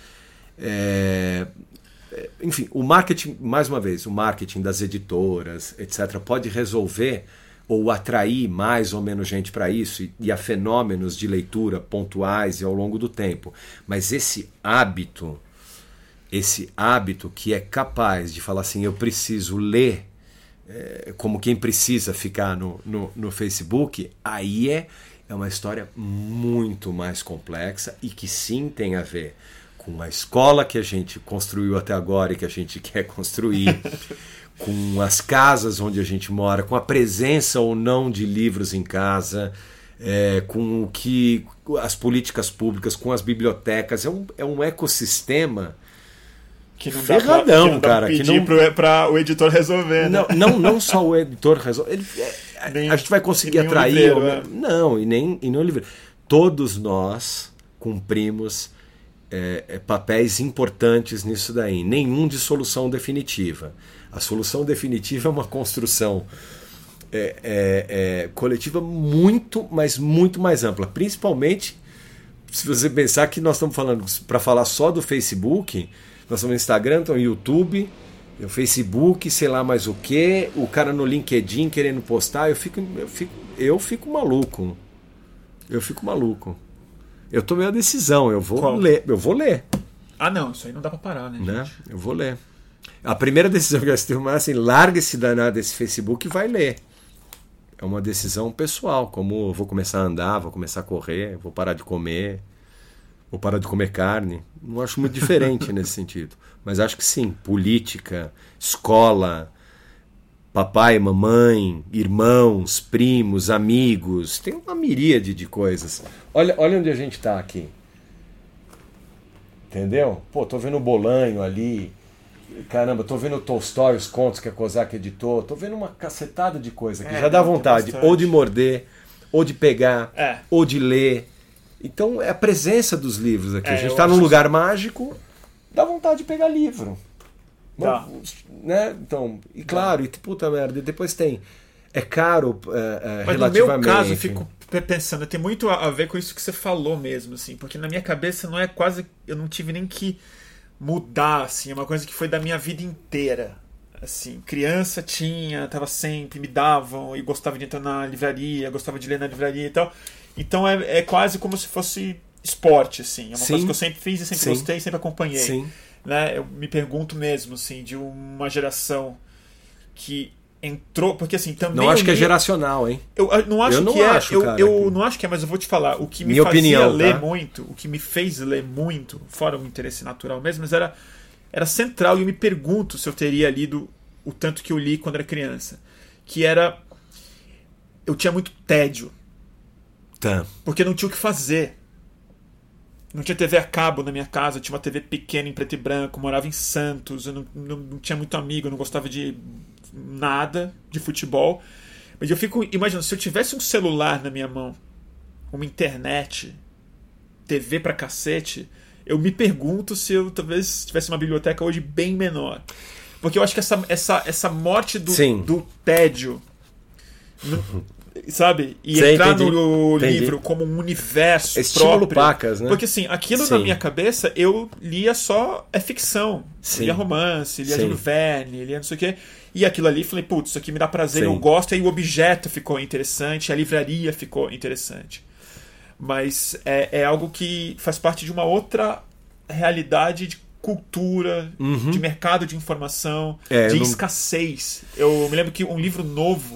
É, enfim, o marketing, mais uma vez, o marketing das editoras, etcétera, pode resolver ou atrair mais ou menos gente para isso e, e a fenômenos de leitura pontuais e ao longo do tempo. Mas esse hábito, esse hábito que é capaz de falar assim, eu preciso ler, é, como quem precisa ficar no, no, no Facebook, aí é, é uma história muito mais complexa e que sim tem a ver com a escola que a gente construiu até agora e que a gente quer construir, com as casas onde a gente mora, com a presença ou não de livros em casa, é, com o que as políticas públicas, com as bibliotecas. É um, é um ecossistema que não ferradão, dá pra, que não dá cara. Pedir que não para o editor resolver. Né? Não, não, não só o editor resolve. Ele, é, nem, a gente vai conseguir atrair. Livreiro, ou, é. Não, e nem, e nem o livro. Todos nós cumprimos. É, é, papéis importantes nisso daí, nenhum de solução definitiva. A solução definitiva é uma construção é, é, é, coletiva muito, mas muito mais ampla, principalmente se você pensar que nós estamos falando, para falar só do Facebook, nós estamos no Instagram, então no YouTube, no Facebook, sei lá mais o que, o cara no LinkedIn querendo postar, eu fico, eu fico, eu fico maluco, eu fico maluco. Eu tomei a decisão, eu vou Qual? ler, eu vou ler. Ah, não, isso aí não dá pra parar, né, né? gente? Eu vou ler. A primeira decisão que eu tive é assim, larga esse danado desse Facebook e vai ler. É uma decisão pessoal, como eu vou começar a andar, vou começar a correr, vou parar de comer, vou parar de comer carne. Não acho muito diferente nesse sentido. Mas acho que sim, política, escola, papai, mamãe, irmãos, primos, amigos, tem uma miríade de coisas. Olha, olha onde a gente está aqui. Entendeu? Pô, tô vendo o Bolanho ali. Caramba, tô vendo o Tolstói, os contos que a Kozak editou. Tô vendo uma cacetada de coisa que é, já dá vontade ou de morder, ou de pegar, é. ou de ler. Então é a presença dos livros aqui. É, a gente tá num que... lugar mágico, dá vontade de pegar livro. Tá. Né? Então, e claro, e puta merda, depois tem. É caro é, é, Mas relativamente. no meu caso, eu fico pensando, tem muito a ver com isso que você falou mesmo, assim, porque na minha cabeça não é quase. Eu não tive nem que mudar, assim, é uma coisa que foi da minha vida inteira. Assim, criança tinha, tava sempre, me davam, e gostava de entrar na livraria, gostava de ler na livraria e tal. Então é, é quase como se fosse esporte, assim. É uma Sim. coisa que eu sempre fiz e sempre Sim. gostei e sempre acompanhei. Sim. Né? Eu me pergunto mesmo, assim, de uma geração que entrou, porque assim, também não acho li... que é geracional, hein? Eu, eu não acho eu não que acho, é, eu, cara, eu que... não acho que é, mas eu vou te falar, o que me Minha fazia opinião, ler tá? muito, o que me fez ler muito, fora o interesse natural mesmo, mas era, era central, e eu me pergunto se eu teria lido o tanto que eu li quando era criança, que era, eu tinha muito tédio, tá. porque não tinha o que fazer. Não tinha T V a cabo na minha casa, eu tinha uma T V pequena em preto e branco, morava em Santos, eu não, não, não tinha muito amigo, eu não gostava de nada de futebol. Mas eu fico imaginando, se eu tivesse um celular na minha mão, uma internet, T V pra cacete, eu me pergunto se eu talvez tivesse uma biblioteca hoje bem menor. Porque eu acho que essa, essa, essa morte do, do tédio... No, sabe? E Sim, entrar entendi, no entendi. livro como um universo Estímulo próprio. pacas, né? Porque assim, aquilo Sim. na minha cabeça, eu lia só é ficção. Sim. Lia romance, lia Sim. Júlio Verne, lia não sei o quê. E aquilo ali, falei, putz, isso aqui me dá prazer, Sim. eu gosto. E aí o objeto ficou interessante, a livraria ficou interessante. Mas é, é algo que faz parte de uma outra realidade de cultura, uhum. de mercado de informação, é, de não... escassez. Eu me lembro que um livro novo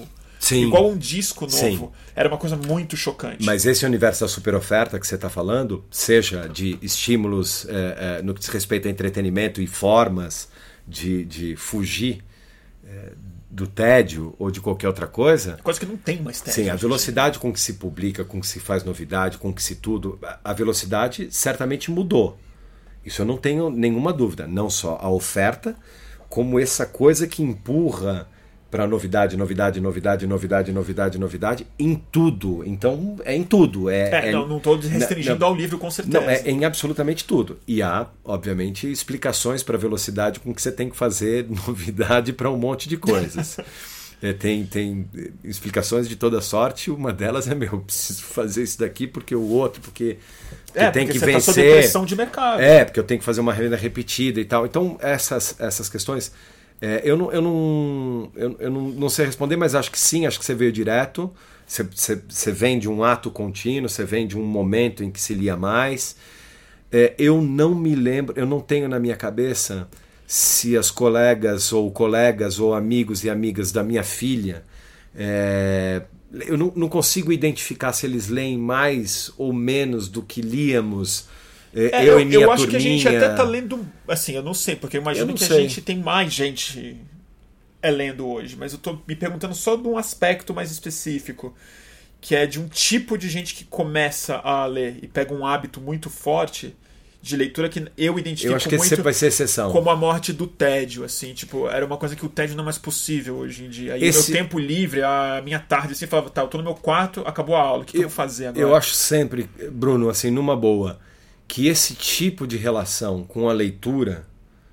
Sim. igual um disco novo. Sim. Era uma coisa muito chocante. Mas esse universo da superoferta que você está falando, seja de estímulos é, é, no que diz respeito a entretenimento e formas de, de fugir é, do tédio ou de qualquer outra coisa... Coisa que não tem mais tédio. Sim, a velocidade com que se publica, com que se faz novidade, com que se tudo... A velocidade certamente mudou. Isso eu não tenho nenhuma dúvida. Não só a oferta, como essa coisa que empurra para novidade, novidade, novidade, novidade, novidade, novidade, em tudo. Então, é em tudo. É, é, é não, não estou restringindo não, ao livro, com certeza. Não, é em absolutamente tudo. E há, obviamente, explicações para a velocidade com que você tem que fazer novidade para um monte de coisas. é, tem, tem explicações de toda sorte. Uma delas é, meu, preciso fazer isso daqui porque o outro, porque... É, tem porque que você vencer. tá sob pressão de mercado. É, porque eu tenho que fazer uma renda repetida e tal. Então, essas, essas questões... É, eu não, eu, não, eu, eu não, não sei responder, mas acho que sim, acho que você veio direto. Você, você, você vem de um ato contínuo, você vem de um momento em que se lia mais. É, eu não me lembro, eu não tenho na minha cabeça se as colegas ou colegas ou amigos e amigas da minha filha... É, eu não, não consigo identificar se eles leem mais ou menos do que líamos... É, eu eu, e minha eu acho turminha. que a gente até tá lendo, assim, eu não sei, porque eu imagino eu que sei. a gente tem mais gente é lendo hoje, mas eu tô me perguntando só de um aspecto mais específico, que é de um tipo de gente que começa a ler e pega um hábito muito forte de leitura que eu identifico eu acho que muito vai ser exceção. Como a morte do tédio, assim, tipo, era uma coisa que o tédio não é mais possível hoje em dia. Aí Esse... o meu tempo livre, a minha tarde, assim, falava, tá, eu tô no meu quarto, acabou a aula, o que, que eu vou fazer agora? Eu acho sempre, Bruno, assim, numa boa, que esse tipo de relação com a leitura,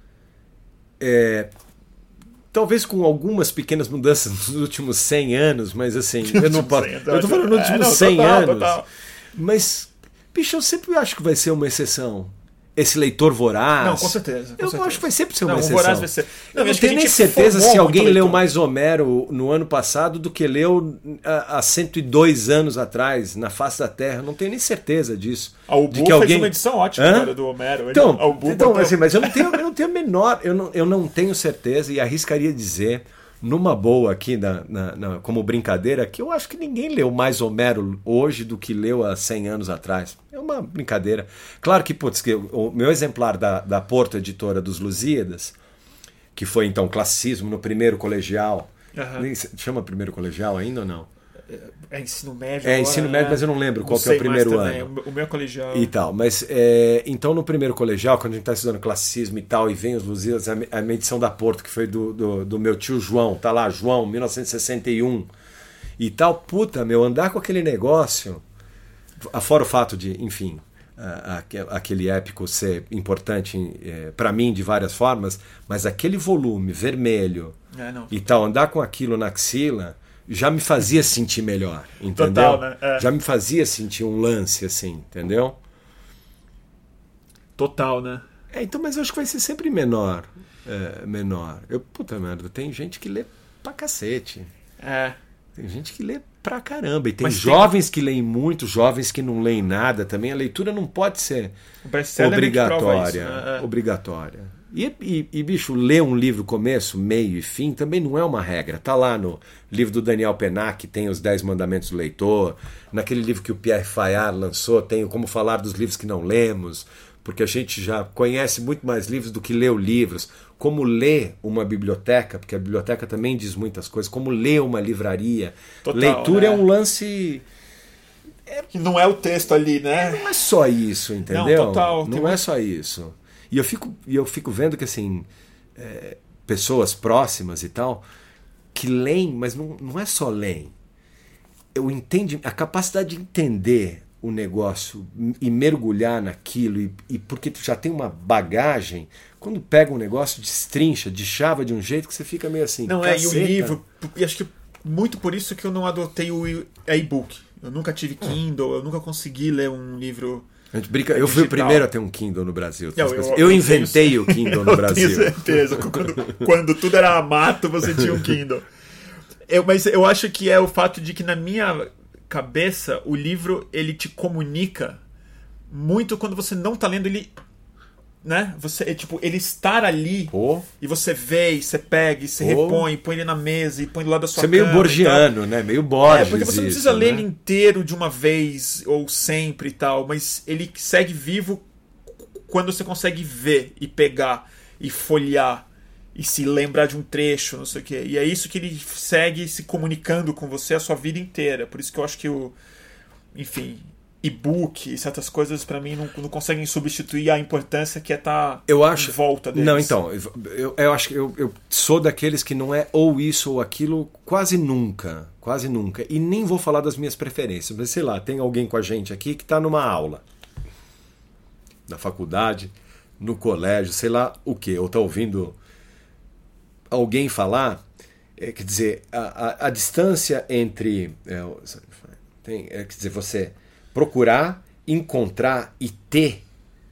é, talvez com algumas pequenas mudanças nos últimos cem anos, mas assim, eu não posso. Eu tô falando nos últimos é, não, cem total, anos. Total. Mas, bicho, eu sempre acho que vai ser uma exceção. Esse leitor voraz. Não, com certeza. Com eu certeza. acho que vai sempre ser uma não, exceção. O voraz vai ser... Não, eu não tenho nem certeza se alguém leu mais Homero no ano passado do que leu há cento e dois anos atrás, na face da Terra. Não tenho nem certeza disso. A Ubu de que alguém... fez uma edição ótima agora do Homero. Então, Ele... então assim, mas eu não tenho, eu não tenho a menor... Eu não, eu não tenho certeza e arriscaria dizer... Numa boa aqui, na, na, na, como brincadeira, que eu acho que ninguém leu mais Homero hoje do que leu há cem anos atrás. É uma brincadeira. Claro que, putz, que o meu exemplar da, da Porto Editora dos Lusíadas, que foi então classicismo no primeiro colegial, uhum. Chama primeiro colegial ainda ou não? É ensino médio. É agora, ensino médio, é... mas eu não lembro não qual que é o primeiro ano. O meu colegial. E tal. Mas, é, então, no primeiro colegial, quando a gente está estudando classicismo e tal, e vem os Lusíadas, a, a minha edição da Porto, que foi do, do, do meu tio João, tá lá, João, mil novecentos e sessenta e um, e tal, puta, meu, andar com aquele negócio, afora o fato de, enfim, a, a, aquele épico ser importante é, para mim de várias formas, mas aquele volume vermelho é, não. e tal, andar com aquilo na axila, já me fazia sentir melhor, entendeu? Total, né? É. Já me fazia sentir um lance assim, entendeu? Total, né? É, então, mas eu acho que vai ser sempre menor. É, menor. Eu, puta merda, tem gente que lê pra cacete. É. Tem gente que lê pra caramba. E tem mas jovens tem... que leem muito, jovens que não leem nada também. A leitura não pode ser obrigatória. Isso, né? é. Obrigatória. E, e, e, bicho, ler um livro começo, meio e fim também não é uma regra. Tá lá no livro do Daniel Pennac, tem os Dez Mandamentos do Leitor. Naquele livro que o Pierre Fayard lançou, tem o Como Falar dos Livros que Não Lemos, porque a gente já conhece muito mais livros do que leu livros. Como ler uma biblioteca, porque a biblioteca também diz muitas coisas. Como ler uma livraria. Total, leitura né? é um lance... É... Que não é o texto ali, né? Não é só isso, entendeu? Não, total. Não é só isso. E eu fico, eu fico vendo que, assim, é, pessoas próximas e tal, que leem, mas não, não é só leem. Eu entendo, a capacidade de entender o negócio e mergulhar naquilo, e, e porque tu já tem uma bagagem, quando pega um negócio, destrincha, deschava de um jeito que você fica meio assim, não caceta. é, e o livro, e acho que muito por isso que eu não adotei o e-book. Eu nunca tive Kindle, eu nunca consegui ler um livro... A gente brinca, eu fui o primeiro a ter um Kindle no Brasil. Eu, eu, eu, eu inventei tenho, o Kindle no Brasil. Eu tenho certeza. Quando, quando tudo era mato, você tinha um Kindle. Eu, mas eu acho que é o fato de que na minha cabeça o livro ele te comunica muito quando você não está lendo ele né? Você, é, tipo, ele estar ali oh. e você vê, e você pega, e você oh. repõe, põe ele na mesa e põe do lado da sua cama. Você é meio borgiano, né? Meio Borges. É, porque você não precisa isso, ler né? ele inteiro de uma vez ou sempre e tal, mas ele segue vivo quando você consegue ver e pegar e folhear e se lembrar de um trecho, não sei o quê. E é isso que ele segue se comunicando com você a sua vida inteira. Por isso que eu acho que o... Enfim... e-book e certas coisas pra mim não, não conseguem substituir a importância que é estar eu acho, em volta deles. Não, então, eu, eu acho que eu, eu sou daqueles que não é ou isso ou aquilo quase nunca, quase nunca. E nem vou falar das minhas preferências, mas sei lá, tem alguém com a gente aqui que está numa aula, na faculdade, no colégio, sei lá o quê, ou está ouvindo alguém falar, é, quer dizer, a, a, a distância entre... É, tem, é, quer dizer, você... procurar, encontrar e ter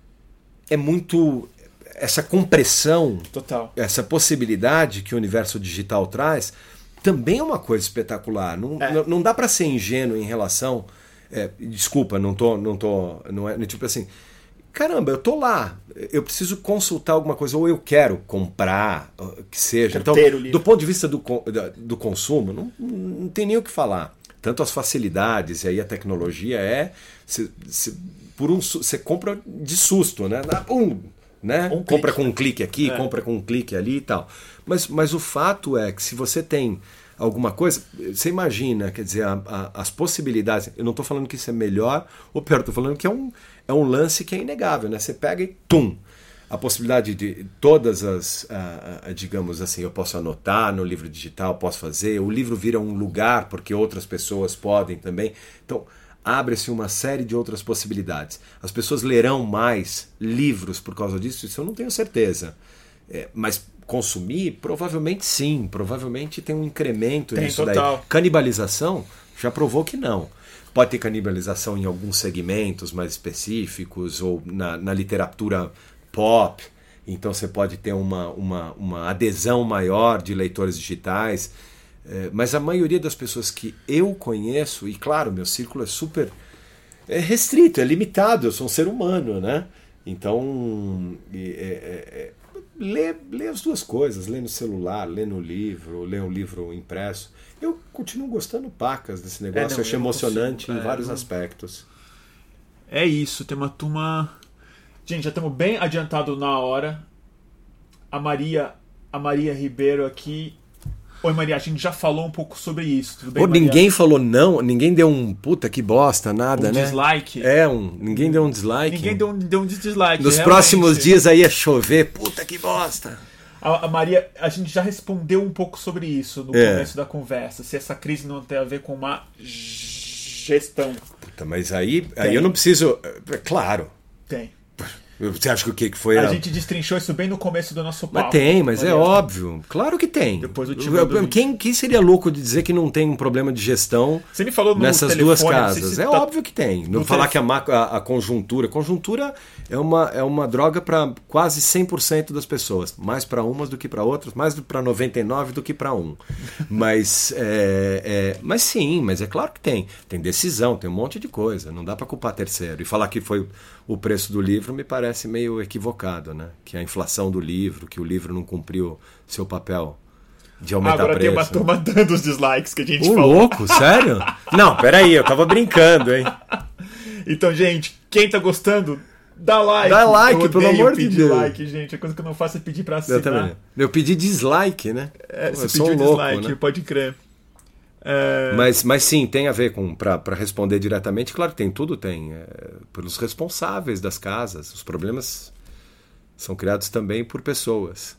é muito essa compressão, total. Essa possibilidade que o universo digital traz também é uma coisa espetacular. Não, é. não, não dá para ser ingênuo em relação. É, desculpa, não tô, não tô, não é tipo assim. Caramba, eu tô lá, eu preciso consultar alguma coisa ou eu quero comprar, que seja. Então, do ponto de vista do, do consumo, não, não tem nem o que falar. Tanto as facilidades e aí a tecnologia é... Cê, cê, por um, você compra de susto, né? Um, né? Um compra clique. com um clique aqui, é. compra com um clique ali e tal. Mas, mas o fato é que se você tem alguma coisa... Você imagina, quer dizer, a, a, as possibilidades... Eu não estou falando que isso é melhor ou pior, estou falando que é um, é um lance que é inegável, né? Você pega e tum! A possibilidade de todas as, uh, uh, digamos assim, eu posso anotar no livro digital, posso fazer, o livro vira um lugar porque outras pessoas podem também. Então, abre-se uma série de outras possibilidades. As pessoas lerão mais livros por causa disso? Isso eu não tenho certeza. É, mas consumir? Provavelmente sim. Provavelmente tem um incremento tem, nisso total. daí. Canibalização? Já provou que não. Pode ter canibalização em alguns segmentos mais específicos ou na, na literatura pop, então você pode ter uma, uma, uma adesão maior de leitores digitais, é, mas a maioria das pessoas que eu conheço, e claro, meu círculo é super é restrito, é limitado, eu sou um ser humano, né? Então, é, é, é, lê, lê as duas coisas, lê no celular, lê no livro, lê um livro impresso. Eu continuo gostando pacas desse negócio, é, não, eu acho emocionante consigo, em é, vários não... aspectos. É isso, tem uma turma... Gente, já estamos bem adiantado na hora. A Maria, a Maria Ribeiro aqui. Oi, Maria, a gente já falou um pouco sobre isso. Tudo bem, Pô, ninguém falou não, ninguém deu um puta que bosta, nada, um né? dislike. É, um, ninguém deu um dislike. Ninguém deu um, deu um dislike. Nos realmente. próximos dias aí ia chover, puta que bosta. A, a Maria, a gente já respondeu um pouco sobre isso no é. começo da conversa. Se essa crise não tem a ver com uma gestão. Puta, mas aí, aí eu não preciso... Claro. Tem. Você acha que o que foi? A era... gente destrinchou isso bem no começo do nosso papo. Mas tem, mas é óbvio. Claro que tem. Depois eu te quem, quem seria louco de dizer que não tem um problema de gestão Você me falou no nessas telefone, duas casas? Se é tá... óbvio que tem. Não falar telefone. que a, a, a conjuntura... Conjuntura é uma, é uma droga para quase cem por cento das pessoas. Mais para umas do que para outras. Mais para noventa e nove por cento do que para um. Mas, é, é, mas sim, mas é claro que tem. Tem decisão, tem um monte de coisa. Não dá para culpar terceiro. E falar que foi o preço do livro me parece meio equivocado, né? Que a inflação do livro, que o livro não cumpriu seu papel de aumentar Agora preço. Agora tem uma turma dando os dislikes que a gente o falou. louco, sério? Não, peraí, eu tava brincando, hein? Então, gente, quem tá gostando, dá like. Dá like, pelo amor de Deus. like, gente. A coisa que eu não faço é pedir pra assinar. Eu também. Eu pedi dislike, né? É, eu você sou pediu um louco, dislike, né? pode crer. É... Mas, mas sim, tem a ver com, para responder diretamente, claro que tem, tudo tem. É, pelos responsáveis das casas, os problemas são criados também por pessoas.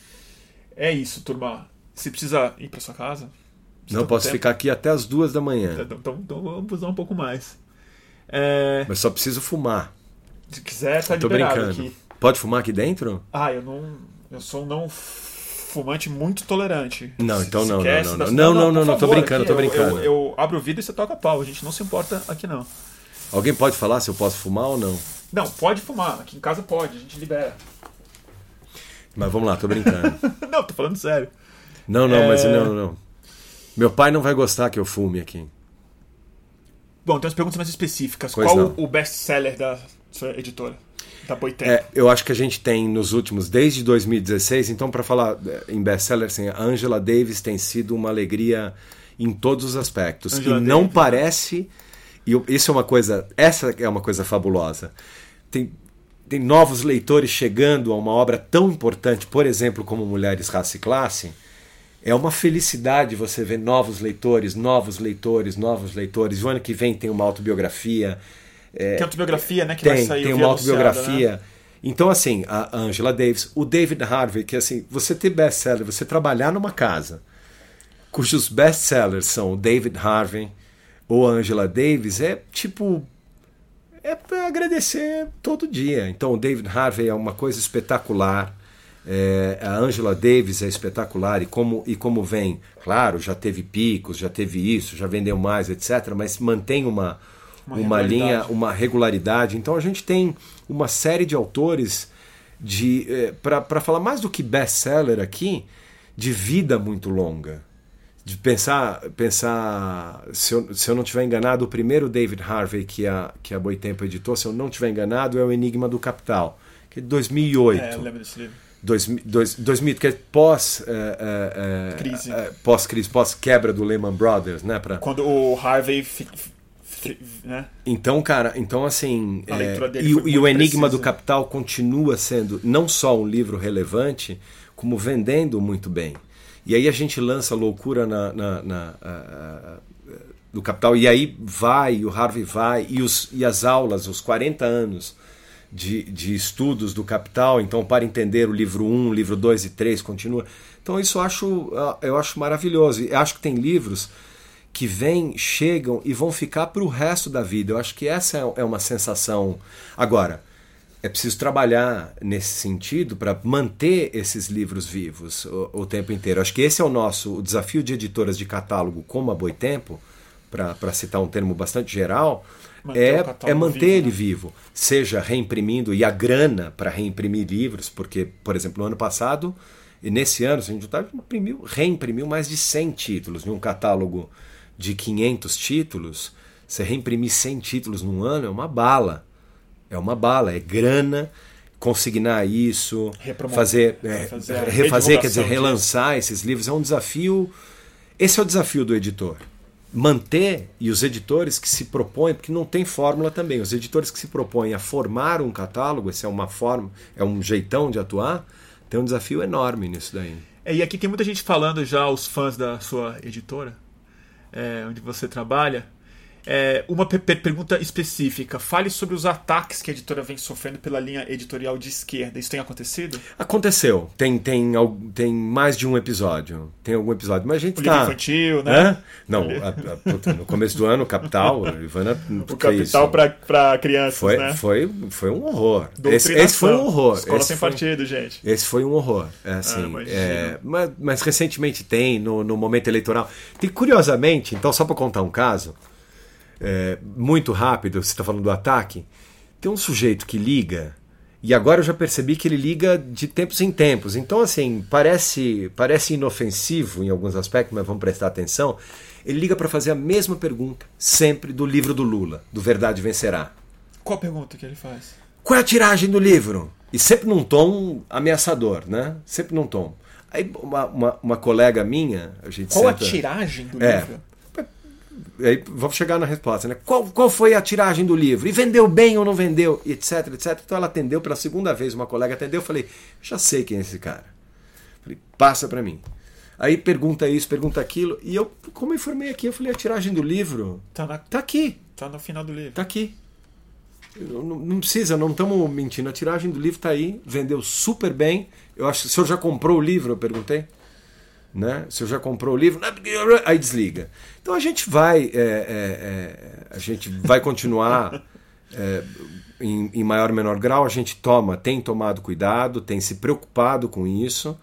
É isso, turma. Você precisa ir para sua casa? Não, posso tempo? ficar aqui até as duas da manhã. Então, então, então vamos usar um pouco mais. É... Mas só preciso fumar. Se quiser, tá Tô liberado brincando. aqui. Pode fumar aqui dentro? Ah, eu não. Eu sou um não fumante muito tolerante. Não, então não, quer, não, não, não, não, não, não, não, não, tô favor, brincando, aqui, tô brincando. Eu, eu, eu abro o vidro e você toca pau, a gente não se importa aqui não. Alguém pode falar se eu posso fumar ou não? Não, pode fumar, aqui em casa pode, a gente libera. Mas vamos lá, tô brincando. Não, tô falando sério. Não, não, é... mas não, não, não. Meu pai não vai gostar que eu fume aqui. Bom, tem umas perguntas mais específicas. Pois Qual não. o best-seller da, sua editora, da Boitempo? É, eu acho que a gente tem nos últimos, desde dois mil e dezesseis, então para falar em best-seller, assim, a Angela Davis tem sido uma alegria em todos os aspectos. Angela e não Davis, parece... E eu, isso é uma coisa... Essa é uma coisa fabulosa. Tem... Tem novos leitores chegando a uma obra tão importante, por exemplo, como Mulheres, Raça e Classe. É uma felicidade você ver novos leitores, novos leitores, novos leitores. O ano que vem tem uma autobiografia. É, tem autobiografia, né? Que tem, vai sair. Tem uma autobiografia. Né? Então, assim, a Angela Davis, o David Harvey, que assim, você ter best-seller, você trabalhar numa casa cujos best-sellers são o David Harvey ou a Angela Davis, é tipo... É para agradecer todo dia. Então, o David Harvey é uma coisa espetacular. É, a Angela Davis é espetacular. E como, e como vem, claro, já teve picos, já teve isso, já vendeu mais, etcétera. Mas mantém uma, uma, uma linha, uma regularidade. Então, a gente tem uma série de autores de é, para falar mais do que best-seller aqui, de vida muito longa. De pensar, pensar se, eu, se eu não estiver enganado, o primeiro David Harvey que a, que a Boitempo editou, se eu não estiver enganado, é o Enigma do Capital, que é de dois mil e oito. É, eu lembro desse livro. dois mil, que é pós, é, é, crise. É, pós-crise, pós-quebra do Lehman Brothers, né? Pra... Quando o Harvey... Fi, fi, né? Então, cara, então assim... A é, leitura dele e, foi e o Enigma precisa. do Capital continua sendo não só um livro relevante, como vendendo muito bem. E aí a gente lança loucura na, na, na, uh, uh, do Capital, e aí vai, o Harvey vai, e, os, e as aulas, os quarenta anos de, de estudos do Capital, então para entender o livro um, livro dois e três, continua. Então isso eu acho, eu acho maravilhoso. E acho que tem livros que vêm, chegam e vão ficar para o resto da vida. Eu acho que essa é uma sensação. Agora, é preciso trabalhar nesse sentido para manter esses livros vivos o, o tempo inteiro. Acho que esse é o nosso o desafio de editoras de catálogo como a Boitempo, para citar um termo bastante geral, manter é, é manter vivo, ele né? vivo. Seja reimprimindo, e a grana para reimprimir livros, porque, por exemplo, no ano passado, e nesse ano, a gente imprimiu, reimprimiu mais de cem títulos. Num catálogo de quinhentos títulos, você reimprimir cem títulos num ano é uma bala. É uma bala, é grana, consignar isso, fazer, é, fazer refazer, quer dizer, relançar disso. Esses livros é um desafio. Esse é o desafio do editor. Manter, e os editores que se propõem, porque não tem fórmula também, os editores que se propõem a formar um catálogo, essa é uma forma, é um jeitão de atuar, tem um desafio enorme nisso daí. É, e aqui tem muita gente falando já, os fãs da sua editora, é, onde você trabalha. É, uma per pergunta específica. Fale sobre os ataques que a editora vem sofrendo pela linha editorial de esquerda. Isso tem acontecido? Aconteceu. Tem, tem, tem mais de um episódio. Tem algum episódio. Mas a gente o tá... livro infantil, né? Hã? Não, a, a, puta, no começo do ano, o Capital, a Ivana... O Capital para crianças, foi, né? Foi, foi um horror. Esse, esse foi um horror. Escola esse sem foi, partido, gente. Esse foi um horror. É, assim, ah, é, mas, mas recentemente tem, no, no momento eleitoral. E curiosamente, então só para contar um caso... É, muito rápido, você está falando do ataque, tem um sujeito que liga, e agora eu já percebi que ele liga de tempos em tempos, então assim, parece, parece inofensivo em alguns aspectos, mas vamos prestar atenção. Ele liga para fazer a mesma pergunta, sempre do livro do Lula, do Verdade Vencerá. Qual a pergunta que ele faz? Qual é a tiragem do livro? E sempre num tom ameaçador, né? Sempre num tom. Aí uma, uma, uma colega minha, a gente Qual senta... a tiragem do é, livro? Aí vamos chegar na resposta, né? Qual, qual foi a tiragem do livro? E vendeu bem ou não vendeu? Etc, etcétera. Então ela atendeu pela segunda vez, uma colega atendeu, eu falei, já sei quem é esse cara. Falei, passa para mim. Aí pergunta isso, pergunta aquilo, e eu, como eu informei aqui, eu falei, a tiragem do livro tá, na... tá aqui. Tá no final do livro. Tá aqui. Não, não precisa, não estamos mentindo, a tiragem do livro tá aí, vendeu super bem. Eu acho, o senhor já comprou o livro? Eu perguntei. Né? Se eu já comprou o livro, aí desliga. Então a gente vai, é, é, é, a gente vai continuar é, em, em maior ou menor grau. A gente toma, tem tomado cuidado, tem se preocupado com isso.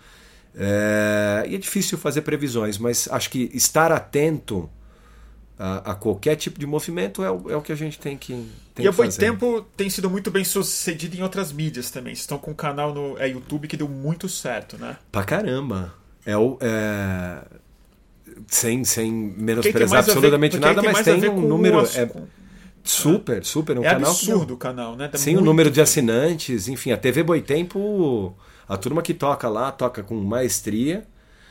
É, e é difícil fazer previsões, mas acho que estar atento a, a qualquer tipo de movimento é o, é o que a gente tem que tem E a que fazer. Boitempo tem sido muito bem sucedido em outras mídias também. Vocês estão com um canal no é, YouTube que deu muito certo, né? Pra caramba. É o, é, sem, sem menosprezar absolutamente nada, mas tem um número. As, é, Super, super. Um é canal absurdo que... o canal, né? Tá Sim, o número de assinantes, enfim, a T V Boitempo, a turma que toca lá, toca com maestria.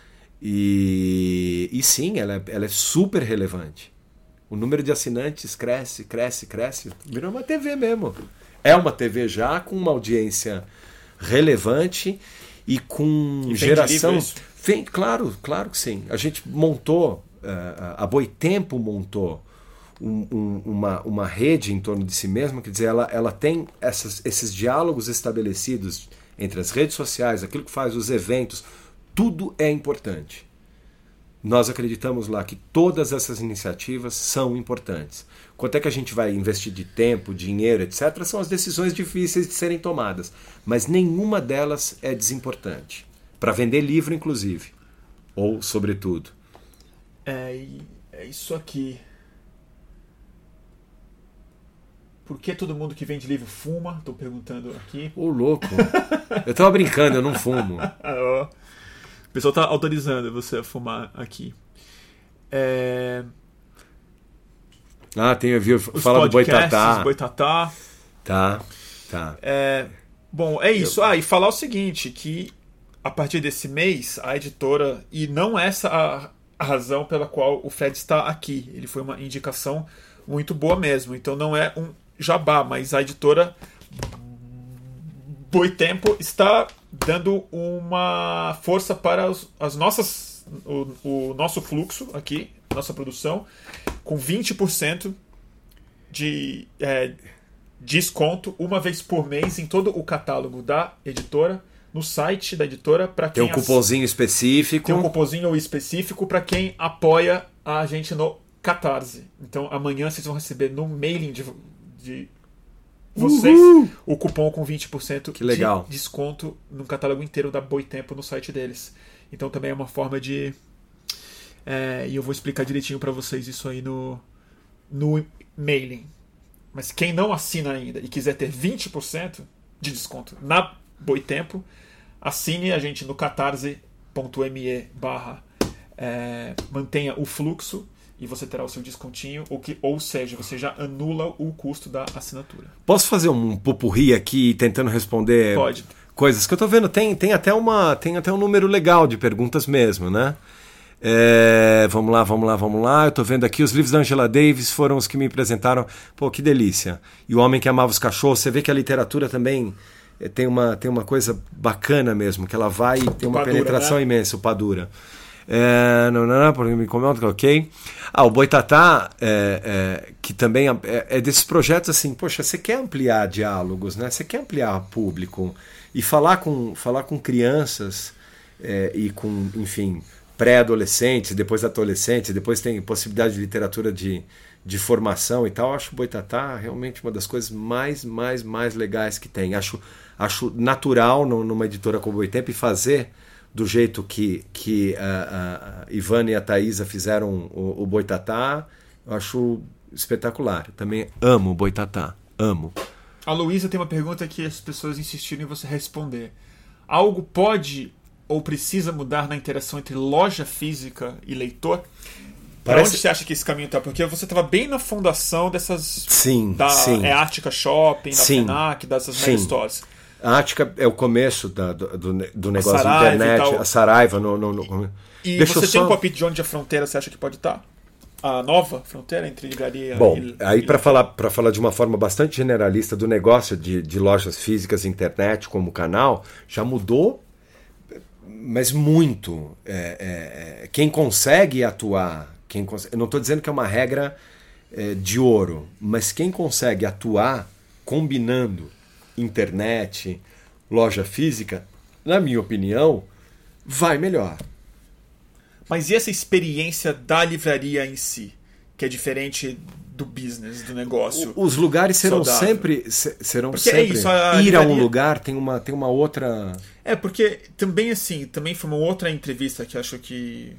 E, e sim, ela é, ela é super relevante. O número de assinantes cresce, cresce, cresce. Virou uma T V mesmo. É uma T V já com uma audiência relevante e com e geração... Vem, claro, claro que sim. A gente montou, a Boitempo montou um, um, uma, uma rede em torno de si mesma, quer dizer, ela, ela tem essas, esses diálogos estabelecidos entre as redes sociais, aquilo que faz, os eventos, tudo é importante. Nós acreditamos lá que todas essas iniciativas são importantes. Quanto é que a gente vai investir de tempo, dinheiro, etcétera, são as decisões difíceis de serem tomadas, mas nenhuma delas é desimportante. Para vender livro, inclusive. Ou, sobretudo. É, é isso aqui. Por que todo mundo que vende livro fuma? Estou perguntando aqui. Ô, louco. Eu tava brincando, eu não fumo. O pessoal está autorizando você a fumar aqui. É... Ah, tem, eu vi, fala do Boitatá. Boitatá. Tá, tá. É... Bom, é isso. Eu... Ah, e falar o seguinte, que a partir desse mês, a editora, e não essa a, a razão pela qual o Fred está aqui, ele foi uma indicação muito boa mesmo, então não é um jabá, mas a editora Boitempo está dando uma força para os, as nossas, o, o nosso fluxo aqui, nossa produção, com vinte por cento de é, desconto uma vez por mês em todo o catálogo da editora, no site da editora, para quem... Tem um cupomzinho ass... específico. Tem um cupomzinho específico para quem apoia a gente no Catarse. Então amanhã vocês vão receber no mailing de, de vocês Uhul! O cupom com vinte por cento que legal. De desconto no catálogo inteiro da Boitempo no site deles. Então também é uma forma de... É, e eu vou explicar direitinho para vocês isso aí no, no mailing. Mas quem não assina ainda e quiser ter vinte por cento de desconto na Boitempo, assine a gente no catarse.me barra é, mantenha o fluxo e você terá o seu descontinho, ou, que, ou seja, você já anula o custo da assinatura. Posso fazer um pupurri aqui tentando responder Pode. Coisas que eu estou vendo? Tem, tem, até uma, tem até um número legal de perguntas mesmo, né? É, vamos lá, vamos lá, vamos lá. Eu estou vendo aqui, os livros da Angela Davis foram os que me apresentaram. Pô, que delícia. E O Homem que Amava os Cachorros. Você vê que a literatura também tem uma, tem uma coisa bacana mesmo, que ela vai e tem uma Padura, penetração, né? Imensa, o Padura. É, não, não, não, porque me incomoda, ok. Ah, o Boitatá, é, é, que também é, é desses projetos assim, poxa, você quer ampliar diálogos, né? Você quer ampliar público e falar com, falar com crianças é, e com, enfim, pré-adolescentes, depois adolescentes, depois tem possibilidade de literatura de, de formação e tal. Eu acho o Boitatá realmente uma das coisas mais, mais, mais legais que tem. Acho, acho natural numa editora como o Boitempo fazer do jeito que, que a, a Ivana e a Thaisa fizeram o, o Boitatá. Eu acho espetacular. Eu também amo o Boitatá. Amo. A Luísa tem uma pergunta que as pessoas insistiram em você responder. Algo pode ou precisa mudar na interação entre loja física e leitor? Para Parece... onde você acha que esse caminho está? Porque você estava bem na fundação dessas... Sim, da, sim. É Ática Shopping, da sim, FENAC, dessas mega stores. A Ática é o começo da, do, do negócio da internet, a Saraiva. No, no, no... E Deixa você só... tem um palpite de onde a fronteira você acha que pode estar? A nova fronteira entre livraria Bom, e... aí para falar, para falar de uma forma bastante generalista do negócio de, de lojas físicas e internet como canal, já mudou, mas muito. É, é, quem consegue atuar, quem consegue, eu não estou dizendo que é uma regra é, de ouro, mas quem consegue atuar combinando internet, loja física, na minha opinião, vai melhor. Mas e essa experiência da livraria em si, que é diferente do business, do negócio? Os lugares serão saudável. sempre serão porque sempre é isso, a ir livraria... a um lugar tem uma tem uma outra. É porque também assim, também foi uma outra entrevista que acho que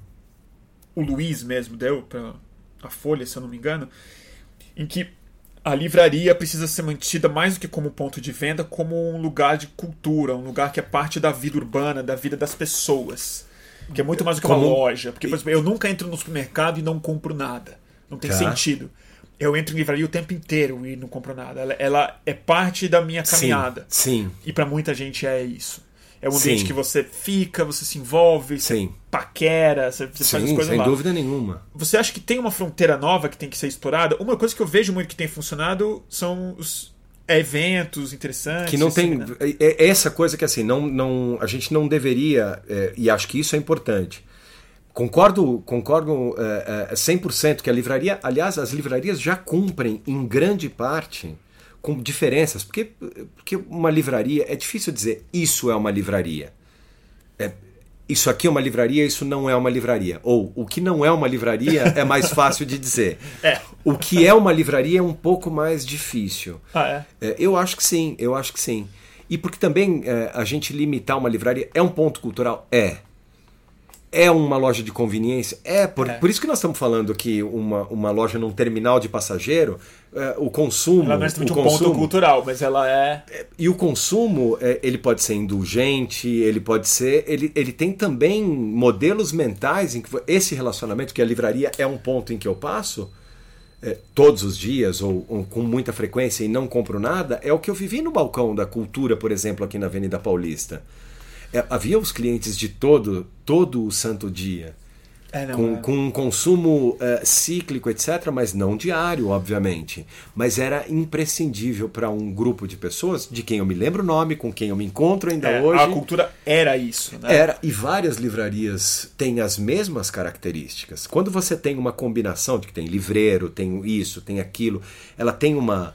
o Luiz mesmo deu para a Folha, se eu não me engano, em que a livraria precisa ser mantida mais do que como ponto de venda, como um lugar de cultura, um lugar que é parte da vida urbana, da vida das pessoas. Que é muito mais do que como... uma loja. Porque, por exemplo, eu nunca entro no supermercado e não compro nada. Não tem tá. sentido. eu entro em livraria o tempo inteiro e não compro nada. Ela, ela é parte da minha caminhada. Sim, sim. E pra muita gente é isso. É um ambiente Sim. que você fica, você se envolve, você Sim. paquera, você, você faz as Sim, coisas sem lá. dúvida nenhuma. Você acha que tem uma fronteira nova que tem que ser explorada? Uma coisa que eu vejo muito que tem funcionado são os eventos interessantes. Que não assim, tem... né? É essa coisa que assim, não, não, a gente não deveria, é, e acho que isso é importante. Concordo, concordo é, é, cem por cento que a livraria, aliás, as livrarias já cumprem em grande parte com diferenças, porque, porque uma livraria, é difícil dizer isso é uma livraria. É, isso aqui é uma livraria, isso não é uma livraria. Ou o que não é uma livraria é mais fácil de dizer. É. O que é uma livraria é um pouco mais difícil. Ah, é? É, eu acho que sim, eu acho que sim. E porque também é, a gente limitar uma livraria é um ponto cultural? É. É uma loja de conveniência? É, por, É. por isso que nós estamos falando que uma, uma loja num terminal de passageiro, é, o consumo... Ela não é simplesmente o um consumo, ponto cultural, mas ela é... E o consumo, é, ele pode ser indulgente, ele pode ser... Ele, ele tem também modelos mentais em que esse relacionamento, que a livraria é um ponto em que eu passo, é, todos os dias, ou, ou com muita frequência e não compro nada, é o que eu vivi no balcão da Cultura, por exemplo, aqui na Avenida Paulista. É, havia os clientes de todo, todo o santo dia. É, não, com, é. com um consumo uh, cíclico, etcétera, mas não diário, obviamente. Mas era imprescindível para um grupo de pessoas, de quem eu me lembro o nome, com quem eu me encontro ainda É, hoje. a Cultura era isso, né? Era, e várias livrarias têm as mesmas características. Quando você tem uma combinação de que tem livreiro, tem isso, tem aquilo, ela tem uma...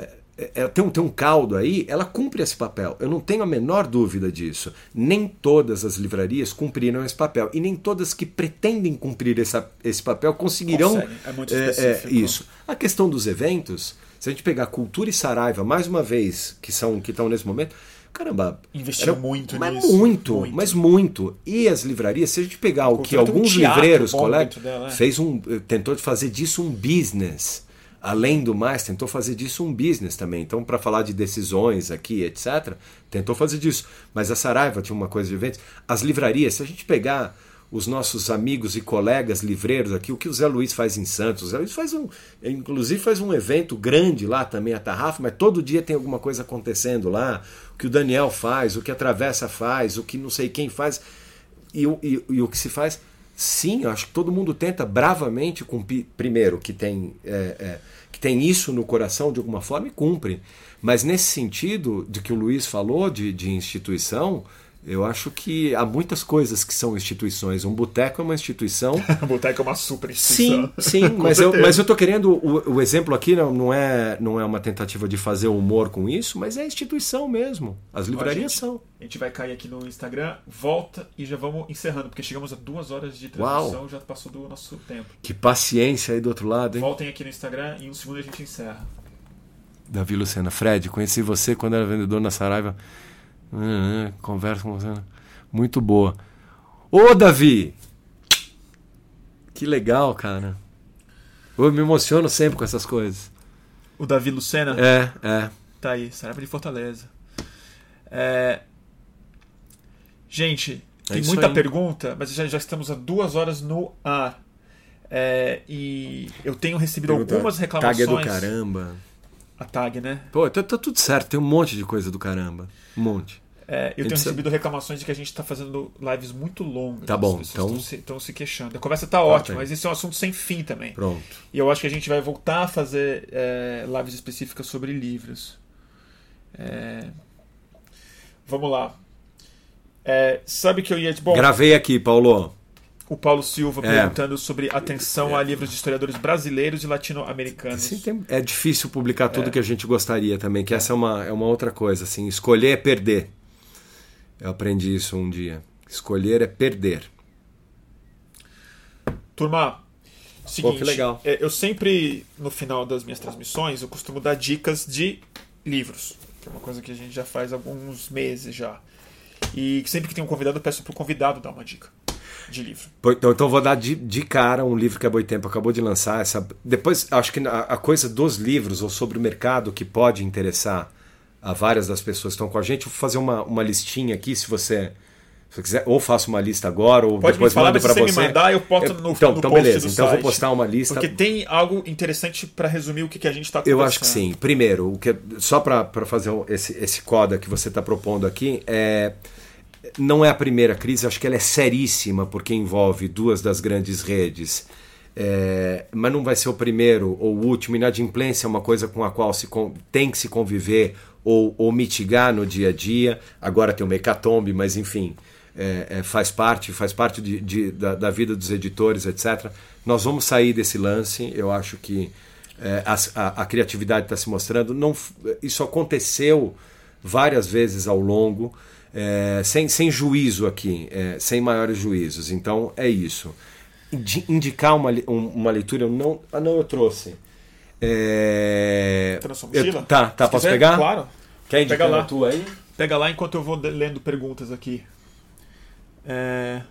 Ela tem um, tem um caldo aí, ela cumpre esse papel. Eu não tenho a menor dúvida disso. Nem todas as livrarias cumpriram esse papel. E nem todas que pretendem cumprir essa, esse papel conseguirão Consegue. É muito é, específico. é, isso. A questão dos eventos, se a gente pegar Cultura e Saraiva, mais uma vez, que são que estão nesse momento, caramba... Investiram era, muito mas nisso. Muito, muito, mas muito. E as livrarias, se a gente pegar o que Cultura tem um alguns teatro livreiros, bom colegas, dentro dela, é. fez um, tentou fazer disso um business. Além do mais, tentou fazer disso um business também. Então, para falar de decisões aqui, etcétera, tentou fazer disso. Mas a Saraiva tinha uma coisa de eventos. As livrarias, se a gente pegar os nossos amigos e colegas livreiros aqui, o que o Zé Luiz faz em Santos, o Zé Luiz faz um, inclusive faz um evento grande lá também, a Tarrafa, mas todo dia tem alguma coisa acontecendo lá. O que o Daniel faz, o que a Travessa faz, o que não sei quem faz. E, e, e o que se faz... Sim, eu acho que todo mundo tenta bravamente cumprir, primeiro, que tem, é, é, que tem isso no coração de alguma forma e cumpre. Mas nesse sentido de que o Luiz falou de, de instituição, eu acho que há muitas coisas que são instituições. Um boteco é uma instituição. O boteco é uma super instituição. Sim, sim, mas eu, mas eu tô querendo... O, o exemplo aqui não, não, é, não é uma tentativa de fazer humor com isso, mas é instituição mesmo. As livrarias Ó, gente, são. A gente vai cair aqui no Instagram, volta e já vamos encerrando, porque chegamos a duas horas de transmissão, Uau. já passou do nosso tempo. Que paciência aí do outro lado, hein? Voltem aqui no Instagram e em um segundo a gente encerra. Davi Lucena. Fred, conheci você quando era vendedor na Saraiva. Hum, conversa com você. Muito boa. Ô, Davi! Que legal, cara. Eu me emociono sempre com essas coisas. O Davi Lucena? É, é. Tá aí, Saraiva de Fortaleza. É... Gente, É tem isso muita aí. pergunta, mas já, já estamos há duas horas no ar. É, e eu tenho recebido Pergunta, algumas reclamações. Tag é do caramba. A tag, né? Pô, tá, tá tudo certo. Tem um monte de coisa do caramba. Um monte. É, eu tenho precisa- recebido reclamações de que a gente está fazendo lives muito longas. Tá bom, As pessoas então- estão se, estão se queixando. A conversa tá ótima, aí. mas isso é um assunto sem fim também. Pronto. E eu acho que a gente vai voltar a fazer é, lives específicas sobre livros. É, Vamos lá. É, sabe que eu ia... Bom, Gravei aqui, Paulo. o Paulo Silva É. perguntando sobre atenção a livros de historiadores brasileiros e latino-americanos. Assim, tem- é difícil publicar tudo que a gente gostaria também, que essa é uma, é uma outra coisa. Assim, escolher é perder. Eu aprendi isso um dia. Escolher é perder. Turma, seguinte, Pô, que legal. é, eu sempre, no final das minhas transmissões, eu costumo dar dicas de livros, que é uma coisa que a gente já faz há alguns meses já. E sempre que tem um convidado, eu peço pro convidado dar uma dica de livro. Pô, Então, então vou dar de, de cara um livro que a Boitempo acabou de lançar. Essa, depois, acho que a, a coisa dos livros ou sobre o mercado que pode interessar a várias das pessoas que estão com a gente, eu vou fazer uma, uma listinha aqui, se você Se você quiser, ou faço uma lista agora, ou Pode depois me falar, mando mas para se você. me mandar, eu posto no, então, no então post beleza. do Então eu site. vou postar uma lista. Porque tem algo interessante para resumir o que, que a gente está conversando. Eu acho que sim. Primeiro, o que, só para fazer esse, esse coda que você está propondo aqui, é, não é a primeira crise, acho que ela é seríssima, porque envolve duas das grandes redes. É, mas não vai ser o primeiro ou o último. Inadimplência é uma coisa com a qual se tem que se conviver ou, ou mitigar no dia a dia. Agora tem o hecatombe, mas enfim, é, é, faz parte, faz parte de, de, da, da vida dos editores, etcétera. Nós vamos sair desse lance. Eu acho que é, a, a, a criatividade está se mostrando. Não, isso aconteceu várias vezes ao longo, é, sem, sem juízo aqui, é, sem maiores juízos. Então é isso. Indicar uma, uma leitura, eu não. Ah, não, eu trouxe. É... Tá na sua mochila? Eu, tá, tá, Se posso quiser, pegar? Claro. Quer indicar Pega lá. a tua aí? Pega lá enquanto eu vou lendo perguntas aqui. É...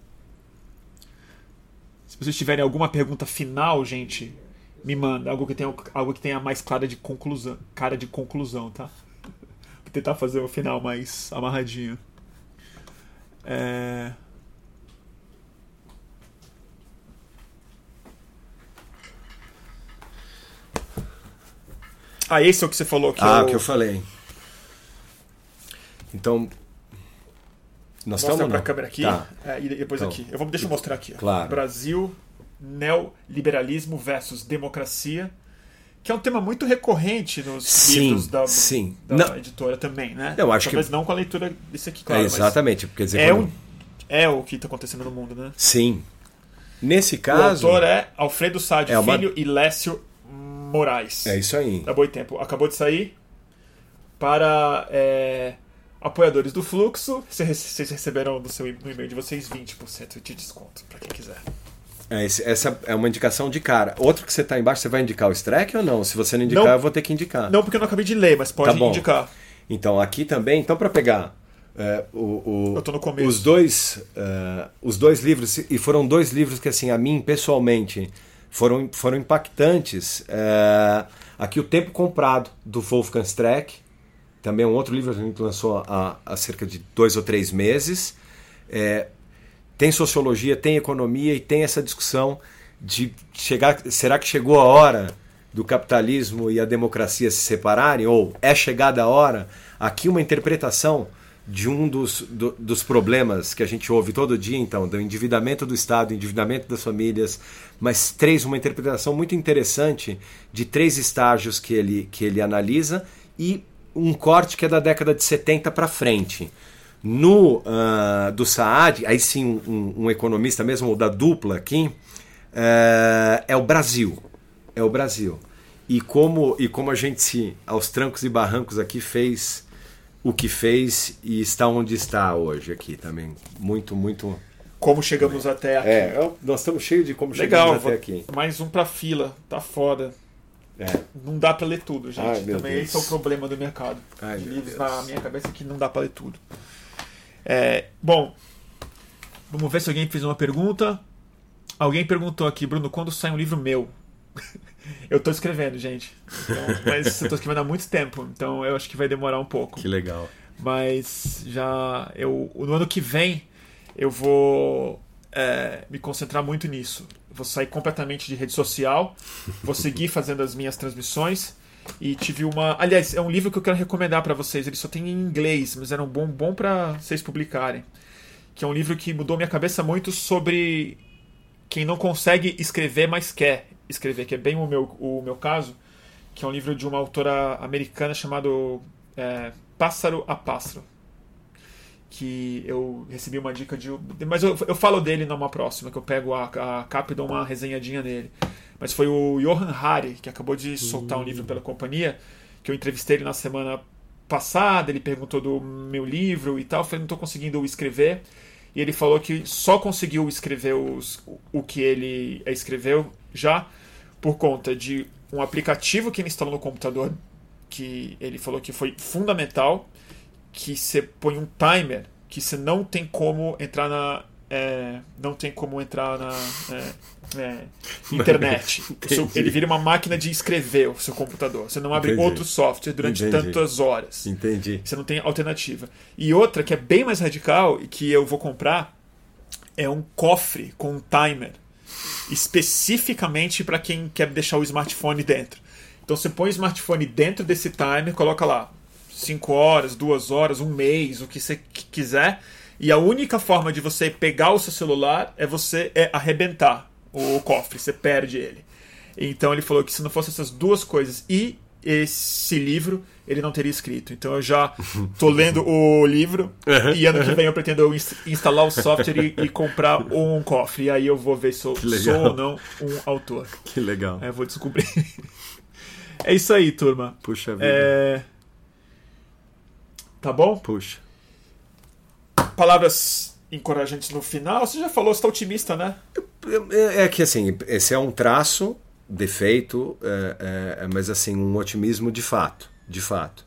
Se vocês tiverem alguma pergunta final, gente, me manda. Algo que tenha, algo que tenha mais clara de conclusão, cara de conclusão, tá? Vou tentar fazer o final mais amarradinho. É... Ah, esse é o que você falou que Ah, eu... o que eu falei. Então, nós Mostra estamos para a não? câmera aqui, Tá. é, e depois Então, aqui. Eu vou, deixa eu mostrar aqui. Ó. Claro. Brasil, neoliberalismo versus democracia, que é um tema muito recorrente nos Sim, livros da, sim. da Não. editora também, né? Eu acho Talvez que- não com a leitura desse aqui, claro. É, mas exatamente. Quer dizer, É, quando- um, é o que está acontecendo no mundo, né? Sim. Nesse O caso. autor é Alfredo Sade É uma- Filho e Lécio Moraes. É isso aí. Da Boitempo. Acabou de sair. Para é, apoiadores do Fluxo, vocês receberão no, seu, no e-mail de vocês vinte por cento de desconto, para quem quiser. É, esse- essa é uma indicação de cara. Outro que você está embaixo, você vai indicar o Streck ou não? Se você não indicar, Não. eu vou ter que indicar. Não, porque eu não acabei de ler, mas pode Tá bom. indicar. Então, aqui também, então para pegar é, o, o- Eu tô no começo. os dois é, os dois livros, e foram dois livros que assim a mim pessoalmente foram, foram impactantes. É, aqui o Tempo Comprado, do Wolfgang Streck, também é um outro livro que a gente lançou há, há cerca de dois ou três meses. É, tem sociologia, tem economia e tem essa discussão de chegar, será que chegou a hora do capitalismo e a democracia se separarem? Ou é chegada a hora? Aqui uma interpretação de um dos, do, dos problemas que a gente ouve todo dia, então, do endividamento do Estado, endividamento das famílias, mas três, uma interpretação muito interessante de três estágios que ele, que ele analisa e um corte que é da década de setenta para frente. No uh, do Saad, aí sim um, um economista mesmo, ou da dupla aqui, uh, é o Brasil. É o Brasil. E como, e como a gente, se, aos trancos e barrancos aqui, fez o que fez e está onde está hoje aqui também. Muito, muito... Como chegamos até aqui. É, nós estamos cheios de como Legal, chegamos vou- até aqui. mais um pra fila. Tá foda. É. Não dá pra ler tudo, gente. Ai, meu Também Deus. esse é o problema do mercado. Ai, de meu livros Deus. na minha cabeça que não dá pra ler tudo. É, bom, vamos ver se alguém fez uma pergunta. Alguém perguntou aqui, Bruno, quando sai um livro meu? Eu tô escrevendo, gente. Então, mas eu tô escrevendo há muito tempo, então eu acho que vai demorar um pouco. Que legal. Mas já eu no ano que vem eu vou é, me concentrar muito nisso. Vou sair completamente de rede social, vou seguir fazendo as minhas transmissões e tive uma, aliás, é um livro que eu quero recomendar para vocês. Ele só tem em inglês, mas era um bom bom para vocês publicarem. Que é um livro que mudou minha cabeça muito sobre quem não consegue escrever, mas quer escrever, que é bem o meu o meu caso, que é um livro de uma autora americana chamado é, Pássaro a Pássaro, que eu recebi uma dica de... Mas eu, eu falo dele numa próxima, que eu pego a, a capa e dou uma resenhadinha nele. Mas foi o Johan Hari, que acabou de soltar um livro pela companhia, que eu entrevistei ele na semana passada, ele perguntou do meu livro e tal, eu falei, não estou conseguindo escrever, e ele falou que só conseguiu escrever os, o que ele escreveu já por conta de um aplicativo que ele instalou no computador, que ele falou que foi fundamental, que você põe um timer, que você não tem como entrar na, é, não tem como entrar na é, é, internet. Seu, ele vira uma máquina de escrever o seu computador. Você não abre Entendi. outro software durante Entendi. tantas horas. Entendi. Você não tem alternativa. E outra que é bem mais radical e que eu vou comprar é um cofre com um timer especificamente para quem quer deixar o smartphone dentro. Então você põe o smartphone dentro desse timer, coloca lá cinco horas, duas horas, um mês, o que você quiser. E a única forma de você pegar o seu celular é você é arrebentar o cofre, você perde ele. Então ele falou que se não fosse essas duas coisas e esse livro, ele não teria escrito. Então eu já tô lendo o livro e ano que vem eu pretendo instalar o software e, e comprar um cofre. E aí eu vou ver se eu sou ou não um autor. Que legal. É, eu vou descobrir. É isso aí, turma. Puxa vida. É... Tá bom? Puxa. Palavras encorajantes no final. Você já falou, você tá otimista, né? É que assim, esse é um traço, defeito, é, é, mas assim, um otimismo de fato. De fato.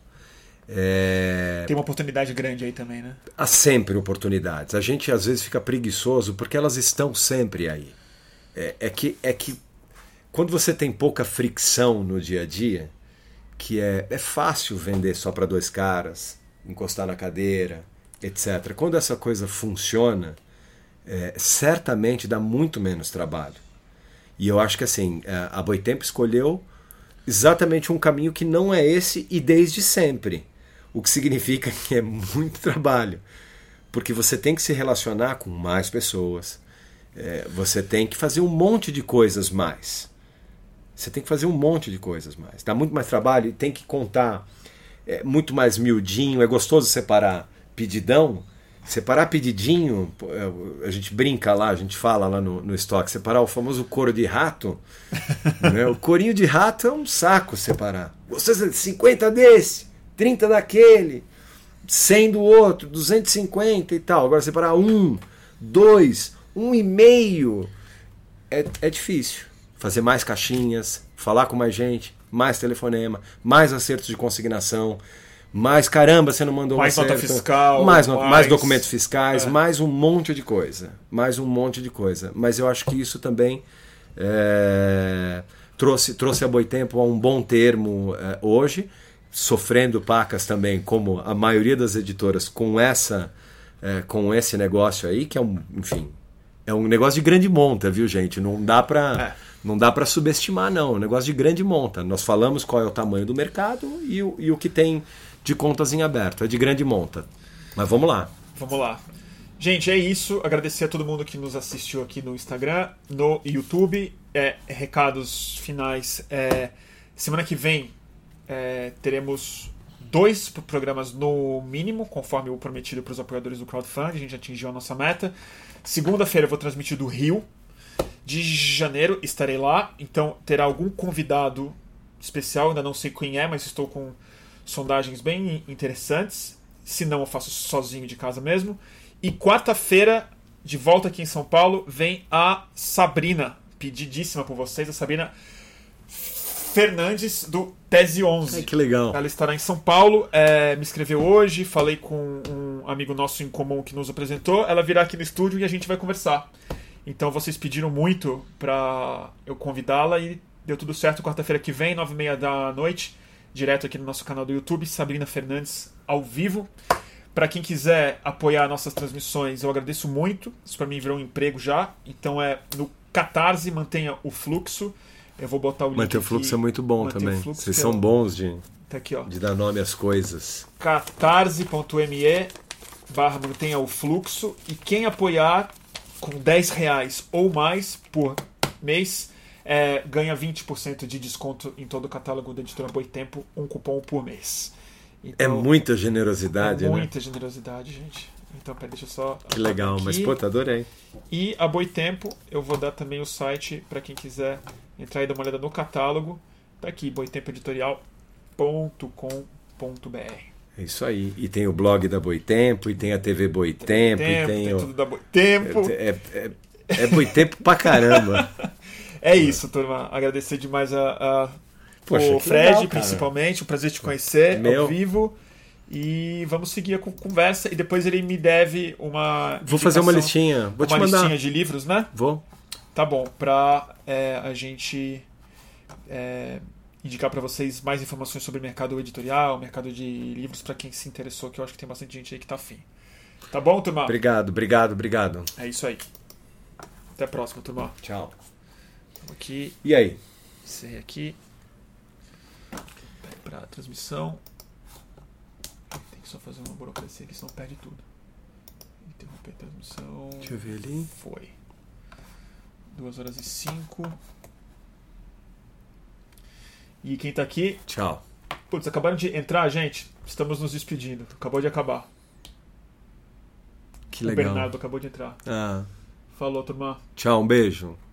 É... Tem uma oportunidade grande aí também, né? Há sempre oportunidades. A gente às vezes fica preguiçoso porque elas estão sempre aí. É, é, que, é que quando você tem pouca fricção no dia a dia, que é, é fácil vender só para dois caras, encostar na cadeira, etcétera. Quando essa coisa funciona, é, certamente dá muito menos trabalho. E eu acho que assim, a Boitempo escolheu exatamente um caminho que não é esse e desde sempre. O que significa que é muito trabalho. Porque você tem que se relacionar com mais pessoas. É, você tem que fazer um monte de coisas mais. Você tem que fazer um monte de coisas mais. Dá muito mais trabalho e tem que contar é, muito mais miudinho. É gostoso separar pedidão. Separar pedidinho, a gente brinca lá, a gente fala lá no, no estoque, separar o famoso couro de rato. Né? O corinho de rato é um saco separar. Você cinquenta desse, trinta daquele, cem do outro, duzentos e cinquenta e tal. Agora separar um, dois, um e meio é, é difícil. Fazer mais caixinhas, falar com mais gente, mais telefonema, mais acertos de consignação. Mais, caramba, você não mandou mais um nota acerto. fiscal, mais, mais... mais documentos fiscais, é. mais um monte de coisa. Mais um monte de coisa. Mas eu acho que isso também é, trouxe, trouxe a Boitempo a um bom termo é, hoje, sofrendo pacas também, como a maioria das editoras, com, essa, é, com esse negócio aí, que é um, enfim, é um negócio de grande monta, viu, gente? Não dá para... É. Não dá para subestimar, não. É um negócio de grande monta. Nós falamos qual é o tamanho do mercado e o, e o que tem de contas em aberto. É de grande monta. Mas vamos lá. Vamos lá. Gente, é isso. Agradecer a todo mundo que nos assistiu aqui no Instagram, no YouTube. É, recados finais. É, semana que vem é, teremos dois programas no mínimo, conforme o prometido para os apoiadores do crowdfunding. A gente atingiu a nossa meta. Segunda-feira eu vou transmitir do Rio. De janeiro estarei lá, então terá algum convidado especial, ainda não sei quem é, mas estou com sondagens bem interessantes. Se não, eu faço sozinho de casa mesmo. E quarta-feira, de volta aqui em São Paulo, vem a Sabrina, pedidíssima por vocês, a Sabrina Fernandes do Tese onze. Ai, que legal. Ela estará em São Paulo, é, me escreveu hoje, falei com um amigo nosso em comum que nos apresentou, ela virá aqui no estúdio e a gente vai conversar. Então vocês pediram muito pra eu convidá-la e deu tudo certo. Quarta-feira que vem, nove e meia da noite, direto aqui no nosso canal do YouTube, Sabrina Fernandes ao vivo. Para quem quiser apoiar nossas transmissões, eu agradeço muito. Isso para mim virou um emprego já. Então é no Catarse, mantenha o fluxo. Eu vou botar o link. Manter o fluxo aqui. É muito bom Manter também. Fluxo, Vocês são eu... bons de, tá aqui, ó. de dar nome às coisas. catarse.me barra mantenha o fluxo. E quem apoiar com dez reais ou mais por mês, é, ganha vinte por cento de desconto em todo o catálogo da editora Boitempo, um cupom por mês. Então, é muita generosidade, é né? muita generosidade, gente. Então, pera, deixa eu só... Que legal, aqui. Mas pô, tá adorei. E a Boitempo, eu vou dar também o site para quem quiser entrar e dar uma olhada no catálogo. Tá aqui, boitempo editorial ponto com ponto b r. É isso aí. E tem o blog da Boitempo, e tem a T V Boitempo, Boitempo e tem, tem o... tudo da Boitempo. É, é, é, é Boitempo pra caramba. É isso, turma. Agradecer demais a, a Poxa, o Fred, legal, principalmente. Um prazer te conhecer Meu. ao vivo. E vamos seguir a conversa. E depois ele me deve uma. Vou fazer uma listinha. Vou te uma mandar. listinha de livros, né? Vou. Tá bom. Pra é, a gente é, indicar para vocês mais informações sobre mercado editorial, mercado de livros, para quem se interessou, que eu acho que tem bastante gente aí que tá afim. Tá bom, turma? Obrigado, obrigado, obrigado. É isso aí. Até a próxima, turma. Tchau. Vamos aqui. E aí? Encerrei aqui. Pede pra transmissão. Tem que só fazer uma burocracia aqui, senão perde tudo. Interromper a transmissão. Deixa eu ver ali. Foi. duas horas e cinco. E quem tá aqui? Tchau. Putz, acabaram de entrar, gente. Estamos nos despedindo. Acabou de acabar. Que o legal. Bernardo acabou de entrar. Ah. Falou, turma. Tchau, um beijo.